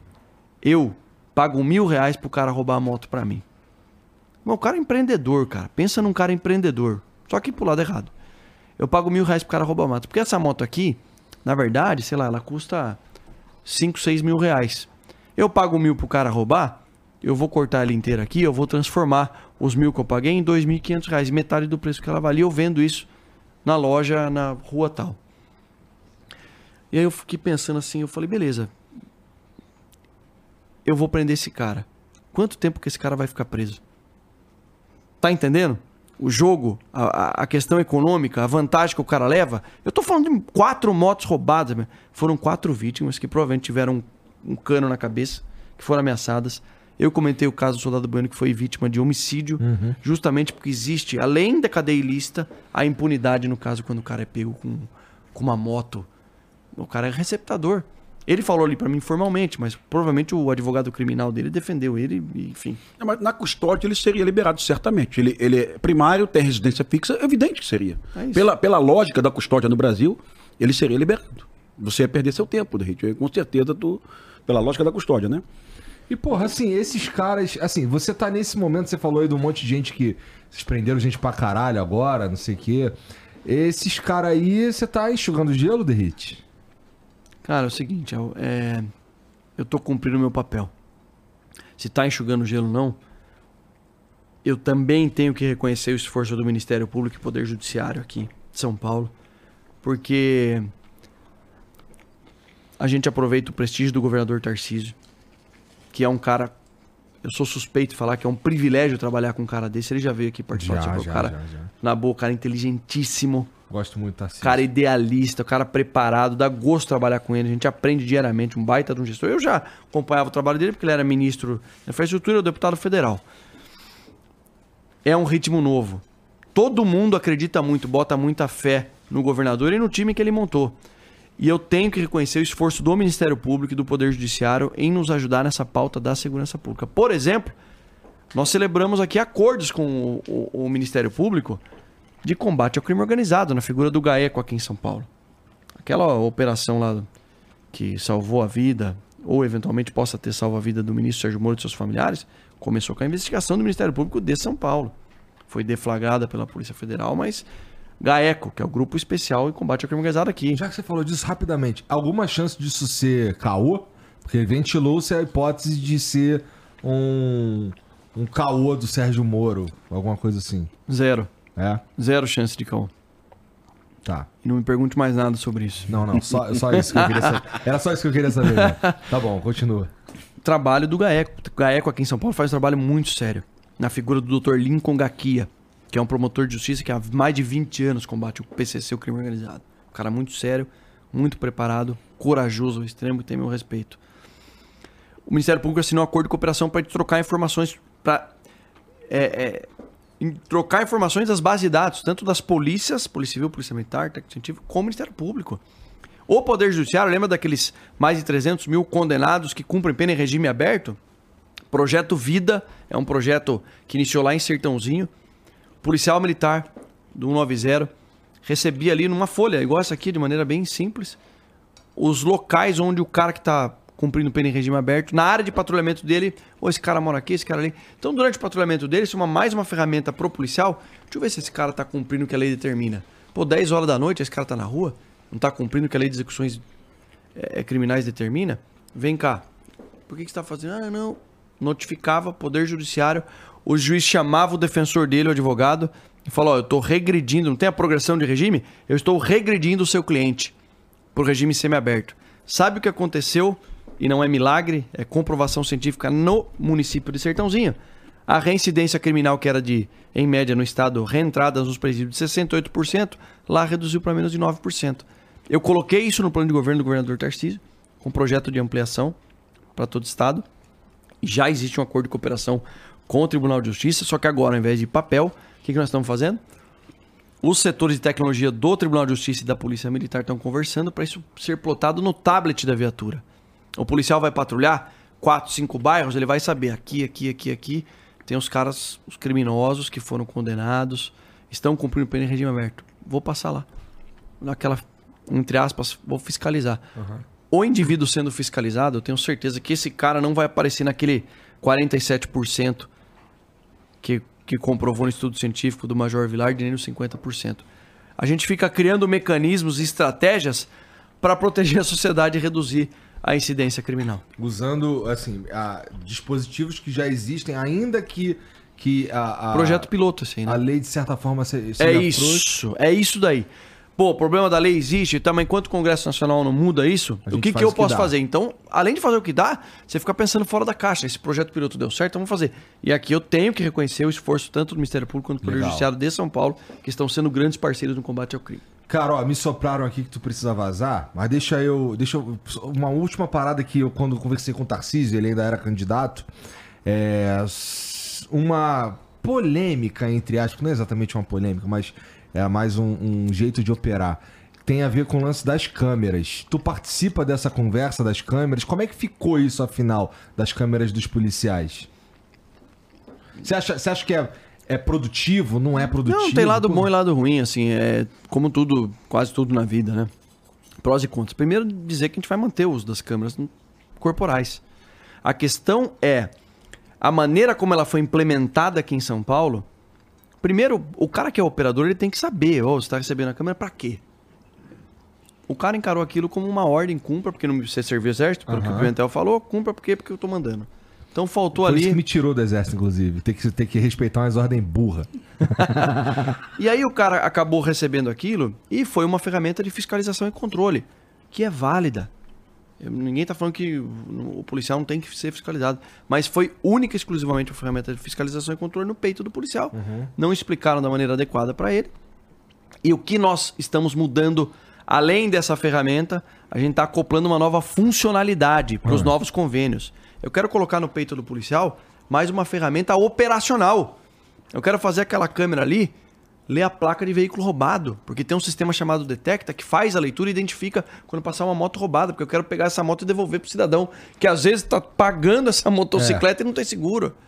Eu pago mil reais pro cara roubar a moto pra mim. Bom, o cara é empreendedor, cara. Pensa num cara empreendedor. Só que pro lado errado. Eu pago mil reais pro cara roubar a moto. Porque essa moto aqui, na verdade, sei lá, ela custa cinco, seis mil reais. Eu pago mil pro cara roubar, eu vou cortar ela inteira aqui, eu vou transformar os mil que eu paguei em dois mil e quinhentos reais. Metade do preço que ela valia, eu vendo isso na loja, na rua tal. E aí eu fiquei pensando assim, eu falei, beleza. Eu vou prender esse cara. Quanto tempo que esse cara vai ficar preso? Tá entendendo? O jogo, a, a questão econômica, a vantagem que o cara leva. Eu tô falando de quatro motos roubadas. Foram quatro vítimas que provavelmente tiveram um, um cano na cabeça, que foram ameaçadas. Eu comentei o caso do Soldado Bueno, que foi vítima de homicídio, uhum. justamente porque existe, além da cadeia ilícita, a impunidade no caso quando o cara é pego com, com uma moto. O cara é receptador. Ele falou ali pra mim formalmente, mas provavelmente o advogado criminal dele defendeu ele, enfim. Não, mas na custódia ele seria liberado, certamente. Ele, ele é primário, tem residência fixa, é evidente que seria. É pela, pela lógica da custódia no Brasil, ele seria liberado. Você ia perder seu tempo, Derrite. Com certeza, tu, pela lógica da custódia, né? E, porra, assim, esses caras... Assim, você tá nesse momento, você falou aí de um monte de gente que... Vocês prenderam gente pra caralho agora, não sei o quê. Esses caras aí, você tá enxugando gelo, Derrite? Cara, é o seguinte, é, eu tô cumprindo o meu papel. Se tá enxugando gelo ou não, eu também tenho que reconhecer o esforço do Ministério Público e Poder Judiciário aqui de São Paulo, porque a gente aproveita o prestígio do governador Tarcísio, que é um cara, eu sou suspeito de falar que é um privilégio trabalhar com um cara desse. Ele já veio aqui participar já, do já, cara, já, já. na boa, cara inteligentíssimo. Gosto muito do Tarcísio. Cara idealista, cara preparado, dá gosto trabalhar com ele, a gente aprende diariamente, um baita de um gestor. Eu já acompanhava o trabalho dele porque ele era ministro da infraestrutura e deputado federal. É um ritmo novo. Todo mundo acredita muito, bota muita fé no governador e no time que ele montou. E eu tenho que reconhecer o esforço do Ministério Público e do Poder Judiciário em nos ajudar nessa pauta da segurança pública. Por exemplo, nós celebramos aqui acordos com o, o, o Ministério Público de combate ao crime organizado, na figura do GAECO aqui em São Paulo. Aquela operação lá que salvou a vida, ou eventualmente possa ter salvo a vida do ministro Sérgio Moro e de seus familiares, começou com a investigação do Ministério Público de São Paulo. Foi deflagrada pela Polícia Federal, mas GAECO, que é o Grupo Especial em Combate ao Crime Organizado aqui. Já que você falou disso rapidamente, alguma chance disso ser caô? Porque ventilou-se a hipótese de ser um, um caô do Sérgio Moro, alguma coisa assim. Zero. É? Zero chance de caô. Tá. E não me pergunte mais nada sobre isso. Não, não, só, só isso que eu queria saber. Era só isso que eu queria saber. Né? Tá bom, continua. Trabalho do GAECO. O GAECO aqui em São Paulo faz um trabalho muito sério. Na figura do doutor Lincoln Gaquia, que é um promotor de justiça que há mais de vinte anos combate o P C C, o crime organizado. Um cara muito sério, muito preparado, corajoso ao extremo e tem meu respeito. O Ministério Público assinou um acordo de cooperação para trocar informações, para é, é, trocar informações das bases de dados, tanto das polícias, Polícia Civil, Polícia Militar, Técnico Científico, como o Ministério Público. O Poder Judiciário, lembra daqueles mais de trezentos mil condenados que cumprem pena em regime aberto? Projeto Vida é um projeto que iniciou lá em Sertãozinho. Policial militar do cento e noventa recebia ali numa folha, igual essa aqui, de maneira bem simples, os locais onde o cara que está cumprindo pena em regime aberto, na área de patrulhamento dele, ou esse cara mora aqui, esse cara ali. Então, durante o patrulhamento dele, isso é uma, mais uma ferramenta pro policial. Deixa eu ver se esse cara está cumprindo o que a lei determina. Pô, dez horas da noite, esse cara está na rua, não está cumprindo o que a lei de execuções é, criminais determina. Vem cá. Por que, que você está fazendo? Ah, não. Notificava, Poder Judiciário, o juiz chamava o defensor dele, o advogado, e falou, ó, eu estou regredindo, não tem a progressão de regime? Eu estou regredindo o seu cliente para o regime semiaberto. Sabe o que aconteceu? E não é milagre, é comprovação científica no município de Sertãozinho. A reincidência criminal, que era de, em média no estado, reentradas nos presídios de sessenta e oito por cento, lá reduziu para menos de nove por cento. Eu coloquei isso no plano de governo do governador Tarcísio, com projeto de ampliação para todo o estado. Já existe um acordo de cooperação com o Tribunal de Justiça, só que agora, ao invés de papel, o que, que nós estamos fazendo? Os setores de tecnologia do Tribunal de Justiça e da Polícia Militar estão conversando para isso ser plotado no tablet da viatura. O policial vai patrulhar quatro, cinco bairros, ele vai saber aqui, aqui, aqui, aqui. Tem os caras, os criminosos que foram condenados, estão cumprindo pena em regime aberto. Vou passar lá. Naquela, entre aspas, vou fiscalizar. Uhum. O indivíduo sendo fiscalizado, eu tenho certeza que esse cara não vai aparecer naquele quarenta e sete por cento que, que comprovou no estudo científico do Major Vilar, nem nos cinquenta por cento. A gente fica criando mecanismos e estratégias para proteger a sociedade e reduzir a incidência criminal. Usando, assim, a, dispositivos que já existem, ainda que, que a, a... Projeto piloto, assim, né? A lei, de certa forma, seja É isso, é isso daí. Pô, o problema da lei existe, tá, mas enquanto o Congresso Nacional não muda isso, o que, que eu posso fazer? Então, além de fazer o que dá, você fica pensando fora da caixa. Esse projeto piloto deu certo, então vamos fazer. E aqui eu tenho que reconhecer o esforço tanto do Ministério Público quanto do Poder Judiciário de São Paulo, que estão sendo grandes parceiros no combate ao crime. Cara, ó, me sopraram aqui que tu precisa vazar, mas deixa eu... Deixa eu uma última parada que eu, quando eu conversei com o Tarcísio, ele ainda era candidato, é uma polêmica, entre aspas, não é exatamente uma polêmica, mas é mais um, um jeito de operar. Tem a ver com o lance das câmeras. Tu participa dessa conversa das câmeras? Como é que ficou isso, afinal, das câmeras dos policiais? Você acha, você acha que é... É produtivo? Não é produtivo? Não, tem lado bom e lado ruim, assim, é como tudo, quase tudo na vida, né? Prós e contras. Primeiro, dizer que a gente vai manter o uso das câmeras corporais. A questão é a maneira como ela foi implementada aqui em São Paulo. Primeiro, o cara que é operador, ele tem que saber, ó, oh, você está recebendo a câmera pra quê? O cara encarou aquilo como uma ordem, cumpra, porque não você serviu o exército, pelo uhum. que o Pimentel falou, cumpra porque, porque eu tô mandando. Então faltou Foi ali... isso que me tirou do exército, inclusive. Tem que, tem que respeitar umas ordens burra. E aí o cara acabou recebendo aquilo e foi uma ferramenta de fiscalização e controle, que é válida. Eu, ninguém está falando que o, o policial não tem que ser fiscalizado, mas foi única e exclusivamente uma ferramenta de fiscalização e controle no peito do policial. Uhum. Não explicaram da maneira adequada para ele. E o que nós estamos mudando, além dessa ferramenta, a gente está acoplando uma nova funcionalidade para os uhum. novos convênios. Eu quero colocar no peito do policial mais uma ferramenta operacional. Eu quero fazer aquela câmera ali ler a placa de veículo roubado, porque tem um sistema chamado Detecta que faz a leitura e identifica quando passar uma moto roubada, porque eu quero pegar essa moto e devolver para o cidadão, que às vezes está pagando essa motocicleta é. e não tem seguro.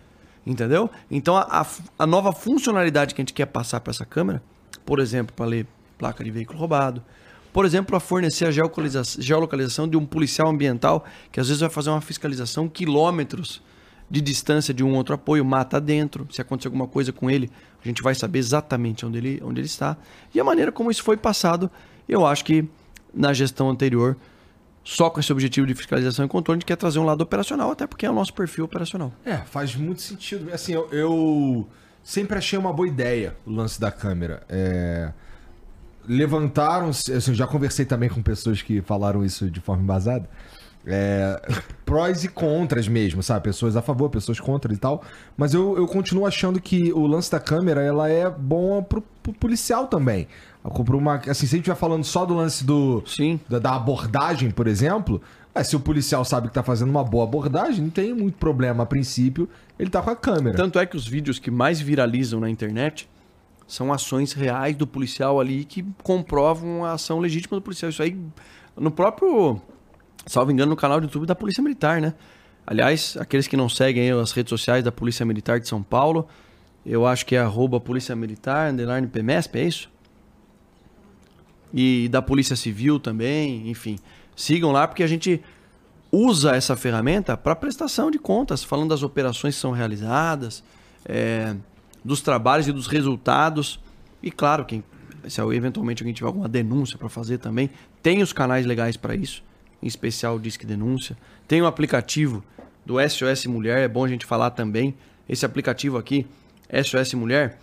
Entendeu? Então, a, a, a nova funcionalidade que a gente quer passar para essa câmera, por exemplo, para ler placa de veículo roubado, por exemplo, para fornecer a geolocalização, geolocalização de um policial ambiental que às vezes vai fazer uma fiscalização quilômetros de distância de um outro apoio, mata dentro. Se acontecer alguma coisa com ele, a gente vai saber exatamente onde ele, onde ele está. E a maneira como isso foi passado, eu acho que na gestão anterior, só com esse objetivo de fiscalização e controle, a gente quer trazer um lado operacional, até porque é o nosso perfil operacional. É, faz muito sentido. Assim, eu, eu sempre achei uma boa ideia o lance da câmera. É... Levantaram, assim, já conversei também com pessoas que falaram isso de forma embasada. É, prós e contras mesmo, sabe? Pessoas a favor, pessoas contra e tal. Mas eu, eu continuo achando que o lance da câmera, ela é bom pro, pro policial também. Uma, assim, se a gente estiver falando só do lance do, Sim. Da, da abordagem, por exemplo, é, se o policial sabe que tá fazendo uma boa abordagem, não tem muito problema. A princípio, ele tá com a câmera. Tanto é que os vídeos que mais viralizam na internet são ações reais do policial ali que comprovam a ação legítima do policial. Isso aí, no próprio, salvo engano, no canal do YouTube da Polícia Militar, né? Aliás, aqueles que não seguem aí as redes sociais da Polícia Militar de São Paulo, eu acho que é arroba Polícia Militar, underline P M E S P, é isso? E da Polícia Civil também, enfim. Sigam lá porque a gente usa essa ferramenta para prestação de contas, falando das operações que são realizadas, é, dos trabalhos e dos resultados. E claro, quem, se eventualmente alguém tiver alguma denúncia para fazer também, tem os canais legais para isso, em especial o Disque Denúncia. Tem o aplicativo do S O S Mulher, é bom a gente falar também. Esse aplicativo aqui, S O S Mulher,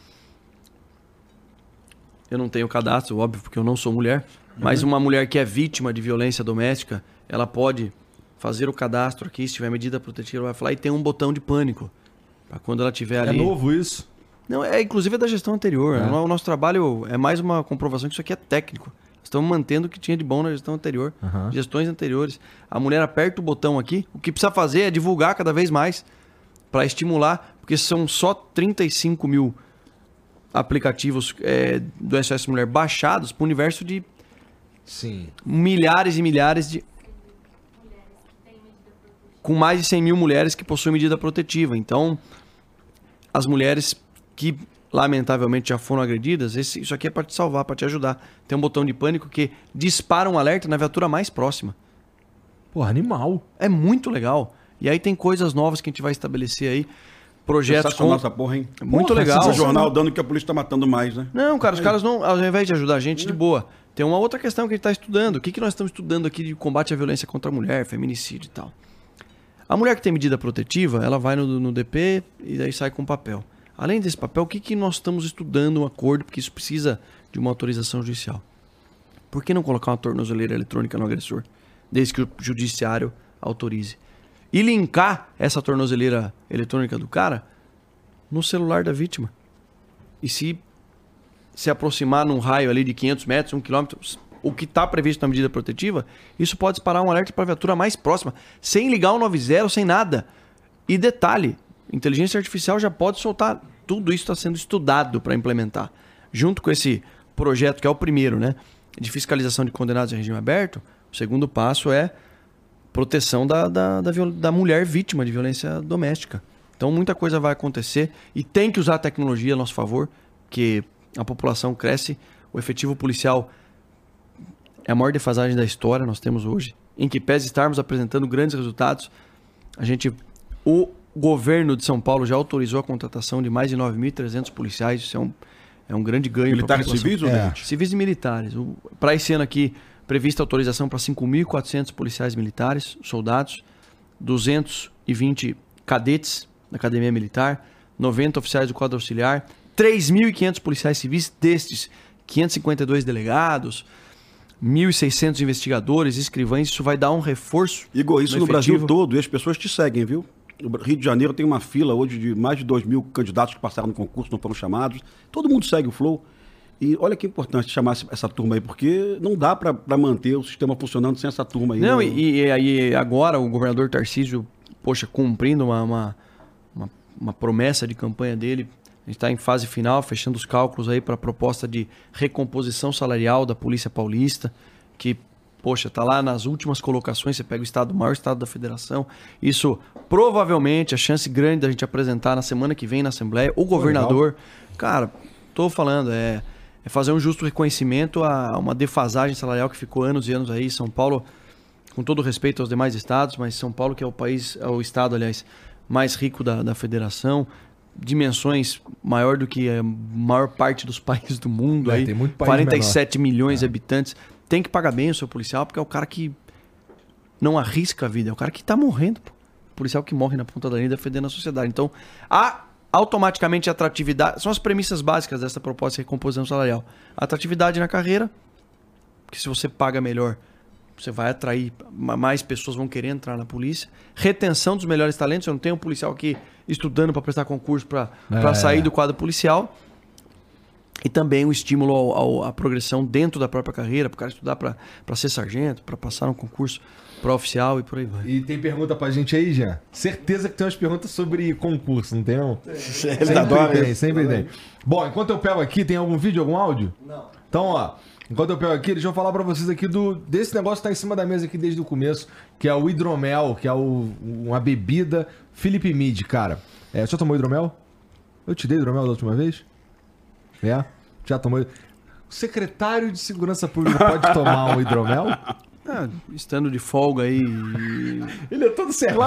eu não tenho cadastro, óbvio, porque eu não sou mulher, mas uma mulher que é vítima de violência doméstica, ela pode fazer o cadastro aqui, se tiver medida protetiva, ela vai falar, e tem um botão de pânico, para quando ela tiver ali... É novo isso? Não, é inclusive é da gestão anterior. É. O nosso trabalho é mais uma comprovação que isso aqui é técnico. Estamos mantendo o que tinha de bom na gestão anterior, uhum. Gestões anteriores. A mulher aperta o botão aqui, o que precisa fazer é divulgar cada vez mais para estimular, porque são só trinta e cinco mil aplicativos é, do S O S Mulher baixados para o universo de Sim. milhares e milhares de... com mais de cem mil mulheres que possuem medida protetiva. Então, as mulheres que lamentavelmente já foram agredidas, esse, isso aqui é para te salvar, para te ajudar. Tem um botão de pânico que dispara um alerta na viatura mais próxima. Porra, animal. É muito legal. E aí tem coisas novas que a gente vai estabelecer aí. Projetos com... essa porra, hein? Muito porra, legal. Esse jornal dando que a polícia tá matando mais, né? Não, cara, os caras não, ao invés de ajudar a gente, de boa. Tem uma outra questão que a gente está estudando. O que, que nós estamos estudando aqui de combate à violência contra a mulher, feminicídio e tal. A mulher que tem medida protetiva, ela vai no, no D P e daí sai com papel. Além desse papel, o que, que nós estamos estudando um acordo, porque isso precisa de uma autorização judicial. Por que não colocar uma tornozeleira eletrônica no agressor, desde que o judiciário autorize? E linkar essa tornozeleira eletrônica do cara no celular da vítima. E se se aproximar num raio ali de quinhentos metros, um quilômetro, o que está previsto na medida protetiva, isso pode disparar um alerta para a viatura mais próxima, sem ligar o noventa, sem nada. E detalhe, inteligência artificial já pode soltar, tudo isso está sendo estudado para implementar. Junto com esse projeto, que é o primeiro, né, de fiscalização de condenados em regime aberto, o segundo passo é proteção da, da, da, da mulher vítima de violência doméstica. Então muita coisa vai acontecer e tem que usar a tecnologia a nosso favor, que a população cresce, o efetivo policial é a maior defasagem da história nós temos hoje, em que pese estarmos apresentando grandes resultados, a gente, o governo de São Paulo já autorizou a contratação de mais de nove mil e trezentos policiais, isso é um, é um grande ganho. Militares civis ou é. Civis e militares. Para esse ano aqui, prevista autorização para cinco mil e quatrocentos policiais militares, soldados, duzentos e vinte cadetes da Academia Militar, noventa oficiais do quadro auxiliar, três mil e quinhentos policiais civis, destes quinhentos e cinquenta e dois delegados, mil e seiscentos investigadores, escrivães, isso vai dar um reforço. Igor, isso no, no Brasil todo, e as pessoas te seguem, viu? O Rio de Janeiro tem uma fila hoje de mais de dois mil candidatos que passaram no concurso, não foram chamados. Todo mundo segue o Flow. E olha que importante chamar essa turma aí, porque não dá para manter o sistema funcionando sem essa turma aí. Não, não... E, e aí agora o governador Tarcísio, poxa, cumprindo uma, uma, uma, uma promessa de campanha dele, a gente está em fase final, fechando os cálculos aí para a proposta de recomposição salarial da Polícia Paulista, que poxa, tá lá nas últimas colocações, você pega o estado, o maior estado da federação. Isso, provavelmente, a chance grande da gente apresentar na semana que vem na Assembleia, o governador. Pô, cara, tô falando, é, é fazer um justo reconhecimento a uma defasagem salarial que ficou anos e anos aí. São Paulo, com todo respeito aos demais estados, mas São Paulo que é o país, é o estado, aliás, mais rico da, da federação, dimensões maior do que a maior parte dos países do mundo. É, aí, tem muito país quarenta e sete menor. milhões de É. habitantes. Tem que pagar bem o seu policial, porque é o cara que não arrisca a vida, é o cara que tá morrendo, pô. O policial que morre na ponta da linha defendendo a sociedade. Então, há automaticamente atratividade, são as premissas básicas dessa proposta de recomposição salarial. Atratividade na carreira, porque se você paga melhor, você vai atrair, mais pessoas vão querer entrar na polícia. Retenção dos melhores talentos. Eu não tenho um policial aqui estudando para prestar concurso para É. sair do quadro policial. E também o estímulo ao, ao, à progressão dentro da própria carreira, para o cara estudar para ser sargento, para passar um concurso para oficial e por aí vai. E tem pergunta pra gente aí, Jean? Certeza que tem umas perguntas sobre concurso, não tem não? Ele Sempre adora tem, isso. sempre tem. Bom, enquanto eu pego aqui, tem algum vídeo, algum áudio? Não. Então, ó, enquanto eu pego aqui, deixa eu falar pra vocês aqui do, desse negócio que tá em cima da mesa aqui desde o começo, que é o hidromel, que é o, uma bebida Felipe Mid, cara. É, já tomou hidromel? Eu te dei hidromel da última vez? É? Já tomou? O secretário de Segurança Pública pode tomar um hidromel? Ah, estando de folga aí. Ele é todo certinho.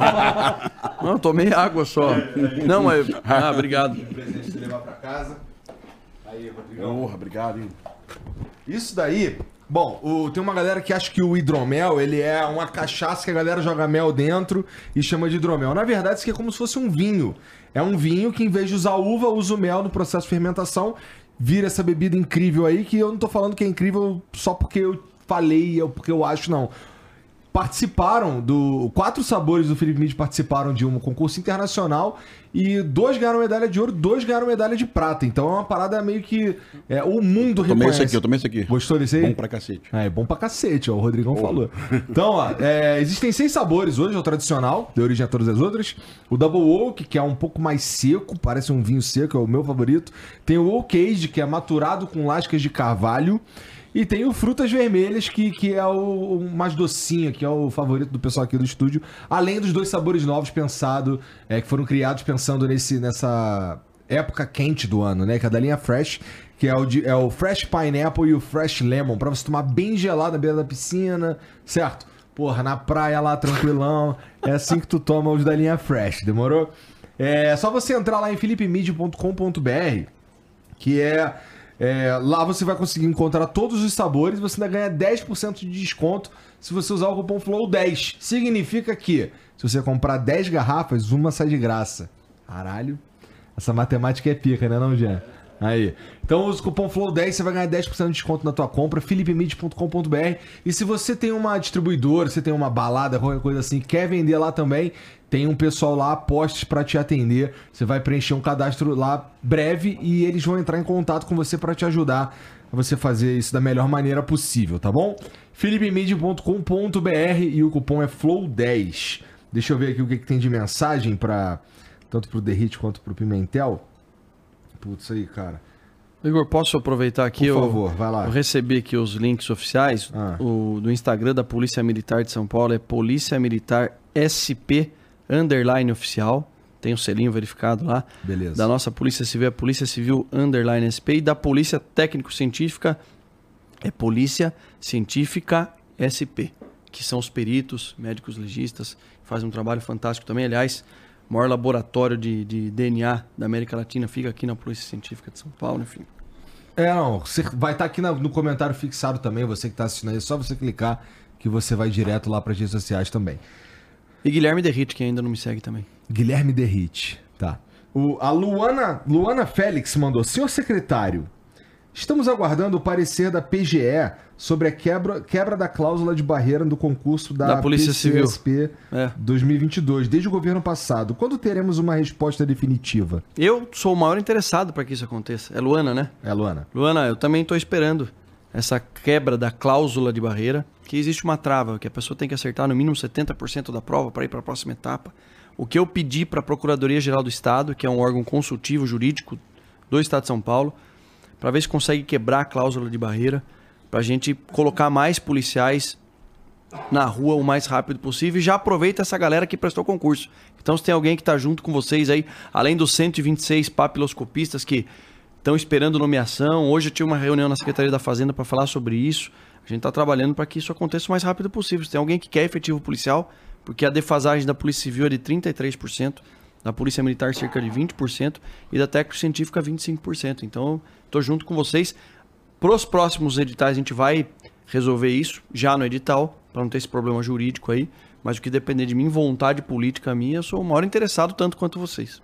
Não, tomei água só. Não, mas. Ah, obrigado. Presente de levar pra casa. Aí, Rodrigão. Porra, obrigado, hein? Isso daí, bom, o- tem uma galera que acha que o hidromel, ele é uma cachaça que a galera joga mel dentro e chama de hidromel. Na verdade, isso aqui é como se fosse um vinho. É um vinho que, em vez de usar uva, usa o mel no processo de fermentação, vira essa bebida incrível aí, que eu não tô falando que é incrível só porque eu falei, ou porque eu acho, não. Participaram do... Quatro sabores do Felipe Mid participaram de um concurso internacional e dois ganharam medalha de ouro, dois ganharam medalha de prata. Então é uma parada meio que... É, o mundo Tomei reconhece. esse aqui, eu tomei esse aqui. Gostou desse aí? Bom pra cacete. Ah, é bom pra cacete, ó, o Rodrigão falou. Então, ó, é, existem seis sabores hoje, é o tradicional, de origem a todas as outras. O Double Oak, que é um pouco mais seco, parece um vinho seco, é o meu favorito. Tem o Oak Age, que é maturado com lascas de carvalho. E tem o Frutas Vermelhas, que, que é o, o mais docinho, que é o favorito do pessoal aqui do estúdio. Além dos dois sabores novos pensados, é, que foram criados pensando nesse, nessa época quente do ano, né? Que é da linha Fresh, que é o, de- é o Fresh Pineapple e o Fresh Lemon, pra você tomar bem gelado na beira da piscina, certo? Porra, na praia lá, tranquilão. É assim que tu toma os da linha Fresh, demorou? É só você entrar lá em felipe mid ponto com ponto b r, que é... É, lá você vai conseguir encontrar todos os sabores e você ainda ganha dez por cento de desconto se você usar o cupom flow dez. Significa que se você comprar dez garrafas, uma sai de graça. Caralho. Essa matemática é pica, né não, Jean? Aí. Então usa o cupom flow dez, você vai ganhar dez por cento de desconto na tua compra, felipe mid ponto com ponto b r. E se você tem uma distribuidora, você tem uma balada, qualquer coisa assim, quer vender lá também, tem um pessoal lá, postes pra te atender. Você vai preencher um cadastro lá breve e eles vão entrar em contato com você pra te ajudar a você fazer isso da melhor maneira possível, tá bom? felipe mid ponto com ponto b r e o cupom é flow dez. Deixa eu ver aqui o que, que tem de mensagem para tanto pro The Hit quanto pro Pimentel. Putz, aí, cara. Igor, posso aproveitar aqui? Por eu, favor, vai lá. Eu recebi aqui os links oficiais. Ah. O, do Instagram da Polícia Militar de São Paulo é Polícia Militar S P underline oficial. Tem o selinho verificado lá. Beleza. Da nossa Polícia Civil é Polícia Civil underline S P. E da Polícia Técnico-Científica é Polícia Científica S P. Que são os peritos, médicos legistas. Fazem um trabalho fantástico também. Aliás, o maior laboratório de, de D N A da América Latina fica aqui na Polícia Científica de São Paulo, enfim. É, não. Você vai estar aqui na- no comentário fixado também, você que tá assistindo aí. É só você clicar que você vai direto lá para as redes sociais também. E Guilherme Derrite, que ainda não me segue também. Guilherme Derrite, tá. O, a Luana, Luana Félix mandou: senhor secretário, estamos aguardando o parecer da P G E sobre a quebra, quebra da cláusula de barreira do concurso da, Da Polícia Civil. P C S P É. dois mil e vinte e dois, desde o governo passado. Quando teremos uma resposta definitiva? Eu sou o maior interessado para que isso aconteça. É Luana, né? É, Luana. Luana, eu também estou esperando essa quebra da cláusula de barreira, que existe uma trava, que a pessoa tem que acertar no mínimo setenta por cento da prova para ir para a próxima etapa. O que eu pedi para a Procuradoria-Geral do Estado, que é um órgão consultivo jurídico do Estado de São Paulo, para ver se consegue quebrar a cláusula de barreira, pra gente colocar mais policiais na rua o mais rápido possível. E já aproveita essa galera que prestou concurso. Então, se tem alguém que tá junto com vocês aí, além dos cento e vinte e seis papiloscopistas que estão esperando nomeação, hoje eu tive uma reunião na Secretaria da Fazenda para falar sobre isso. A gente está trabalhando para que isso aconteça o mais rápido possível. Se tem alguém que quer efetivo policial, porque a defasagem da Polícia Civil é de trinta e três por cento, da Polícia Militar cerca de vinte por cento e da Técnico-Científica vinte e cinco por cento. Então, estou junto com vocês. Para os próximos editais, a gente vai resolver isso já no edital, para não ter esse problema jurídico aí. Mas o que depender de mim, vontade política minha, eu sou o maior interessado tanto quanto vocês.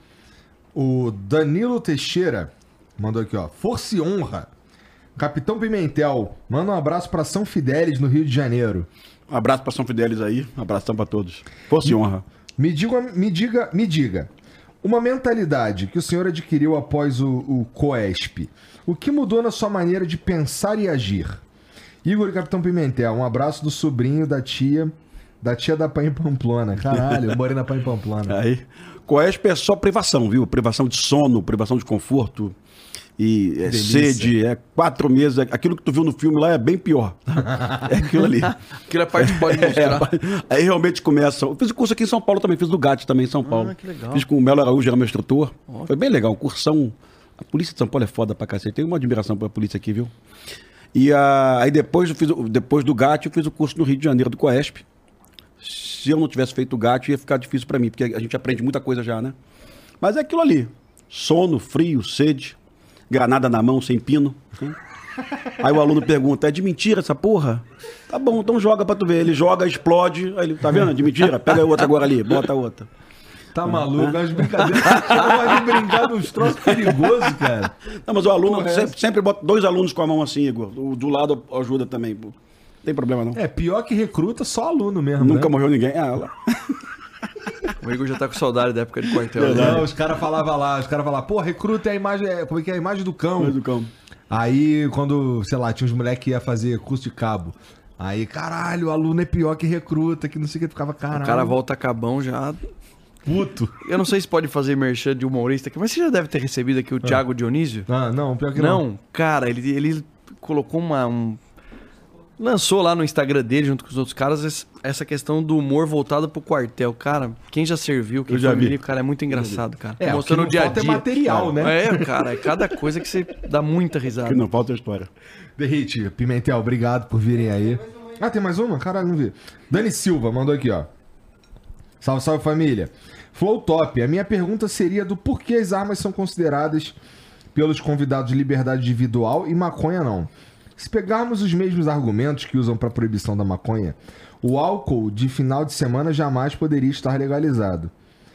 O Danilo Teixeira mandou aqui, ó. Força e honra. Capitão Pimentel, manda um abraço para São Fidélis, no Rio de Janeiro. Um abraço para São Fidélis aí, um abração para todos. Força e honra. Me diga, me diga, me diga, uma mentalidade que o senhor adquiriu após o, o COESP, o que mudou na sua maneira de pensar e agir? Igor e Capitão Pimentel, um abraço do sobrinho da tia, da tia da Pã em Pamplona. Caralho, eu morei na Pã em Pamplona. Aí, COESP é só privação, viu? Privação de sono, privação de conforto. E é sede, é quatro meses. Aquilo que tu viu no filme lá é bem pior. É aquilo ali. Aquilo é a parte que pode mostrar. É, aí realmente começa. Eu fiz o curso aqui em São Paulo também, fiz do G A T também em São Paulo. Ah, que legal. Fiz com o Melo Araújo, era meu instrutor. Oh. Foi bem legal, um cursão. A polícia de São Paulo é foda pra cacete. Tenho uma admiração pela polícia aqui, viu? E a, aí depois, eu fiz, depois do G A T, eu fiz o curso no Rio de Janeiro do COESP. Se eu não tivesse feito o G A T, ia ficar difícil pra mim, porque a gente aprende muita coisa já, né? Mas é aquilo ali. Sono, frio, sede. Granada na mão, sem pino. Hein? Aí o aluno pergunta, é de mentira essa porra? Tá bom, então joga pra tu ver. Ele joga, explode. Aí ele, tá vendo? De mentira? Pega outra agora ali, bota outra. Tá maluco? As brincadeiras. Pode brincar nos troços perigosos, cara. Não, mas o aluno sempre, sempre bota dois alunos com a mão assim, Igor. O do lado ajuda também. Não tem problema, não. É, pior que recruta, só aluno mesmo. Nunca né? morreu ninguém. Ah, lá. O Igor já tá com saudade da época de quartel. Não, os caras falavam lá, os caras falavam, pô, recruta é a imagem, é, como é que é a imagem do cão? Imagem do cão. Aí, quando, sei lá, tinha uns moleques que ia fazer curso de cabo. Aí, caralho, o aluno é pior que recruta, que não sei o que, ficava, caralho. O cara volta cabão já... Puto. Eu não sei se pode fazer merchan de humorista aqui, mas você já deve ter recebido aqui o ah. Thiago Dionísio. Ah, não, pior que não. Não, cara, ele, ele colocou uma... Um... Lançou lá no Instagram dele, junto com os outros caras, essa questão do humor voltado pro quartel. Cara, quem já serviu, quem já foi vi. milico, cara, é muito engraçado, cara. É, mostrando o dia a dia. É material, né? É, cara, é cada coisa que você dá muita risada. Que não falta história. Derrite, Pimentel, obrigado por virem aí. Ah, tem mais uma? Caralho, não vi. Dani Silva mandou aqui, ó. Salve, salve, família. Flow top. A minha pergunta seria do porquê as armas são consideradas pelos convidados de liberdade individual e maconha não. Se pegarmos os mesmos argumentos que usam para a proibição da maconha, o álcool de final de semana jamais poderia estar legalizado.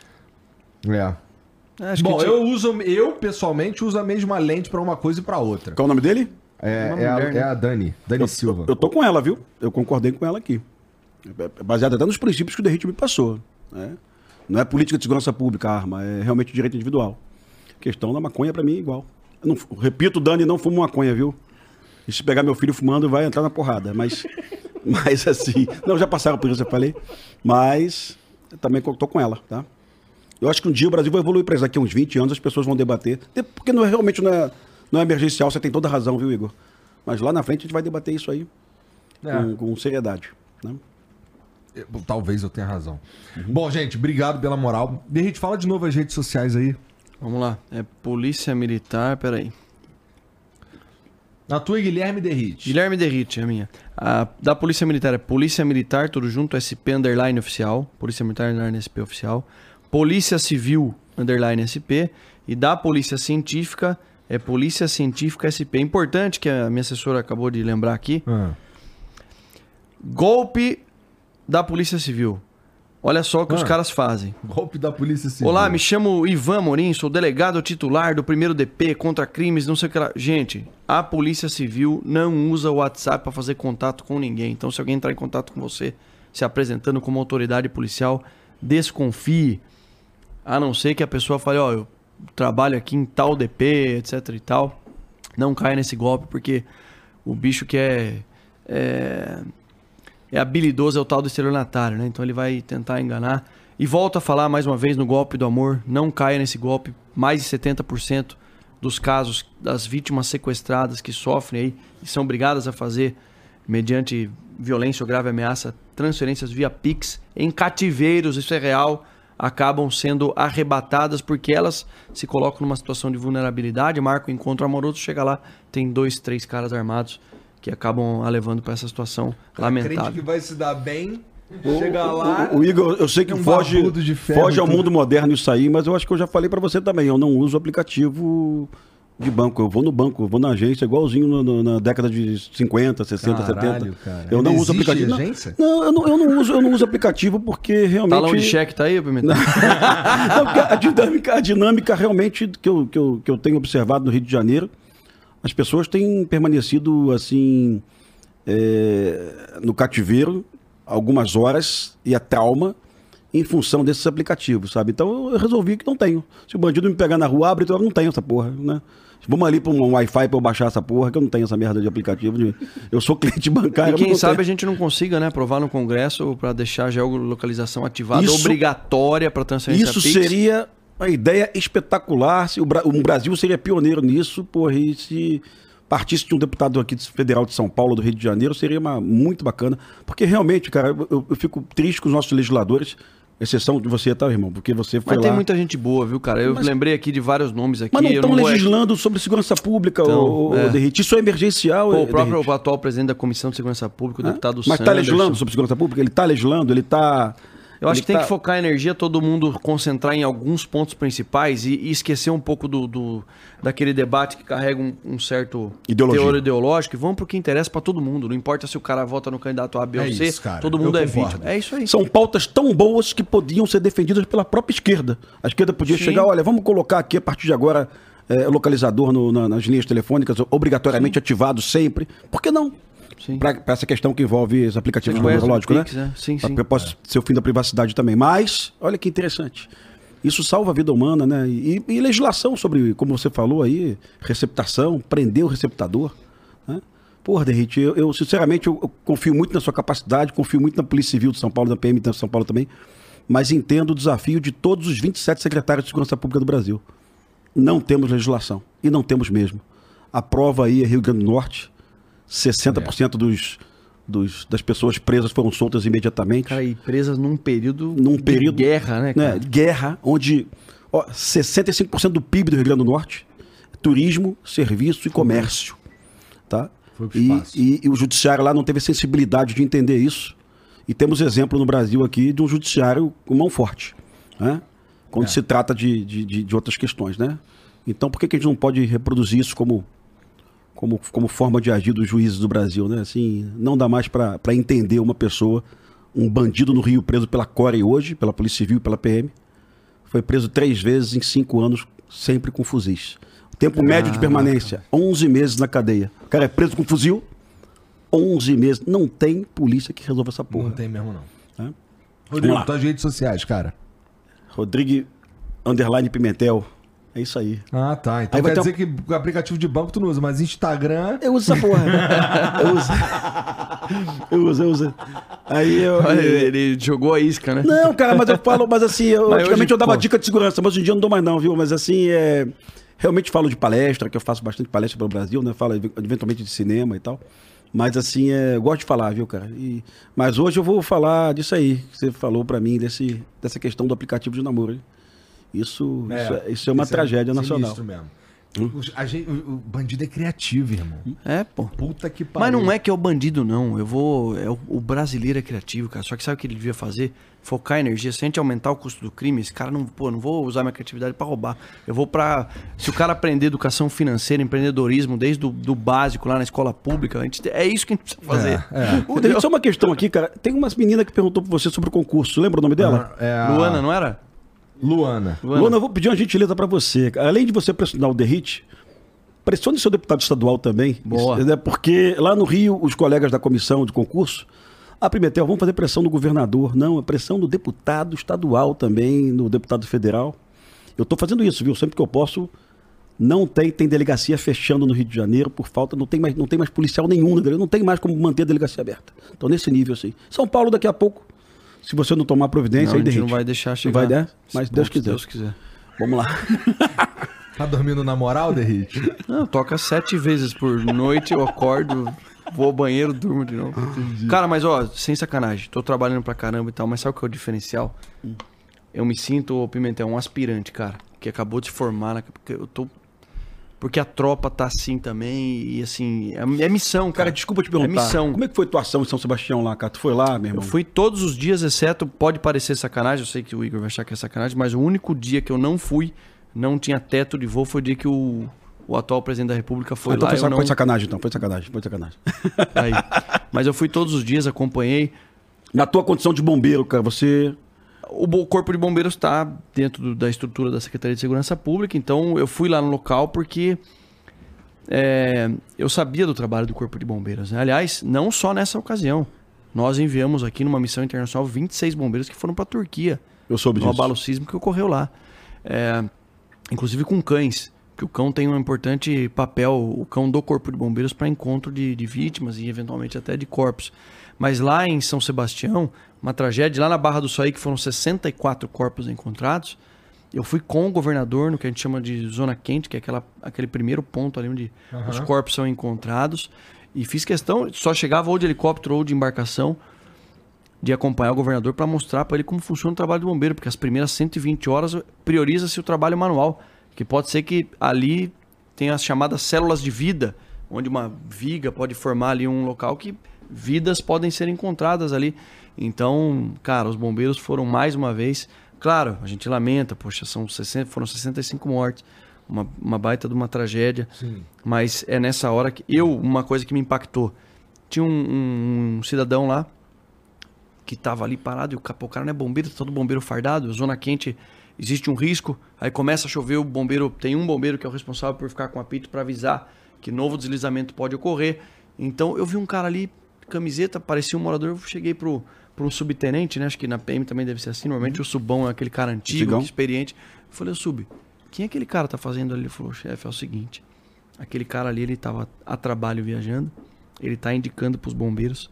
É. Acho Bom, que eu uso, eu pessoalmente uso a mesma lente para uma coisa e para outra. Qual o nome dele? É, Uma é, a, mulher, né? é a Dani, Dani Eu, Silva. eu, eu tô com ela, viu? Eu concordei com ela aqui. Baseado até nos princípios que o Derrite me passou. Né? Não é política de segurança pública a arma, é realmente direito individual. A questão da maconha para mim é igual. Eu não, repito, Dani, não fumo maconha, viu? E se pegar meu filho fumando, vai entrar na porrada. Mas, mas assim... Não, já passaram por isso, eu falei. Mas eu também tô com ela, tá? Eu acho que um dia o Brasil vai evoluir para isso. Daqui a uns vinte anos as pessoas vão debater. Porque não é, realmente não é, não é emergencial, você tem toda a razão, viu, Igor? Mas lá na frente a gente vai debater isso aí é. com, com seriedade, né? Talvez eu tenha razão. Uhum. Bom, gente, obrigado pela moral. Derrite, fala de novo as redes sociais aí. Vamos lá. É Polícia Militar, peraí. A tua é Guilherme Derrite. Guilherme Derrite, é a minha. A da Polícia Militar é Polícia Militar, tudo junto, S P underline oficial. Polícia Militar underline S P oficial. Polícia Civil underline S P. E da Polícia Científica é Polícia Científica S P. É importante que a minha assessora acabou de lembrar aqui. Ah. Golpe da Polícia Civil. Olha só o que ah. os caras fazem. Golpe da Polícia Civil. Olá, me chamo Ivan Morim, sou delegado titular do primeiro D P contra crimes, não sei o que lá. Gente, a Polícia Civil não usa o WhatsApp para fazer contato com ninguém. Então, se alguém entrar em contato com você, se apresentando como autoridade policial, desconfie. A não ser que a pessoa fale, ó, oh, eu trabalho aqui em tal D P, etc e tal. Não caia nesse golpe, porque o bicho que é... é... É habilidoso, é o tal do estelionatário, né? Então ele vai tentar enganar. E volto a falar mais uma vez no golpe do amor. Não caia nesse golpe. Mais de setenta por cento dos casos das vítimas sequestradas que sofrem aí e são obrigadas a fazer, mediante violência ou grave ameaça, transferências via Pix em cativeiros, isso é real, acabam sendo arrebatadas porque elas se colocam numa situação de vulnerabilidade, marcam um encontro amoroso, chega lá, tem dois, três caras armados que acabam a levando para essa situação lamentável. Crente que vai se dar bem, O, chega lá... O, o Igor, eu sei que um foge, de ferro, foge ao tudo. mundo moderno isso aí, mas eu acho que eu já falei pra você também. Eu não uso aplicativo de banco. Eu vou no banco, eu vou na agência, igualzinho no, no, na década de cinquanta, sessenta, Caralho, setenta. cara. Eu não Existe uso aplicativo. agência? Não, não, eu não, eu não uso, eu não uso aplicativo porque realmente. Talão de cheque tá aí, Pimentel? Não, porque a dinâmica, a dinâmica realmente que eu, que, eu, que eu tenho observado no Rio de Janeiro, as pessoas têm permanecido assim é, no cativeiro algumas horas e a trauma em função desses aplicativos, sabe? Então eu resolvi que não tenho. Se o bandido me pegar na rua, abre, então eu não tenho essa porra, né? Vamos ali para um Wi-Fi para eu baixar essa porra, que eu não tenho essa merda de aplicativo. De... Eu sou cliente bancário. E quem sabe tenho. a gente não consiga, né, aprovar no Congresso para deixar a geolocalização ativada, Isso, obrigatória para transferência Isso Pix. seria uma ideia espetacular. Se o, Bra... o Brasil seria pioneiro nisso, porra, e se partisse de um deputado aqui federal de São Paulo, do Rio de Janeiro, seria uma... muito bacana. Porque realmente, cara, eu, eu fico triste com os nossos legisladores. Exceção de você, tá, irmão? Porque você foi Mas lá... tem muita gente boa, viu, cara? Eu Mas- lembrei aqui de vários nomes aqui. Mas não eu estão vou- legislando sobre segurança pública, Então, o, é. Derrite. Isso é emergencial. Pô, é, o próprio Derrite. atual presidente da Comissão de Segurança Pública, o Hã? deputado Mas está Sanderson. legislando sobre segurança pública? Ele está legislando, ele está... Eu acho ele que tem tá- que focar a energia, todo mundo concentrar em alguns pontos principais e, e esquecer um pouco do, do- daquele debate que carrega um, um certo Ideologia. teor ideológico. E vamos pro que interessa para todo mundo. Não importa se o cara vota no candidato A, B ou É C, isso, cara. todo mundo Eu é concordo. vítima. É isso aí. São pautas tão boas que podiam ser defendidas pela própria esquerda. A esquerda podia Sim. chegar, olha, vamos colocar aqui a partir de agora é, localizador no- na- nas linhas telefônicas, obrigatoriamente ativado sempre. Por que não? Sim. Para essa questão que envolve os aplicativos Você conhece o neurológicos, né? Pix, né? Sim, Pra- sim. pra- Pode ser o fim da privacidade também. Mas, olha que interessante. Isso salva a vida humana, né? E, e legislação sobre, como você falou aí, receptação, prender o receptador. Né? Porra, Derrite, eu, eu, sinceramente eu, eu confio muito na sua capacidade, confio muito na Polícia Civil de São Paulo, da P M de São Paulo também, mas entendo o desafio de todos os vinte e sete secretários de Segurança Pública do Brasil. Não temos legislação. E não temos mesmo. A prova aí é Rio Grande do Norte. sessenta por cento dos, dos, das pessoas presas foram soltas imediatamente. Cara, e presas num período, Num de período, guerra, né, cara? né, guerra, onde ó, sessenta e cinco por cento do P I B do Rio Grande do Norte é turismo, serviço e comércio. Tá? Foi pro E, espaço. e, e o judiciário lá não teve sensibilidade de entender isso. E temos exemplo no Brasil aqui de um judiciário com mão forte, né? Quando É. se trata de, de, de, de outras questões, né? Então por que, que a gente não pode reproduzir isso como, como, como forma de agir dos juízes do Brasil, né? Assim, não dá mais para entender uma pessoa, um bandido no Rio preso pela C O R E hoje, pela Polícia Civil e pela P M, foi preso três vezes em cinco anos, sempre com fuzis. O tempo médio de permanência, onze meses na cadeia. O cara é preso com fuzil, onze meses. Não tem polícia que resolva essa porra. Não tem mesmo, não. Né? Rodrigo, Vamos lá. tuas redes sociais, cara. Rodrigo Underline Pimentel. É isso aí. Ah, tá. Então Aí vai quer ter dizer que o aplicativo de banco tu não usa, mas Instagram... Eu uso essa porra. eu uso. Eu uso, eu uso. Aí eu. Olha, ele jogou a isca, né? Não, cara, mas eu falo, mas assim, eu, Mas antigamente hoje, eu dava pô. dica de segurança, mas hoje em dia eu não dou mais não, viu? Mas assim, é, realmente falo de palestra, que eu faço bastante palestra pelo Brasil, né? Falo eventualmente de cinema e tal. Mas assim, é, eu gosto de falar, viu, cara? E, mas hoje eu vou falar disso aí, que você falou pra mim, desse, dessa questão do aplicativo de namoro. Hein? Isso é, isso é, isso é uma isso tragédia sinistro nacional. mesmo. Os- a gente- o, o bandido é criativo, irmão. É, pô. Puta que pariu. Mas não é que é o bandido, não. Eu vou. É o, o brasileiro é criativo, cara. Só que sabe o que ele devia fazer? Focar energia. Se a gente aumentar o custo do crime, esse cara não. Pô, não vou usar minha criatividade pra roubar. Eu vou pra. Se o cara aprender educação financeira, empreendedorismo, desde o do básico lá na escola pública, a gente, é isso que a gente precisa fazer. É, é. Ô, David, só uma questão aqui, cara. Tem umas meninas que perguntou pra você sobre o concurso. Lembra o nome dela? É a... Luana, não era? Luana. Luana, eu vou pedir uma gentileza pra você. Além de você pressionar o Derrite, pressione seu deputado estadual também. Boa. Isso, né? Porque lá no Rio, os colegas da comissão de concurso, ah, Pimentel, vamos fazer pressão no governador. Não, é pressão no deputado estadual também, no deputado federal. Eu tô fazendo isso, viu? Sempre que eu posso. Não tem, tem delegacia fechando no Rio de Janeiro por falta, não tem mais, não tem mais policial nenhum, né? Não tem mais como manter a delegacia aberta. Então, nesse nível, assim. São Paulo, daqui a pouco, se você não tomar providência, Não, aí a gente Derrite. não vai deixar Não chegar. vai, né? Mas Se Deus Deus quiser. Deus quiser. Vamos lá. Tá dormindo na moral, Derrite? Não, toca sete vezes por noite, eu acordo, vou ao banheiro, durmo de novo. Entendi. Cara, mas ó, sem sacanagem, tô trabalhando pra caramba e tal, mas sabe o que é o diferencial? Hum. Eu me sinto, ô Pimentel, um aspirante, cara, que acabou de se formar, né? Porque eu tô... Porque a tropa tá assim também e assim, é, é missão, cara. Cara, desculpa te perguntar, é missão. Como é que foi a tua ação em São Sebastião lá, cara? Tu foi lá, meu irmão? Eu fui todos os dias, exceto, pode parecer sacanagem, eu sei que o Igor vai achar que é sacanagem, mas o único dia que eu não fui, não tinha teto de voo, foi o dia que o, o atual presidente da República foi ah, então lá. Foi, eu não... foi sacanagem, então, foi sacanagem, foi sacanagem. Aí. Mas eu fui todos os dias, acompanhei. Na tua condição de bombeiro, cara, você... O Corpo de Bombeiros está dentro do, da estrutura da Secretaria de Segurança Pública, então eu fui lá no local porque... É, eu sabia do trabalho do Corpo de Bombeiros, né? Aliás, não só nessa ocasião. Nós enviamos aqui numa missão internacional vinte e seis bombeiros que foram para a Turquia. Eu soube disso. No abalo sísmico que ocorreu lá. É, inclusive com cães, que o cão tem um importante papel, o cão do Corpo de Bombeiros, para encontro de, de vítimas e eventualmente até de corpos. Mas lá em São Sebastião, uma tragédia, lá na Barra do Saí, que foram sessenta e quatro corpos encontrados. Eu fui com o governador no que a gente chama de zona quente, que é aquela, aquele primeiro ponto ali onde uhum. os corpos são encontrados. E fiz questão, só chegava ou de helicóptero ou de embarcação, de acompanhar o governador para mostrar para ele como funciona o trabalho do bombeiro. Porque as primeiras cento e vinte horas prioriza-se o trabalho manual. Que pode ser que ali tenha as chamadas células de vida, onde uma viga pode formar ali um local que vidas podem ser encontradas ali. Então, cara, os bombeiros foram mais uma vez... Claro, a gente lamenta, poxa, são sessenta, foram sessenta e cinco mortes, uma, uma baita de uma tragédia. Sim. Mas é nessa hora que eu, uma coisa que me impactou, tinha um, um, um cidadão lá que estava ali parado e o, o cara não é bombeiro, tá todo bombeiro fardado, zona quente, existe um risco, aí começa a chover, o bombeiro, tem um bombeiro que é o responsável por ficar com o apito para avisar que novo deslizamento pode ocorrer. Então eu vi um cara ali, camiseta, parecia um morador, eu cheguei pro... para um subtenente, né? Acho que na P M também deve ser assim. Normalmente uhum. o subão é aquele cara antigo, experiente. Eu falei, sub, quem é aquele cara tá fazendo ali? Ele falou, chefe, é o seguinte, aquele cara ali, ele tava a trabalho viajando, ele tá indicando pros bombeiros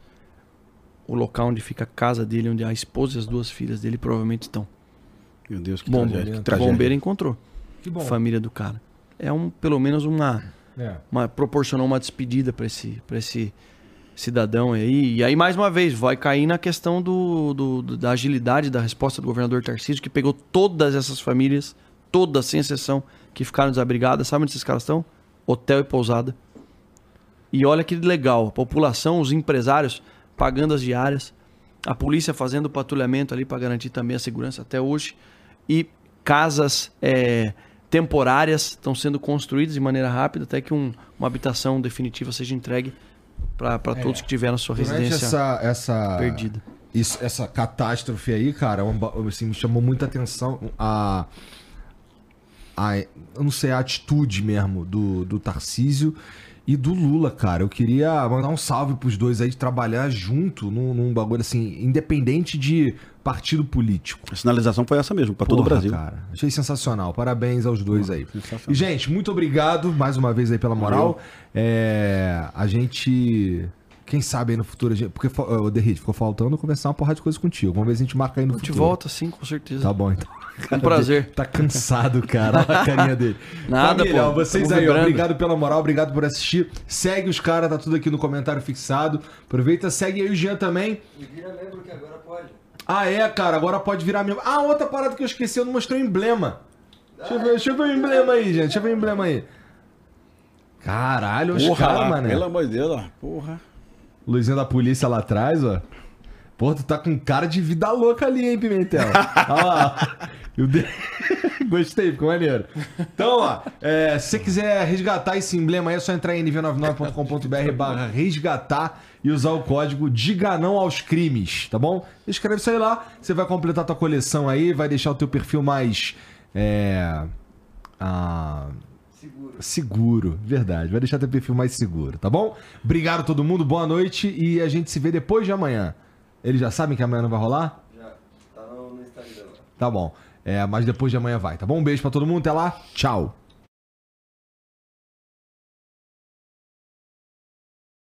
o local onde fica a casa dele, onde a esposa e as duas filhas dele provavelmente estão. Meu Deus, que Bombe, tragédia. Que o tragédia. bombeiro encontrou. Que bom. Família do cara. É um, pelo menos uma... É. uma proporcionou uma despedida para esse... Pra esse cidadão aí, e aí mais uma vez vai cair na questão do, do, do, da agilidade da resposta do governador Tarcísio, que pegou todas essas famílias, todas sem exceção, que ficaram desabrigadas. Sabe onde esses caras estão? Hotel e pousada. E olha que legal, a população, os empresários pagando as diárias, a polícia fazendo patrulhamento ali para garantir também a segurança até hoje, e casas é, temporárias estão sendo construídas de maneira rápida até que um, uma habitação definitiva seja entregue para é, todos que tiveram sua residência essa, essa, perdida. Isso, essa catástrofe aí, cara, assim, me chamou muita atenção a, a, eu não sei, a atitude mesmo do, do Tarcísio e do Lula, cara. Eu queria mandar um salve pros dois aí de trabalhar junto num, num bagulho assim, independente de partido político. A sinalização foi essa mesmo, para todo o Brasil. Cara, achei sensacional. Parabéns aos dois Porra, aí. E, gente, muito obrigado mais uma vez aí pela moral. É, a gente... Quem sabe aí no futuro... A gente, porque o Derrite ficou faltando conversar uma porrada de coisas contigo. Vamos ver se a gente marca aí no eu futuro. De volta, sim, com certeza. Tá bom, então. Um prazer. Tá cansado, cara. Olha a carinha dele. Nada, Família, pô. Vocês aí, ó, obrigado pela moral, obrigado por assistir. Segue os caras, tá tudo aqui no comentário fixado. Aproveita, segue aí o Jean também. E vira membro que agora pode. Ah, é, cara, agora pode virar membro. Ah, outra parada que eu esqueci, eu não mostrei o emblema. Deixa eu ver, deixa eu ver o emblema aí, gente. Deixa eu ver o emblema aí. Caralho, os caras, mano. Pelo amor de Deus, ó. Porra. Luzinha da polícia lá atrás, ó. Pô, tu tá com cara de vida louca ali, hein, Pimentel? Olha lá. Eu de... Gostei, ficou maneiro. Então, ó, é, se você quiser resgatar esse emblema aí, é só entrar em n v noventa e nove ponto com ponto b r barra resgatar e usar o código Diga Não aos Crimes, tá bom? Escreve isso aí lá, você vai completar a tua coleção aí, vai deixar o teu perfil mais... É... Ah... Seguro. Seguro, verdade. Vai deixar teu perfil mais seguro, tá bom? Obrigado a todo mundo, boa noite e a gente se vê depois de amanhã. Eles já sabem que amanhã não vai rolar? Já, tá no Instagram lá. Tá bom. É, mas depois de amanhã vai, tá bom? Um beijo pra todo mundo, até lá, tchau.